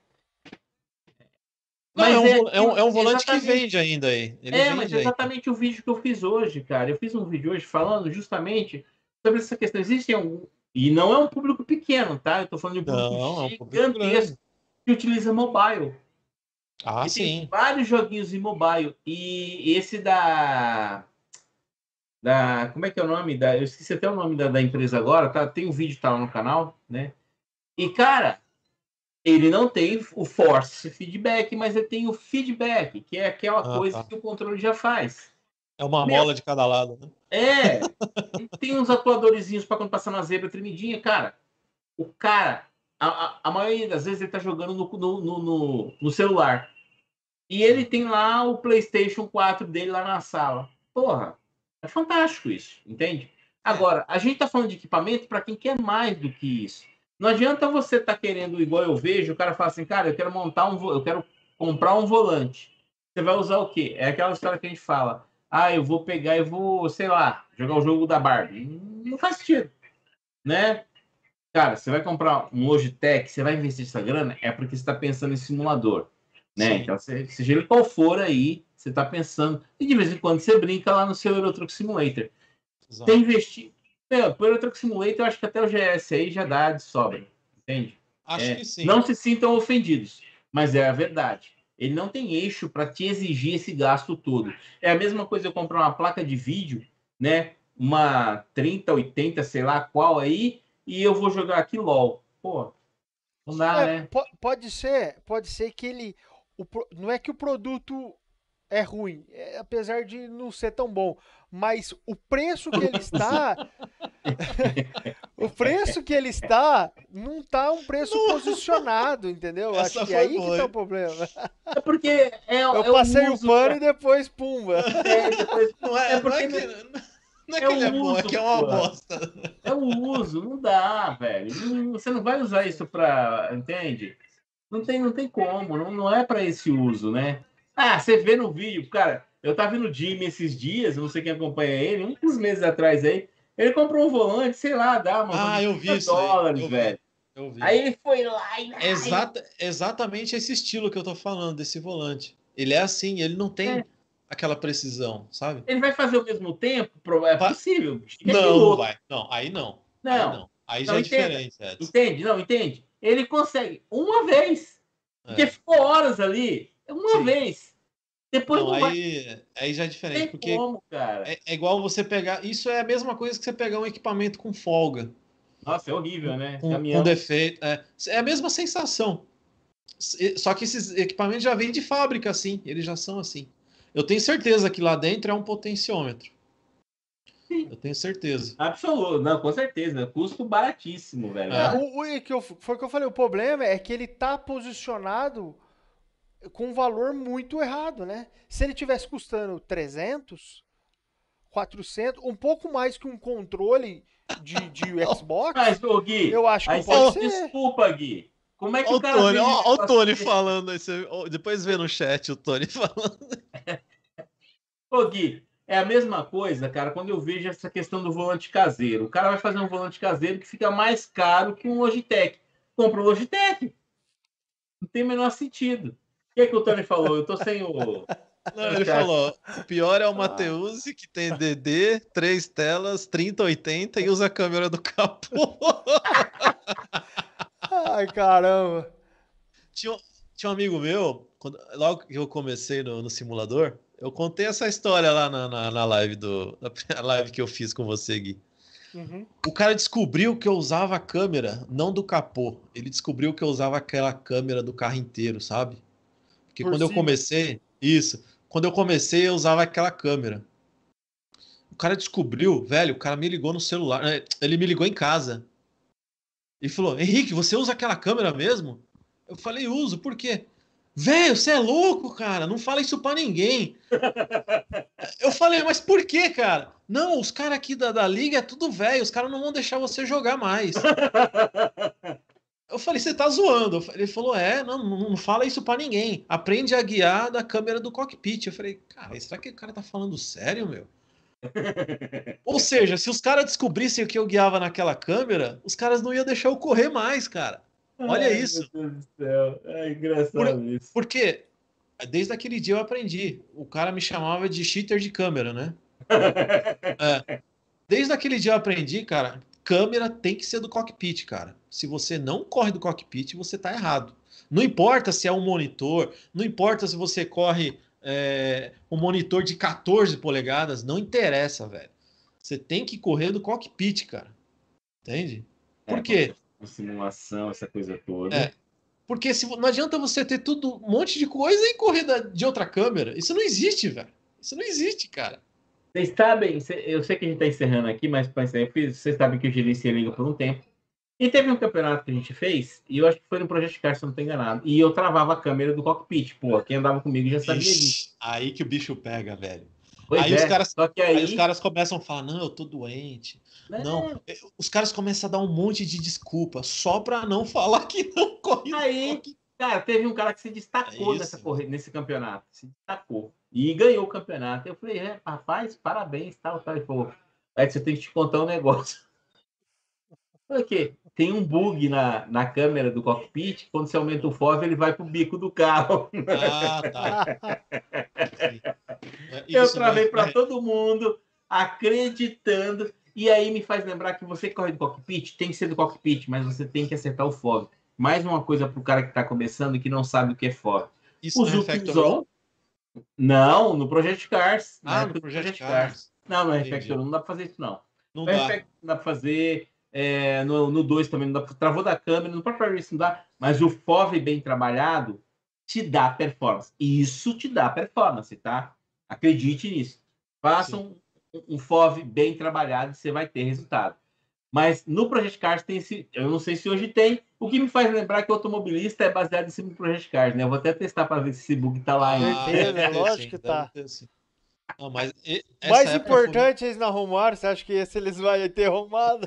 Não, Mas é um, é, vo- é um, é um volante que exatamente- vende ainda aí. Ele É, mas vende ainda. exatamente o vídeo que eu fiz hoje, cara. Eu fiz um vídeo hoje falando justamente sobre essa questão. Existem algum... E não é um público pequeno, tá? Eu tô falando de um público Não, é um público gigantesco grande. que utiliza mobile. Ah, e tem sim. vários joguinhos em mobile. E esse da... da... Como é que é o nome? Da... Eu esqueci até o nome da, da empresa agora, tá? Tem um vídeo tá lá no canal, né? E, cara, ele não tem o force feedback, mas ele tem o feedback, que é aquela Ah, coisa tá. que o controle já faz. É uma Meu, mola de cada lado, né? É, e tem uns atuadorzinhos para quando passar na zebra tremidinha, cara. O cara, a, a, a maioria das vezes ele tá jogando no, no, no, no celular. E ele tem lá o PlayStation quatro dele lá na sala. Porra, é fantástico isso, entende? Agora, a gente tá falando de equipamento para quem quer mais do que isso. Não adianta você estar tá querendo, igual eu vejo, o cara fala assim, cara, eu quero montar um, eu quero comprar um volante. Você vai usar o quê? É aquela história que a gente fala. Ah, eu vou pegar e vou, sei lá, jogar o jogo da Barbie. Não faz sentido, né? Cara, você vai comprar um Logitech, você vai investir essa grana, é porque você está pensando em simulador, né? Sim. Então, você, seja ele qual for aí, você está pensando. E de vez em quando você brinca lá no seu Euro Truck Simulator. Exato. Você investir. Meu, pro Euro Truck Simulator, eu acho que até o G S aí já dá de sobra, entende? Acho É, que sim. não se sintam ofendidos, mas é a verdade. Ele não tem eixo para te exigir esse gasto todo. É a mesma coisa eu comprar uma placa de vídeo, né? Uma trinta, oitenta, sei lá qual aí, e eu vou jogar aqui LOL. Pô, não dá, É, né? po- pode ser, pode ser que ele. O, pro- não é que o produto é ruim, é, apesar de não ser tão bom, mas o preço que ele está, o preço que ele está, não tá um preço posicionado, entendeu? Essa Acho que é foi aí que boa, tá o hein? problema. É porque é, Eu é passei o o uso. pano e depois pumba. É, depois, Não é, é não porque é que, não é é que ele é o bom, é uso, que é uma pô. bosta. É o uso, não dá, velho. Não- Você não vai usar isso para, entende? Não tem, não tem como, não, não é para esse uso, né? Ah, você vê no vídeo, cara, eu tava vendo o Jimmy esses dias, não sei quem acompanha ele, uns meses atrás aí, ele comprou um volante, sei lá, dá uns Ah, eu vi trinta isso aí. dólares, Eu vi. velho. Eu vi. Aí ele foi lá e... É exata, exatamente esse estilo que eu tô falando, desse volante. Ele é assim, ele não tem É. aquela precisão, sabe? Ele vai fazer ao mesmo tempo? Pro- É Vai- possível. O Jimmy é Não, não piloto. vai. Não, aí não. Aí Não, não. Aí não, já é entenda. diferente, Edson. Entende? Não, entende? Ele consegue uma vez, porque É. ficou horas ali, uma Sim. vez. Depois Não, não, vai aí, aí já é diferente, ter porque como, cara. é, é igual você pegar. Isso é a mesma coisa que você pegar um equipamento com folga. Nossa, é horrível, né? Com, Caminhão. com defeito. É, é a mesma sensação. Só que esses equipamentos já vêm de fábrica, assim. Eles já são assim. Eu tenho certeza que lá dentro é um potenciômetro. Sim. Eu tenho certeza. Absoluto, não, com certeza. Custo baratíssimo, velho. É, o, o, que eu, foi o que eu falei, o problema é que ele tá posicionado com um valor muito errado, né? Se ele tivesse custando trezentos, quatrocentos, um pouco mais que um controle de, de Xbox, Mas, ô, Gui, eu acho que aí pode você- ser. Desculpa, Gui. Como é que Olha o o cara Tony, vende ó, ó o negócio Tony desse? falando. Esse, ó, depois vê no chat o Tony falando. Ô, Gui, é a mesma coisa, cara, quando eu vejo essa questão do volante caseiro. O cara vai fazer um volante caseiro que fica mais caro que um Logitech. Compra um Logitech. Não tem o menor sentido. O que é que o Tony falou? Eu tô sem o... Não, ele falou: o pior é o Mateusi, que tem D D, três telas, trinta oitenta e usa a câmera do capô. Ai, caramba. Tinha, um- tinha um amigo meu, quando- logo que eu comecei no, no simulador, eu contei essa história lá na, na, na live do, na live que eu fiz com você, Gui. Uhum. O cara descobriu que eu usava a câmera, não do capô. Ele descobriu que eu usava aquela câmera do carro inteiro, sabe? Porque Por quando eu cima. comecei, isso, quando eu comecei eu usava aquela câmera. O cara descobriu, velho, o cara me ligou no celular, eh, ele me ligou em casa. E falou: Henrique, você usa aquela câmera mesmo? Eu falei: uso, por quê? Velho, você é louco, cara, não fala isso pra ninguém. Eu falei: mas por quê, cara? Não, os caras aqui da, da liga é tudo velho, os caras não vão deixar você jogar mais. Eu falei: você tá zoando? Eu falei- Ele falou: é, não, não, não fala isso pra ninguém. Aprende a guiar da câmera do cockpit. Eu falei: cara, será que o cara tá falando sério, meu? Ou seja, se os caras descobrissem o que eu guiava naquela câmera, os caras não iam deixar eu correr mais, cara. Olha Ai, isso. meu Deus do céu. É engraçado Por- isso. Porque desde aquele dia eu aprendi. O cara me chamava de cheater de câmera, né? É. Desde aquele dia eu aprendi, cara, câmera tem que ser do cockpit, cara. Se você não corre do cockpit, você tá errado. Não importa se é um monitor, não importa se você corre é, um monitor de quatorze polegadas, não interessa, velho. Você tem que correr do cockpit, cara. Entende? Por É, quê? simulação, essa coisa toda. É. Porque se, não adianta você ter tudo, um monte de coisa e correr da- de outra câmera. Isso não existe, velho. Isso não existe, cara. Vocês sabem, eu sei que a gente está encerrando aqui, mas para encerrar, vocês sabem que eu gerenciei a liga por um tempo. E teve um campeonato que a gente fez, e eu acho que foi no Project Cars, se eu não estou enganado. E eu travava a câmera do cockpit. Pô, quem andava comigo já sabia disso. Ixi, aí que o bicho pega, velho. Pois Aí é, os caras, só que aí... aí... os caras começam a falar: não, eu tô doente. Né? Não, os caras começam a dar um monte de desculpa só pra não falar que não corre. Aí, cara, teve um cara que se destacou É isso, nessa corrida, nesse campeonato. Se destacou. E ganhou o campeonato. Eu falei: é, rapaz, parabéns, tal, tal. Ele falou: aí você tem que te contar um negócio. Por quê? Tem um bug na, na câmera do cockpit, quando você aumenta o F O V, ele vai pro bico do carro. Ah, tá. Sim. Eu Isso, travei mas- para mas- todo mundo, acreditando. E aí me faz lembrar que você que corre do cockpit, tem que ser do cockpit, mas você tem que acertar o F O V. Mais uma coisa para o cara que está começando e que não sabe o que é F O V. Isso O não é Zuki Factor usou... Não, no Project Cars. Ah, Na no época do Project Cars. Não, no Entendi. Refactor um não dá para fazer isso, não. Não No dá. Refactor não dá para fazer. É, no dois também não dá pra... Travou da câmera, no próprio Race não dá. Mas o F O V bem trabalhado te dá performance. Isso te dá performance, tá? Acredite nisso. Faça um, um F O V bem trabalhado e você vai ter resultado. Mas no Project Cars tem esse... Eu não sei se hoje tem. O que me faz lembrar que o automobilista é baseado em cima do Project Cars, né? Eu vou até testar para ver se esse bug tá lá ainda. Ah, Certeza, deve ter lógico sim, que deve tá. ter sim. Não, mas e- essa Mais época foi- importante, eles não arrumaram. Você acha que esse eles vão ter arrumado?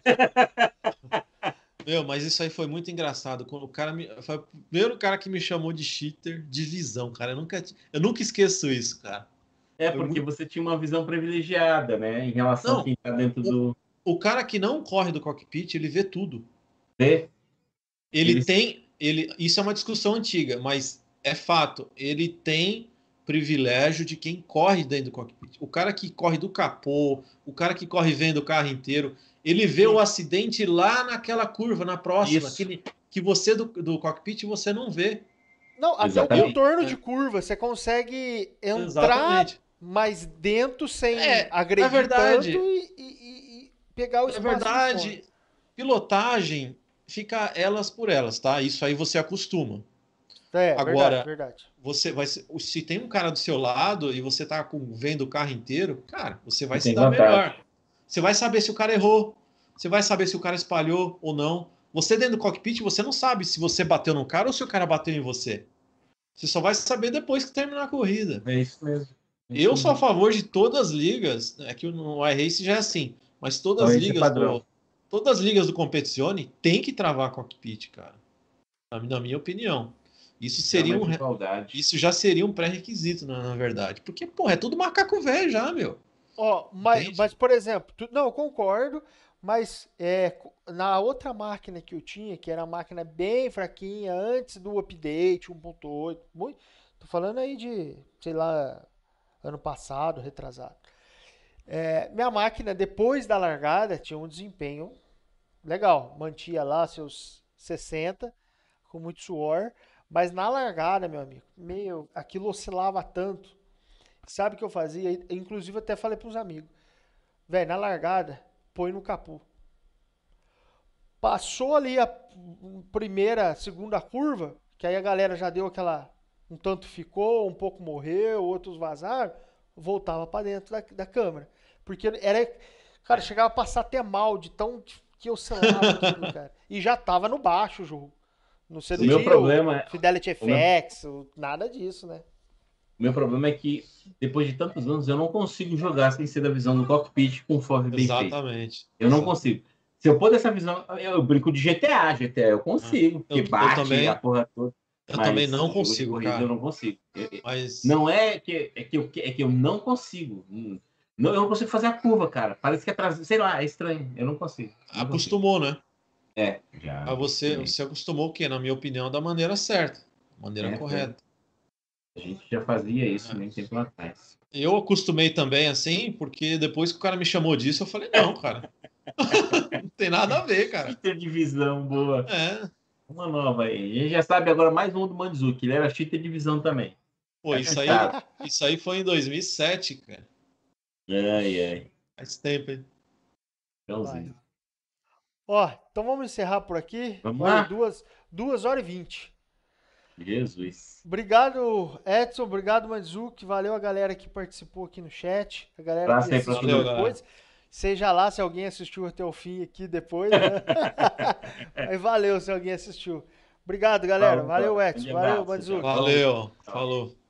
Meu, mas isso aí foi muito engraçado. Quando o cara me... Foi o primeiro cara que me chamou de cheater de visão, cara. Eu nunca, eu nunca esqueço isso, cara. É Foi porque muito- você tinha uma visão privilegiada, né? Em relação Não, a quem tá dentro do... O cara que não corre do cockpit, ele vê tudo. Vê? Ele Ele- tem. Ele, isso é uma discussão antiga, mas é fato. Ele tem privilégio de quem corre dentro do cockpit. O cara que corre do capô, o cara que corre vendo o carro inteiro, ele vê Sim. o acidente lá naquela curva, na próxima, Isso. aquele, que você do, do cockpit você não vê. Não, até o Exatamente. contorno É. de curva. Você consegue entrar Exatamente. mais dentro sem É, agredir na verdade- tanto e, e- e- e pegar o Na espaço do fone. verdade, pilotagem fica elas por elas, tá? Isso aí você acostuma. É, Agora, verdade, verdade. você vai se se tem um cara do seu lado e você tá com, vendo o carro inteiro, cara, você vai Você se tem dar vantagem. melhor. Você vai saber se o cara errou, você vai saber se o cara espalhou ou não. Você dentro do cockpit, você não sabe se você bateu no cara ou se o cara bateu em você. Você só vai saber depois que terminar a corrida. É isso mesmo. É Eu isso sou a mesmo. favor de todas as ligas, é que no iRace já é assim, mas todas as Então, esse é ligas padrão. do, todas as ligas do Competizione tem que travar cockpit, cara. Na, na minha opinião. Isso seria É uma um, re- desigualdade. isso já seria um pré-requisito, na, na verdade. Porque, porra, é tudo macaco velho já, meu. Ó, mas, Entende? mas, por exemplo, tu- não, eu concordo, mas é, co- na outra máquina que eu tinha, que era a máquina bem fraquinha, antes do update um ponto oito, muito, tô falando aí de, sei lá, ano passado, retrasado. É, minha máquina, depois da largada, tinha um desempenho legal, mantia lá seus sessenta, com muito suor, mas na largada, meu amigo, meu, aquilo oscilava tanto. Sabe o que eu fazia? Inclusive, eu até falei para uns amigos. Velho, na largada, põe no capô. Passou ali a primeira, segunda curva, que aí a galera já deu aquela. Um tanto ficou, um pouco morreu, outros vazaram, voltava para dentro da, da câmera. Porque era. Cara, chegava a passar até mal de tão que oscilava aquilo, cara. E já tava no baixo o jogo. Não, você O não meu tinha o problema é. Fidelity O meu, F X, o- nada disso, né? o meu problema é que, depois de tantos anos, eu não consigo jogar sem ser da visão do cockpit com forma bem feito. Exatamente. Eu não Exato. consigo. Se eu pôr dessa visão, eu, eu brinco de G T A. G T A eu Ah, consigo, porque Eu, eu bate também, a porra toda. eu também Mas não jogo de consigo, corrida eu cara. não consigo. Eu- eu- Mas Não é que, é, que eu, é que eu não consigo. Hum, Não, eu não consigo fazer a curva, cara. Parece que é atrás. Sei lá, é estranho. Eu não consigo. Não consigo. acostumou, né? É, já. Mas você, acostumei. você acostumou o quê? Na minha opinião, da maneira certa, maneira É, correta. A gente já fazia isso É. nem tempo atrás. Eu acostumei também assim, porque depois que o cara me chamou disso, eu falei, não, cara. Não tem nada a ver, cara. Cheater de visão, boa. É. Uma nova aí. A gente já sabe agora mais um do Manzuki. Ele era cheater de visão também. Pô, isso aí, isso aí foi em dois mil e sete, cara. Ai, ai. Faz tempo, hein? Tchauzinho. Ó, então vamos encerrar por aqui. Vamos Olha, lá? duas, duas horas e vinte. Jesus. Obrigado, Edson. Obrigado, Manzuki. Valeu a galera que participou aqui no chat. A galera Abraço que aí pra assistiu todo mundo. depois. Seja lá se alguém assistiu até o fim aqui depois, né? Mas valeu se alguém assistiu. Obrigado, galera. Falou, Valeu, grande Edson. abraço, Valeu, Manzuki. tchau. Valeu, falou.